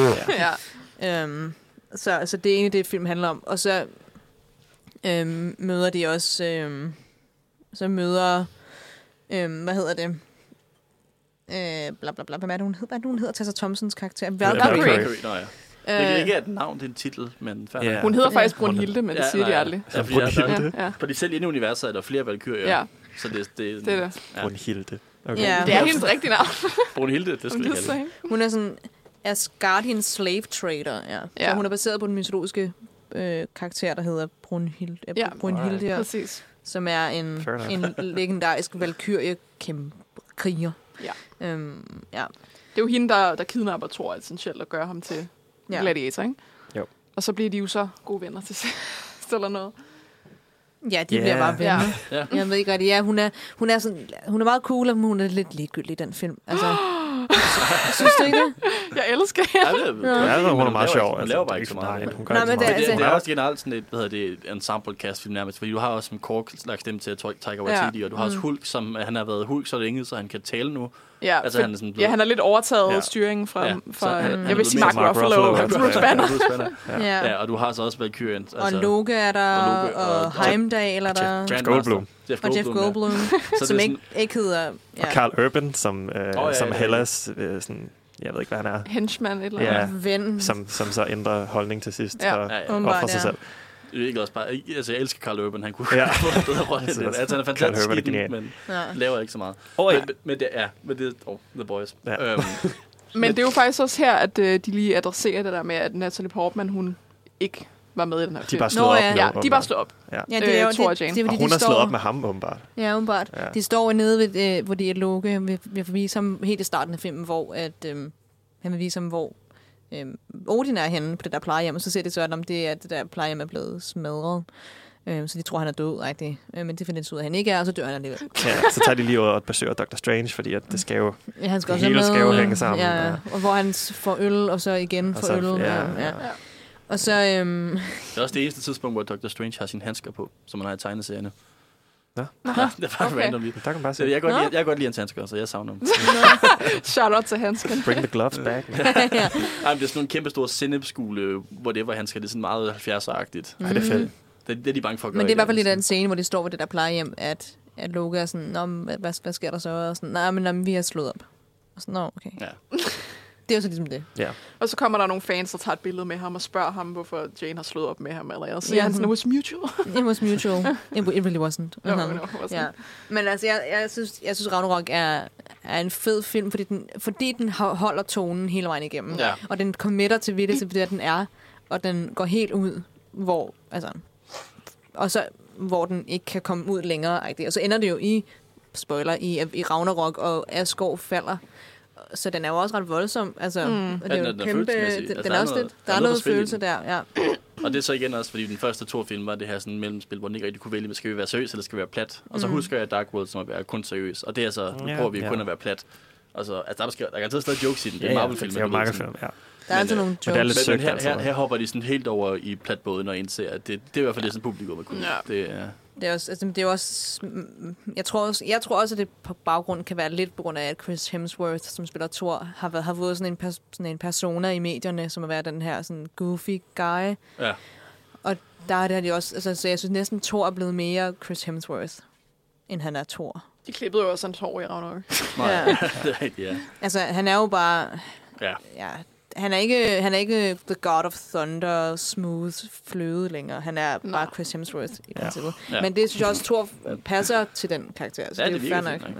Så det er egentlig det, film handler om. Og så møder de også hvad hedder det? Bla bla bla. Hvad er det, hun hedder? Tessa Thompsons karakter. Valkyrie. Det er ikke et navn, det er en titel, men... Hun hedder faktisk Brunhilde, men det siger de aldrig. Fordi selv inde i universet er der flere Valkyrier. Ja. Så det er det. Brunhilde. Okay. Ja. Det er hendes rigtige navn. Brunhilde, det skal vi kalde. Hun er sådan Asgardian slave trader, Så hun er baseret på den mytologiske karakter, der hedder Brunhilde. Brunhilde, præcis. Som er en legendarisk valkyrie-kriger. Ja. Det er jo hende, der kidnapper Thor essentielt og gør ham til gladiator, ikke? Jo. Og så bliver de jo så gode venner til sidst, eller noget. Ja, de bliver bare venner. Ja. Jeg ved ikke rigtig. Ja, hun er meget cool, men hun er lidt ligegyldig i den film. Altså, synes du ikke det? Jeg elsker hende. Hun er meget sjov. Hun laver bare ikke så meget. Det er også generelt sådan et ensemble cast film nærmest, fordi du har også en kort stemme til Taika Waititi, og du har også Hulk, som han har været Hulk så længe, så han kan tale nu. Ja, altså, han har lidt overtaget styringen fra jeg vil sige Mark Ruffalo og Bruce Banner. Ja, og du har så også Valkyrien. Og Loke er der, og Heimdall er der. Jeff Goldblum. Og Jeff Goldblum, som ikke hedder... Og Carl Urban, som Hellas... jeg ved ikke, hvad han er. Henchman eller ven. Som så ændrer holdning til sidst og for sig selv. Ikke også bare, altså jeg elsker Carl Urban, han kunne få en bedre rolle. Altså han er fantastisk skidt, men laver ikke så meget. Men det er The Boys. Ja. Men det er jo faktisk også her, at de lige adresserer det der med, at Natalie Portman, hun ikke var med i den her film. De bare slået op. Ja, de bare slået op. Ja, det er jo Thor og Jane. Og hun har slået op med ham, åbenbart. Ja, åbenbart. Ja. De står nede ved, hvor de er Loke. Vi får vise ham helt i starten af filmen, hvor han vil vise ham, hvor Odin er henne på det der plejehjem, og så ser det så, at det er det der plejehjem er blevet smadret. Så de tror, han er død, rigtigt. Men det finder de ud af, at han ikke er, og så dør han alligevel. Ja, så tager de lige over og besøger Dr. Strange, fordi at det skal jo, han skal det hele skal jo hænge sammen. Ja, og hvor han får øl, og så igen får øl. Ja. Og så... Det er også det eneste tidspunkt, hvor Dr. Strange har sine handsker på, som han har i tegneserierne. Ja. Det er bare random lige. Der kan bare se. Jeg kan godt lide hans handsker, så jeg savner dem. Shout out til handsken. Bring the gloves back. Det er sådan nogle kæmpe store sennepskule, hvor det var handsker. Det er sådan meget 70'er-agtigt. Det er fedt. Det er de bange for at gøre. Men det er i hvert fald lige den scene, hvor de står ved det der plejehjem, at Loke er sådan, hvad sker der så? Og sådan, nej, men vi har slået op. Og sådan, okay. Ja. Det er jo så ligesom det. Ja. Og så kommer der nogle fans, der tager et billede med ham og spørger ham, hvorfor Jane har slået op med ham. Eller jeg siger, han sådan, it was mutual. It was mutual. It really wasn't. No, wasn't. Ja. Men altså, jeg synes Ragnarok er en fed film, fordi den holder tonen hele vejen igennem. Ja. Og den committer til det, fordi den er. Og den går helt ud, hvor den ikke kan komme ud længere. Og så ender det jo i Ragnarok, og Asgård falder. Så den er jo også ret voldsom. Altså, det er jo kæmpe... Den er også lidt... Der er noget følelse der, ja. Og det er så igen også, fordi den første Thor-film var det her sådan mellemspil, hvor den ikke rigtig kunne vælge, skal vi være seriøs, eller skal vi være plat? Og så husker jeg Dark World, som at være kun seriøs. Og det er så, nu prøver vi kun at være plat. Altså der kan altid stadig jokes i den. Det er Marvel-film. Det er jo Marvel-film, ja. Der er altid nogle jokes. Men her hopper de sådan helt over i platbåden og indser, at det er i hvert fald det, som publikum er kunne. Det er også, jeg tror også, at det på baggrund kan være lidt på grund af, at Chris Hemsworth, som spiller Thor, har fået sådan en persona i medierne, som at være den her sådan goofy guy. Ja. Og der er de også, altså, så jeg synes næsten Thor er blevet mere Chris Hemsworth, end han er Thor. De klippede jo også en Thor i Ragnarok. Ja, det er rigtigt, ja. Altså, han er jo bare... Ja. Han er ikke the god of thunder, smooth fløde længere. Han er bare Chris Hemsworth i princippet. Ja. Men det synes jeg også, Thor passer til den karakter. Så det er jo fair nok.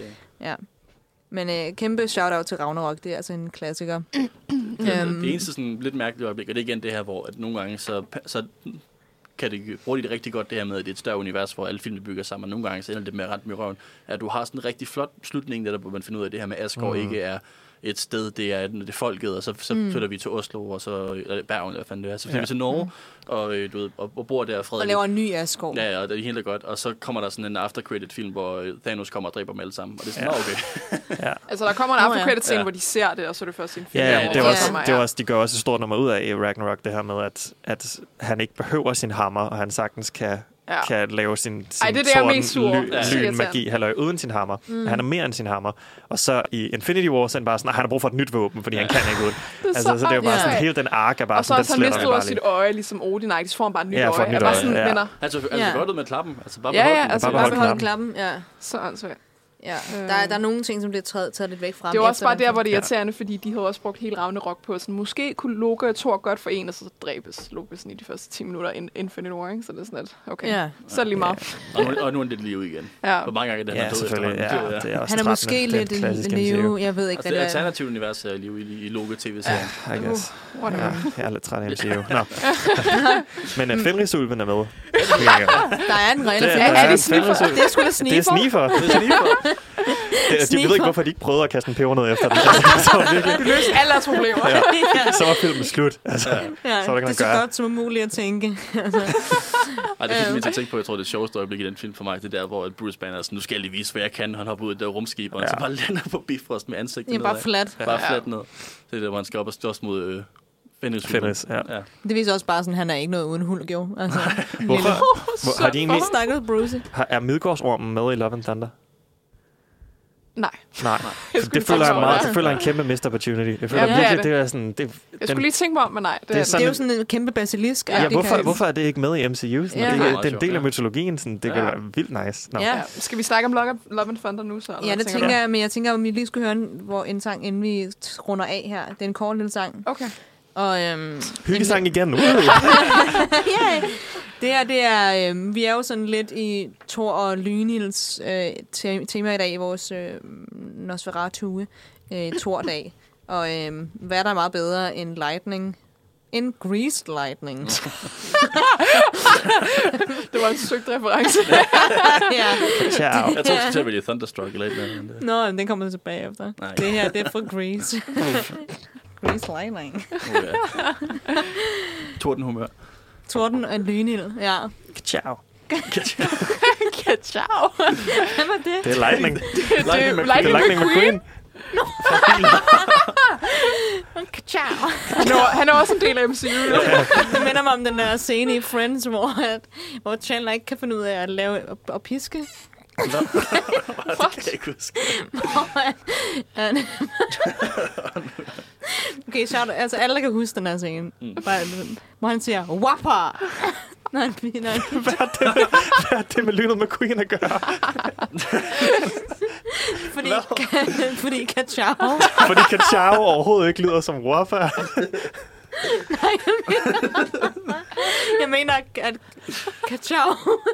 Men kæmpe shout-out til Ragnarok. Det er altså en klassiker. Det eneste sådan lidt mærkelige øjeblik, og det er igen det her, hvor at nogle gange så bruger de det rigtig godt, det her med, at det er et større univers, hvor alle filmene bygger sammen, og nogle gange så ender det med at rette med røven, at du har sådan en rigtig flot slutning, der man finder ud af, det her med Asgård ikke er et sted, det er folket, og så flytter vi til Oslo, og så Bergen, eller hvad fanden det er. Så flytter vi til Norge, og, du ved, og bor der fredeligt. Og laver en ny Asgård. Ja, det er helt godt. Og så kommer der sådan en after-credit-film, hvor Thanos kommer og dræber dem alle sammen. Og det er sådan, okay. Altså, der kommer en after-credit-scene, hvor de ser det, og så er det først en film. Ja, det er også, de gør også et stort nummer ud af i Ragnarok, det her med, at han ikke behøver sin hammer, og han sagtens kan lave sin lyn-magi uden sin hammer. Han er mere end sin hammer. Og så i Infinity War, så er han bare sådan, han har brug for et nyt våben, fordi han kan ikke uden. Altså, så det er jo bare sådan, hele den ark er bare sådan, og så har han mistet sit øje, ligesom Odin, så får han bare et nyt øje. Ja, sådan, venner. Altså godt ud med klappen. Altså, bare beholde klappen. Ja. Så åndssvagt. Ja, der er nogle ting, som bliver taget lidt væk fra. Det er også bare der, hvor det er irriterende, fordi de havde også brugt hele Ragnarok på sådan, måske kunne Loke og Thor godt for en, og så dræbes Loke sådan i de første 10 minutter i Infinity War, ikke? Så det er sådan lidt, okay, så er det lige meget. Og nu er det liv igen. For mange gange er det, han død efter. Han er måske lidt Leo, jeg ved ikke, hvad det er. Det er alternativt univers af liv i Loke-tv-serien. I guess. Jeg er lidt træt af MCU. Men Fenrisulven er med. Der er en regel. Er det sniffer? Det er sgu da sniffer. Det er sniffer. De ved ikke, hvorfor de ikke prøvede at kaste en peber ned efter dem. Det løste alle deres problemer. Så var filmen slut. Altså, så var det er så godt som muligt at tænke. Ej, det fik mig til at tænke på, jeg tror, det sjoveste øjeblik i den film for mig, det der, hvor Bruce Banner er sådan, nu skal jeg lige vise, hvad jeg kan. Han hopper ud af det der rumskib, og så bare lander på Bifrost med ansigtet nedad. Bare flat. Bare flat ned. Det er der, hvor han skal op og slås mod Fenris, ja. Det viser også bare sådan, han er ikke noget uden hulk, jo. Altså, hvorfor har de egentlig... Stakkels Bruce. Er Midgårdsormen med i Love and Thunder? Nej. Det føler jeg meget. Det føler en kæmpe missed opportunity. Jeg føler virkelig, det er sådan... Jeg skulle lige tænke mig om, men nej. Det er jo sådan en kæmpe basilisk. Ja, hvorfor er det ikke med i MCU? Det er en del af mytologien. Det kan være vildt nice. Ja. Skal vi snakke om Love and Thunder nu så? Ja, det tænker jeg, men jeg tænker, om vi lige skulle høre en sang, inden vi runder af her. Det er en kort lille sang. Okay. Og hyggesang igen. Det er vi er jo sådan lidt i Thor og Lynhilds tema i dag i vores Nosferatu-uge, Thor-dag. Og hvad er der meget bedre end lightning? En greased lightning. Det var en søgt reference. Ja. Jeg tror, det var Thunderstruck eller et eller andet. Nå, den kommer tilbage efter. Nej. Det her, det er for Grease. Grease lightning. Tordenhumør. Torden og Lynhild, ja. Ciao. Ciao. Hvad var det? Det er Lightning. Lightning McQueen. Ciao. Han er også en del af MCU. Det minder mig om den der scene i Friends, hvor Chandler ikke kan finde ud af at lave og piske. Det kan jeg ikke huske. Okay, shout, altså alle der kan huske den her scene. Hvor han siger, whopper! Hvad er det med Lynet McQueen at gøre? Fordi Ka-chow. Fordi Ka-chow overhovedet ikke lyder som whopper. Nej, jeg mener at Ka-chow.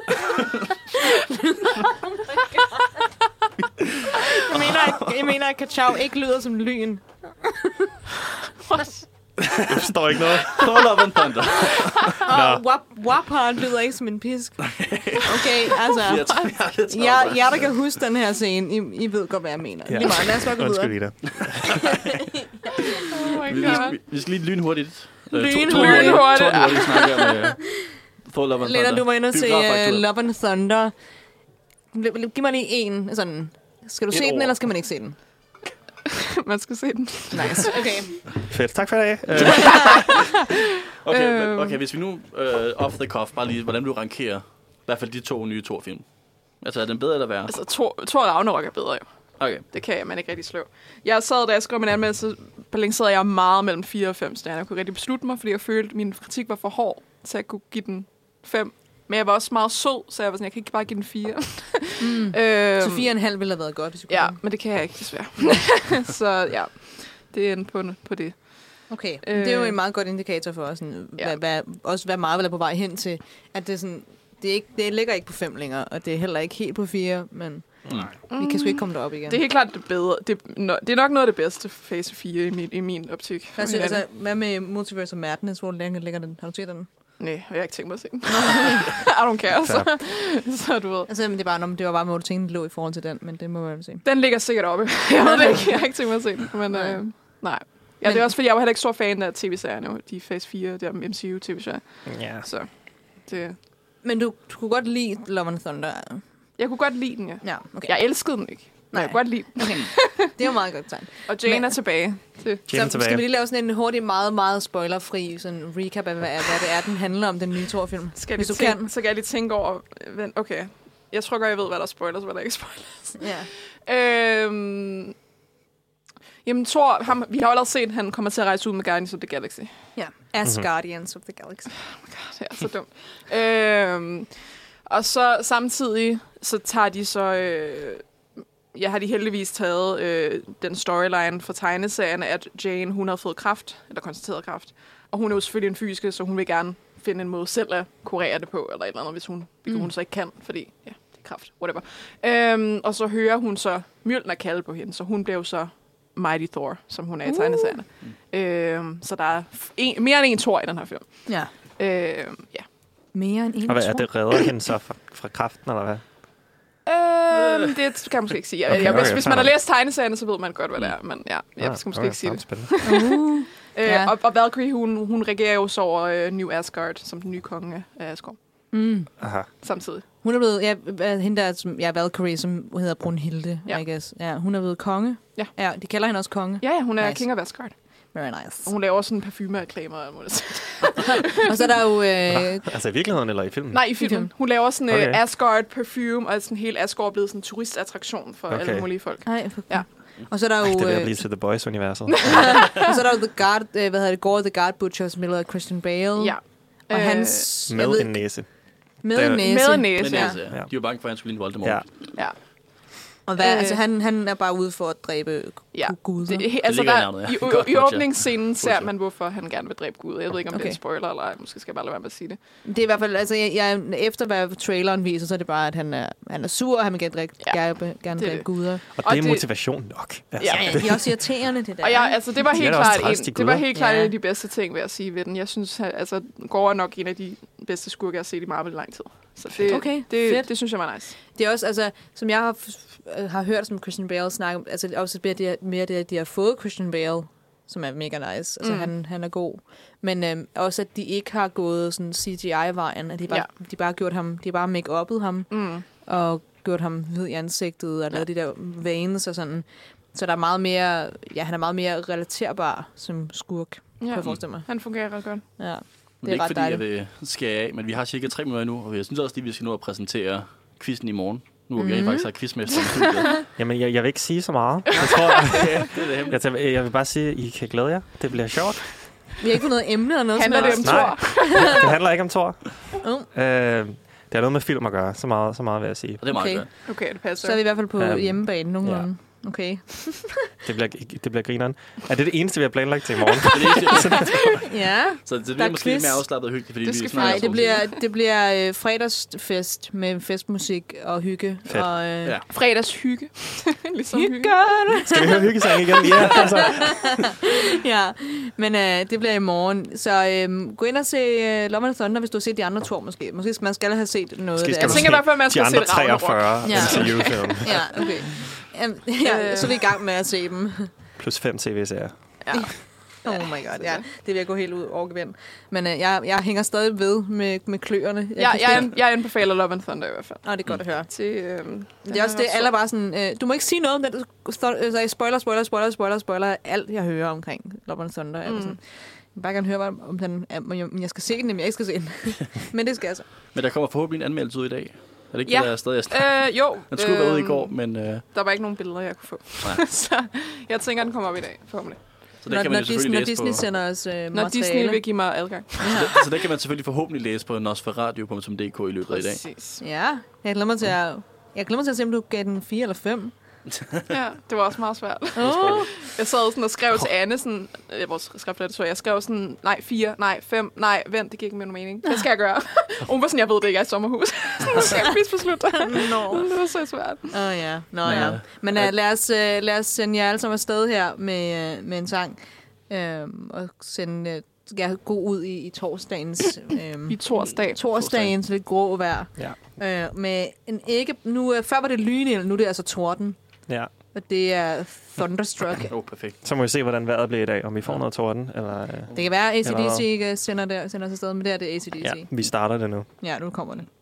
Jeg mener at Ka-chow ikke lyder som lyn. Jeg forstår ikke noget. Love and Thunder. Og whopper lyder ikke som en pisk. Okay, altså. Jeg der kan huske den her scene, I ved godt, hvad jeg mener. Ja. Lige meget, lad os bare gå videre. Ida. Oh my God. Vi skal lige lynhurtigt. Lynhurtigt snakke om Thor Love and Thunder. Lena, du var inde og se Love and Thunder. Giv mig lige en sådan. Skal du se den, eller skal man ikke se den? Man skal se den. Nice, okay. Fedt, tak for det. Okay, hvis vi nu off the cuff, bare lige, hvordan du rankerer, i hvert fald de 2 nye Thor-film. Altså, er den bedre eller værre? Altså, Thor Ragnarok er bedre, jo. Okay. Det kan man ikke rigtig slå. Jeg sad, da jeg skrev min anmeldelse, balancerede jeg meget mellem 4 og 5 stjerner. Jeg kunne rigtig beslutte mig, fordi jeg følte, at min kritik var for hård, så jeg kunne give den 5. Men jeg var også meget sød, så jeg var sådan, jeg kan ikke bare give den 4. Så 4,5 ville have været godt, hvis du kunne. Ja, men det kan jeg ikke, desværre. Så ja, det er endte på det. Okay, det er jo en meget godt indikator for os, sådan, hvad Marvel er på vej hen til. At det er sådan, det ligger ikke på 5 længere, og det er heller ikke helt på 4, men vi kan sgu ikke komme derop igen. Det er helt klart det bedre. Det er nok noget af det bedste fase 4 i min optik. Altså, hvad med Multiverse of Madness? Hvor længe ligger den? Har du set den? Nej, jeg har ikke tænkt mig at se den. I don't care, så du ved. Altså, det var bare, hvor du tænkte, lå i forhold til den, men det må man jo se. Den ligger sikkert oppe. Jeg ved det ikke. Jeg har ikke tænkt mig at se den, men nej. Ja, det er også fordi, jeg var heller ikke stor fan af tv-serierne, de Phase 4, der MCU-tv-serier. Ja. Så det... Men du kunne godt lide Love and Thunder? Jeg kunne godt lide den, ja. Ja, okay. Jeg elskede den ikke. Men jeg kunne godt lide den. Okay. Det er jo meget godt tegn. Og Jane er tilbage. Så skal vi lige lave sådan en hurtig, meget, meget spoilerfri sådan recap af, hvad det er, den handler om, den nye Thor-film? Så kan jeg lige tænke over... Okay, jeg tror godt, jeg ved, hvad der er spoilers, hvad der ikke er spoilers. Ja. Jamen, Thor, vi har jo allerede set, at han kommer til at rejse ud med Guardians of the Galaxy. Ja, as Guardians of the Galaxy. Oh my god, det er så dumt. Og så samtidig, så tager de så... har de heldigvis taget den storyline fra tegneserien, at Jane, hun har fået kræft, eller konstateret kræft. Og hun er jo selvfølgelig en fysiker, så hun vil gerne finde en måde selv at kurere det på, eller et eller andet, hvis hun så ikke kan, fordi det er kræft, whatever. Og så hører hun så Mjølner kalde på hende, så hun bliver jo så Mighty Thor, som hun er i tegneserierne. Så der er mere end en Thor i den her film. Ja. Mere end en Og hvad er det, redder hende så fra kræften, eller hvad? Det kan jeg måske ikke sige. Okay, hvis man har læst tegneserierne, så ved man godt, hvad det er. Men jeg skal måske ikke sige det. Og Valkyrie, hun regerer jo så over New Asgard, som den nye konge af Asgard. Aha. Samtidig. Hun er blevet, hende der, som Valkyrie, som hedder Brunhilde, I guess. Ja, hun er blevet konge. Ja, de kalder hende også konge. Ja, hun er King of Asgard. Very nice. Og hun laver også sådan parfumereklamer. Og så er der jo... Altså i virkeligheden eller i filmen? Nej, i filmen. Hun laver sådan Asgard parfume, og sådan hele Asgard er blevet sådan en turistattraktion for alle mulige folk. Ja. Og så er der jo... det vil blive til The Boys-universet. Og så er der jo Gore the Guard Butcher, som af Christian Bale. Ja. Og hans... Med en næse. Med en næse, ja. De er jo bange for, at han skulle ligne Voldemort. Ja. Og hvad, altså han er bare ude for at dræbe Gud. I åbningsscenen ser man, hvorfor han gerne vil dræbe Gud. Jeg ved ikke, om det er en spoiler, eller måske skal jeg bare lade være med at sige det. Det er i hvert fald, altså efter hvad traileren viser, så er det bare, at han er sur, og han vil gerne dræbe guder. Og det er motivation nok. Altså. Ja, det er også irriterende, det der. Og det var helt klart en af de bedste ting, vil jeg sige ved den. Jeg synes, altså Gore er nok en af de bedste skurke, jeg har set i Marvel i lang tid. Så det synes jeg var nice. Det er også, altså, som jeg har hørt, som Christian Bale snakke om, altså også bliver det mere det, at de har fået Christian Bale, som er mega nice. Altså, han er god. Men også, at de ikke har gået sådan CGI-vejen, at de bare har gjort ham, de har bare make-uppet ham, og gjort ham hvid i ansigtet, og lavet de der veins og sådan. Så der er meget mere, han er meget mere relaterbar som skurk, kan jeg forestille mig. Han fungerer ret godt. Ja. Det er ikke fordi, jeg vil skære af, men vi har cirka 3 minutter nu, og jeg synes også, at vi skal nå at præsentere quizzen i morgen. Nu er vi faktisk har quizmester i studiet. Jamen, jeg vil ikke sige så meget. Jeg vil bare sige, at I kan glæde jer. Det bliver sjovt. Vi har ikke fået noget emne eller noget. Handler det om Thor? Det handler ikke om Thor. Det har noget med film at gøre. Så meget vil jeg sige. Og det er meget godt. Okay, det passer. Så er vi i hvert fald på hjemmebane nogenlunde. Ja. Okay. det bliver grineren. Er det det eneste, vi har planlagt til i morgen? Ja. Så det bliver måske lidt mere afslappet og hyggeligt, fordi vi snakker. Nej, det bliver fredagsfest med festmusik og hygge. Og, fredagshygge. Ligesom hygge. Skal vi høre hyggesang igen? Ja, altså. Ja, men det bliver i morgen. Så gå ind og se Love and Thunder, hvis du har set de andre Thor måske. Måske man skal have set noget. Jeg tænker i hvert fald, man skal se Ragnarok. De andre 43 MCU-film. Ja, okay. Så er vi i gang med at se dem. Plus 5 tv-serier. Ja. Oh my god, ja. Det vil jeg gå helt ud over gevind. Men jeg hænger stadig ved med kløerne. Jeg anbefaler Love and Thunder i hvert fald. Det er godt at høre. Det er også det, alle bare sådan... du må ikke sige noget om det. Spoiler. Alt, jeg hører omkring Love and Thunder. Sådan. Jeg vil bare gerne høre, om jeg skal se den, eller jeg ikke skal se den. Men det skal jeg så. Men der kommer forhåbentlig en anmeldelse ud i dag. Er det ikke det, der er stadig jo. Den skulle være ude i går, men... Der var ikke nogen billeder, jeg kunne få. Så jeg tænker, den kommer op i dag, forhåbentlig. Så det kan man når Disney sender os materiale. Når Disney vil give mig adgang. Så det kan man selvfølgelig forhåbentlig læse på nosferadio.dk i løbet af i dag. Præcis. Ja, jeg glemmer til at se, om du gav den 4 eller 5. Ja, det var også meget svært. Jeg sad sådan og skrev til Anne, sådan, vores skriftredaktør, jeg skrev sådan, nej, 4, nej, 5, nej, vent, det giver ikke mere mening. Hvad skal jeg gøre? Og hun var sådan, jeg ved det ikke, jeg er i sommerhus. Så jeg misbeslutte. Det var så svært. Ja. Men lad os sende jer alle sammen afsted her med en sang. Og sende gå ud i torsdagens... I torsdag. Torsdagens lidt grå vejr. Ja. Med en ikke... Før var det lynild, nu er det altså torden. Ja. Og det er Thunderstruck. Perfekt. Så må vi se, hvordan vejret bliver i dag, om vi får noget torden. Eller, Det kan være, at AC/DC ikke sender sig afsted, men det er AC/DC. Ja, vi starter det nu. Ja, nu kommer det.